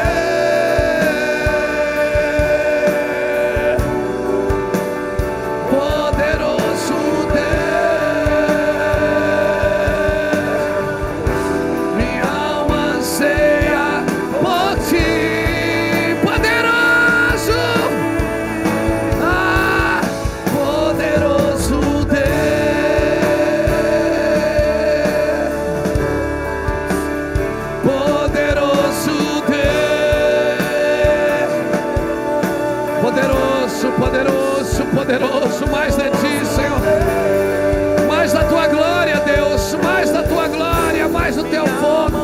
Deus, poderoso Deus, minha alma anseia por ti. Poderoso, ah, poderoso Deus, poderoso Deus, poderoso, poderoso, poderoso, mais de ti, Senhor, mais da tua glória, Deus, mais da tua glória, mais do teu fogo.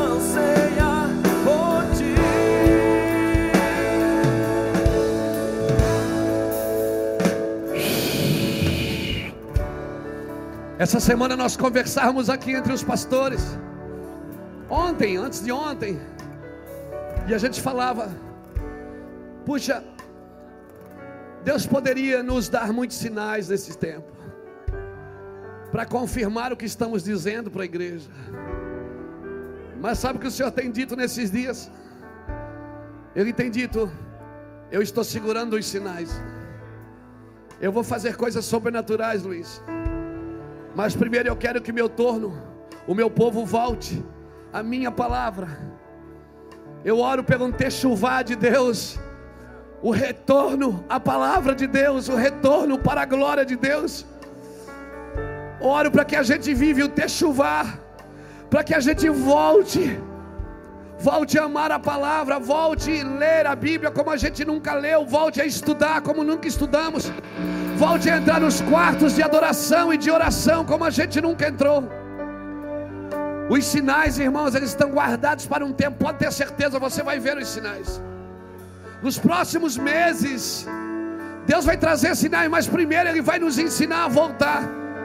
Essa semana nós conversávamos aqui entre os pastores, ontem, antes de ontem, e a gente falava, puxa, Deus poderia nos dar muitos sinais nesse tempo, para confirmar o que estamos dizendo para a igreja. Mas sabe o que o Senhor tem dito nesses dias? Ele tem dito, eu estou segurando os sinais. Eu vou fazer coisas sobrenaturais, Luiz. Mas primeiro eu quero que meu torno, o meu povo volte a minha palavra. Eu oro pelo techuvá de Deus, o retorno à palavra de Deus, o retorno para a glória de Deus. Oro para que a gente vive o techuvá, para que a gente volte, volte a amar a palavra, volte a ler a Bíblia como a gente nunca leu, volte a estudar como nunca estudamos, volte a entrar nos quartos de adoração e de oração como a gente nunca entrou. Os sinais, irmãos, eles estão guardados para um tempo, pode ter certeza, você vai ver os sinais. Nos próximos meses, Deus vai trazer sinais, mas primeiro Ele vai nos ensinar a voltar.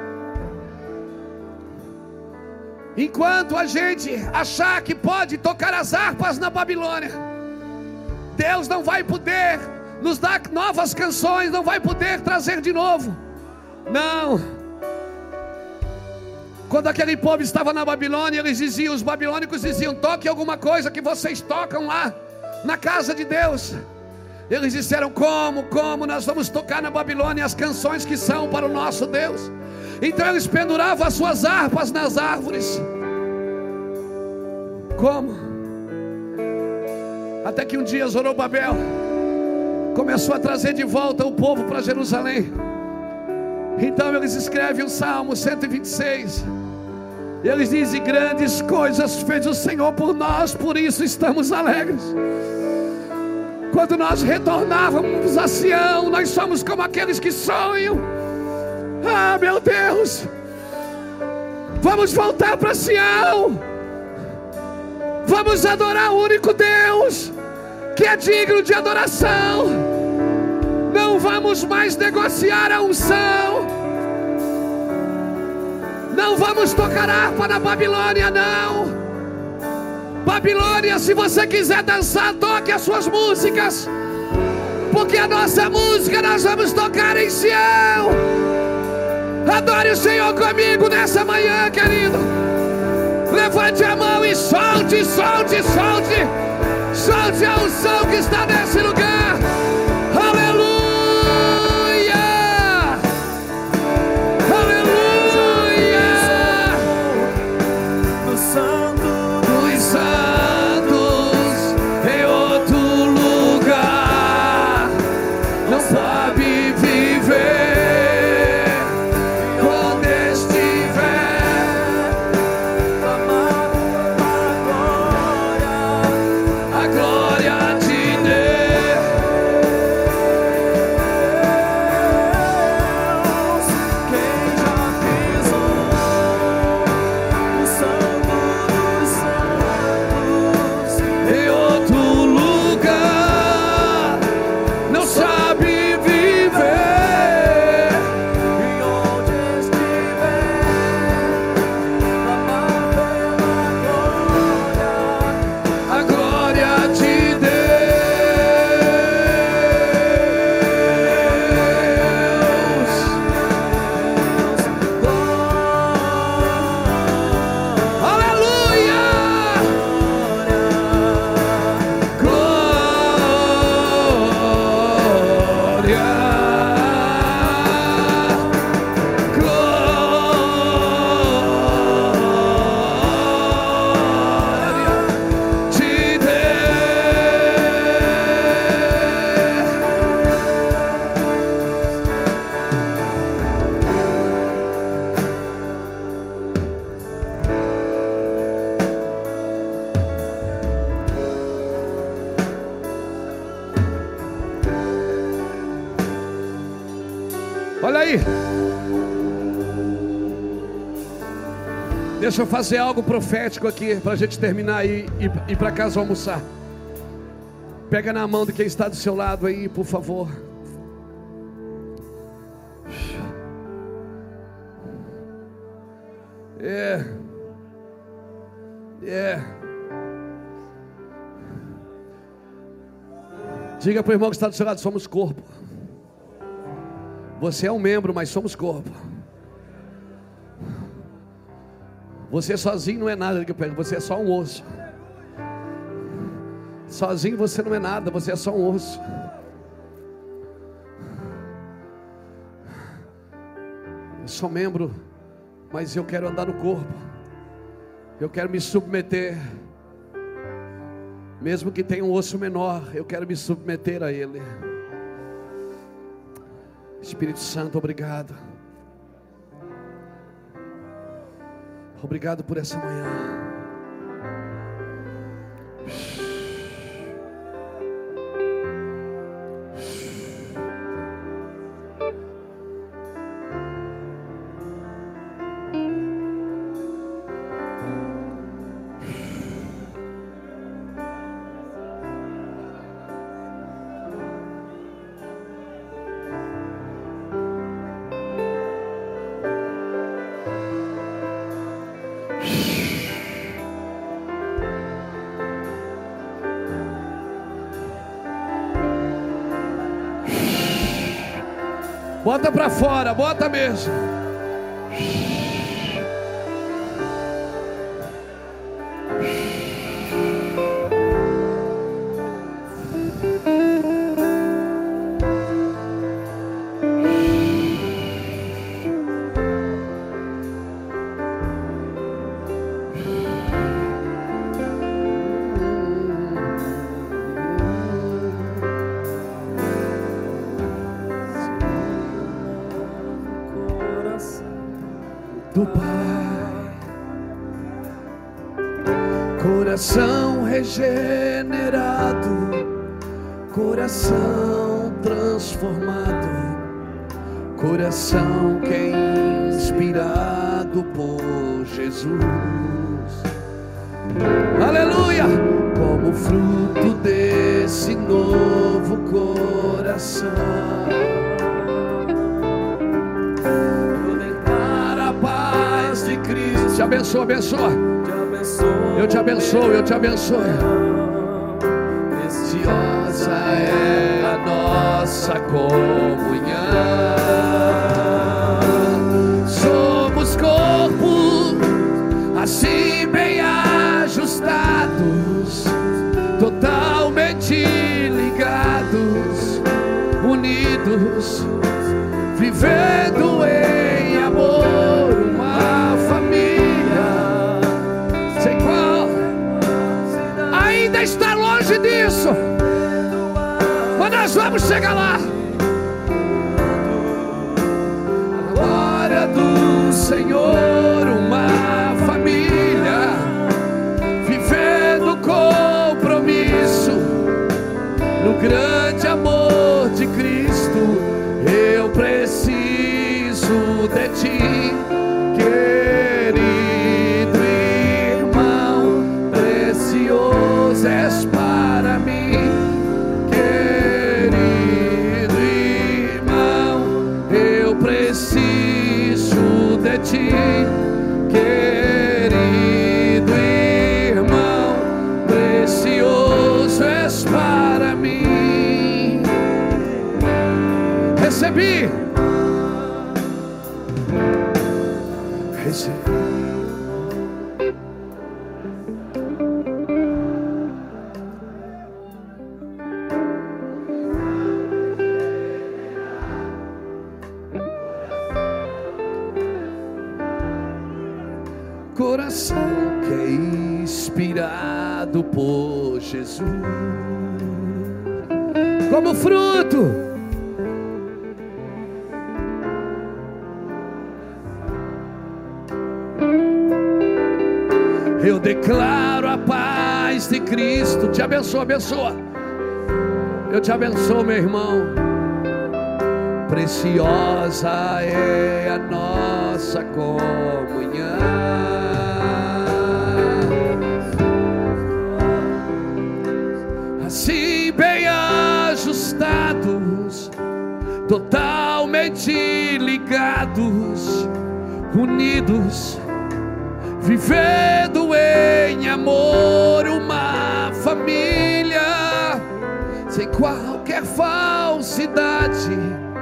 Enquanto a gente achar que pode tocar as harpas na Babilônia, Deus não vai poder nos dar novas canções, não vai poder trazer de novo. Não. Quando aquele povo estava na Babilônia, eles diziam, os babilônicos diziam, toque alguma coisa que vocês tocam lá na casa de Deus. Eles disseram, como, como nós vamos tocar na Babilônia as canções que são para o nosso Deus? Então eles penduravam as suas harpas nas árvores. Como? Até que um dia Zorobabel começou a trazer de volta o povo para Jerusalém. Então eles escrevem o Salmo cento e vinte e seis. Eles dizem, grandes coisas fez o Senhor por nós, por isso estamos alegres. Quando nós retornávamos a Sião, nós somos como aqueles que sonham. Ah, meu Deus, vamos voltar para Sião. Vamos adorar o único Deus que é digno de adoração. Não vamos mais negociar a unção. Não vamos tocar harpa na Babilônia, não. Babilônia, se você quiser dançar, toque as suas músicas, porque a nossa música nós vamos tocar em Sião. Adore o Senhor comigo nessa manhã, querido. Levante a mão e solte, solte, solte. Solte a unção que está nesse lugar. Aleluia. Olha aí. Deixa eu fazer algo profético aqui para a gente terminar aí e ir para casa almoçar. Pega na mão de quem está do seu lado aí, por favor. É. É. Diga para o irmão que está do seu lado: somos corpo. Você é um membro, mas somos corpo. Você sozinho não é nada, você é só um osso. Sozinho você não é nada, você é só um osso. Eu sou membro, mas eu quero andar no corpo. Eu quero me submeter. Mesmo que tenha um osso menor, eu quero me submeter a ele. Espírito Santo, obrigado. Obrigado por essa manhã. Bota pra fora, bota mesmo. Do Pai, coração regenerado, coração transformado, coração que é inspirado por Jesus. Aleluia! Como fruto desse novo coração, te abençoo, abençoa. Eu te abençoo, eu te abençoo. Preciosa é a nossa comunhão. Somos corpo, assim bem ajustados, totalmente ligados, unidos, vivendo em amor, uma família. Sei qual, ainda está longe disso, mas nós vamos chegar lá. A glória do Senhor, uma família, vivendo compromisso no grande amor de Cristo. Eu preciso de ti, querido irmão, precioso és para mim, querido irmão, eu preciso de ti, querido irmão, precioso és para mim. Recebi, recebi. Coração que é inspirado por Jesus, como fruto eu declaro a paz de Cristo. Te abençoa, abençoa. Eu te abençoo, meu irmão. Preciosa é a nossa comunhão. Assim bem ajustados, totalmente ligados, unidos, vivendo em amor, uma família, sem qualquer falsidade,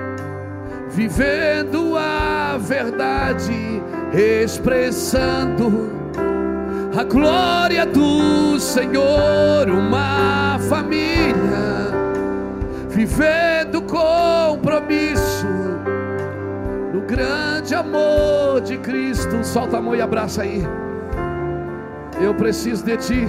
vivendo a verdade, expressando a glória do Senhor, uma família, vivendo compromisso no grande amor de Cristo. Solta a mão e abraça aí. Eu preciso de ti.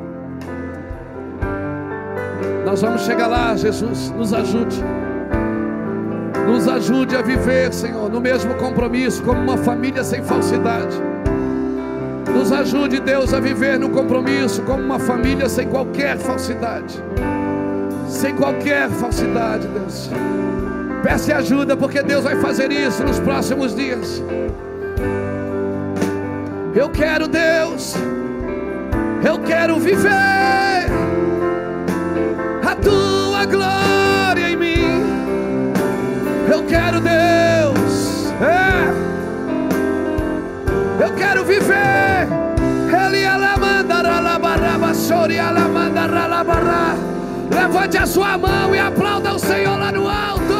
Nós vamos chegar lá, Jesus. Nos ajude. Nos ajude a viver, Senhor, no mesmo compromisso, como uma família sem falsidade. Nos ajude, Deus, a viver no compromisso como uma família sem qualquer falsidade. Sem qualquer falsidade, Deus. Peça ajuda, porque Deus vai fazer isso nos próximos dias. Eu quero, Deus, eu quero viver a tua glória em mim. Eu quero, Deus, é, eu quero viver. Ele alamandará labaraba sori alamandará labará. Levante a sua mão e aplauda o Senhor lá no alto.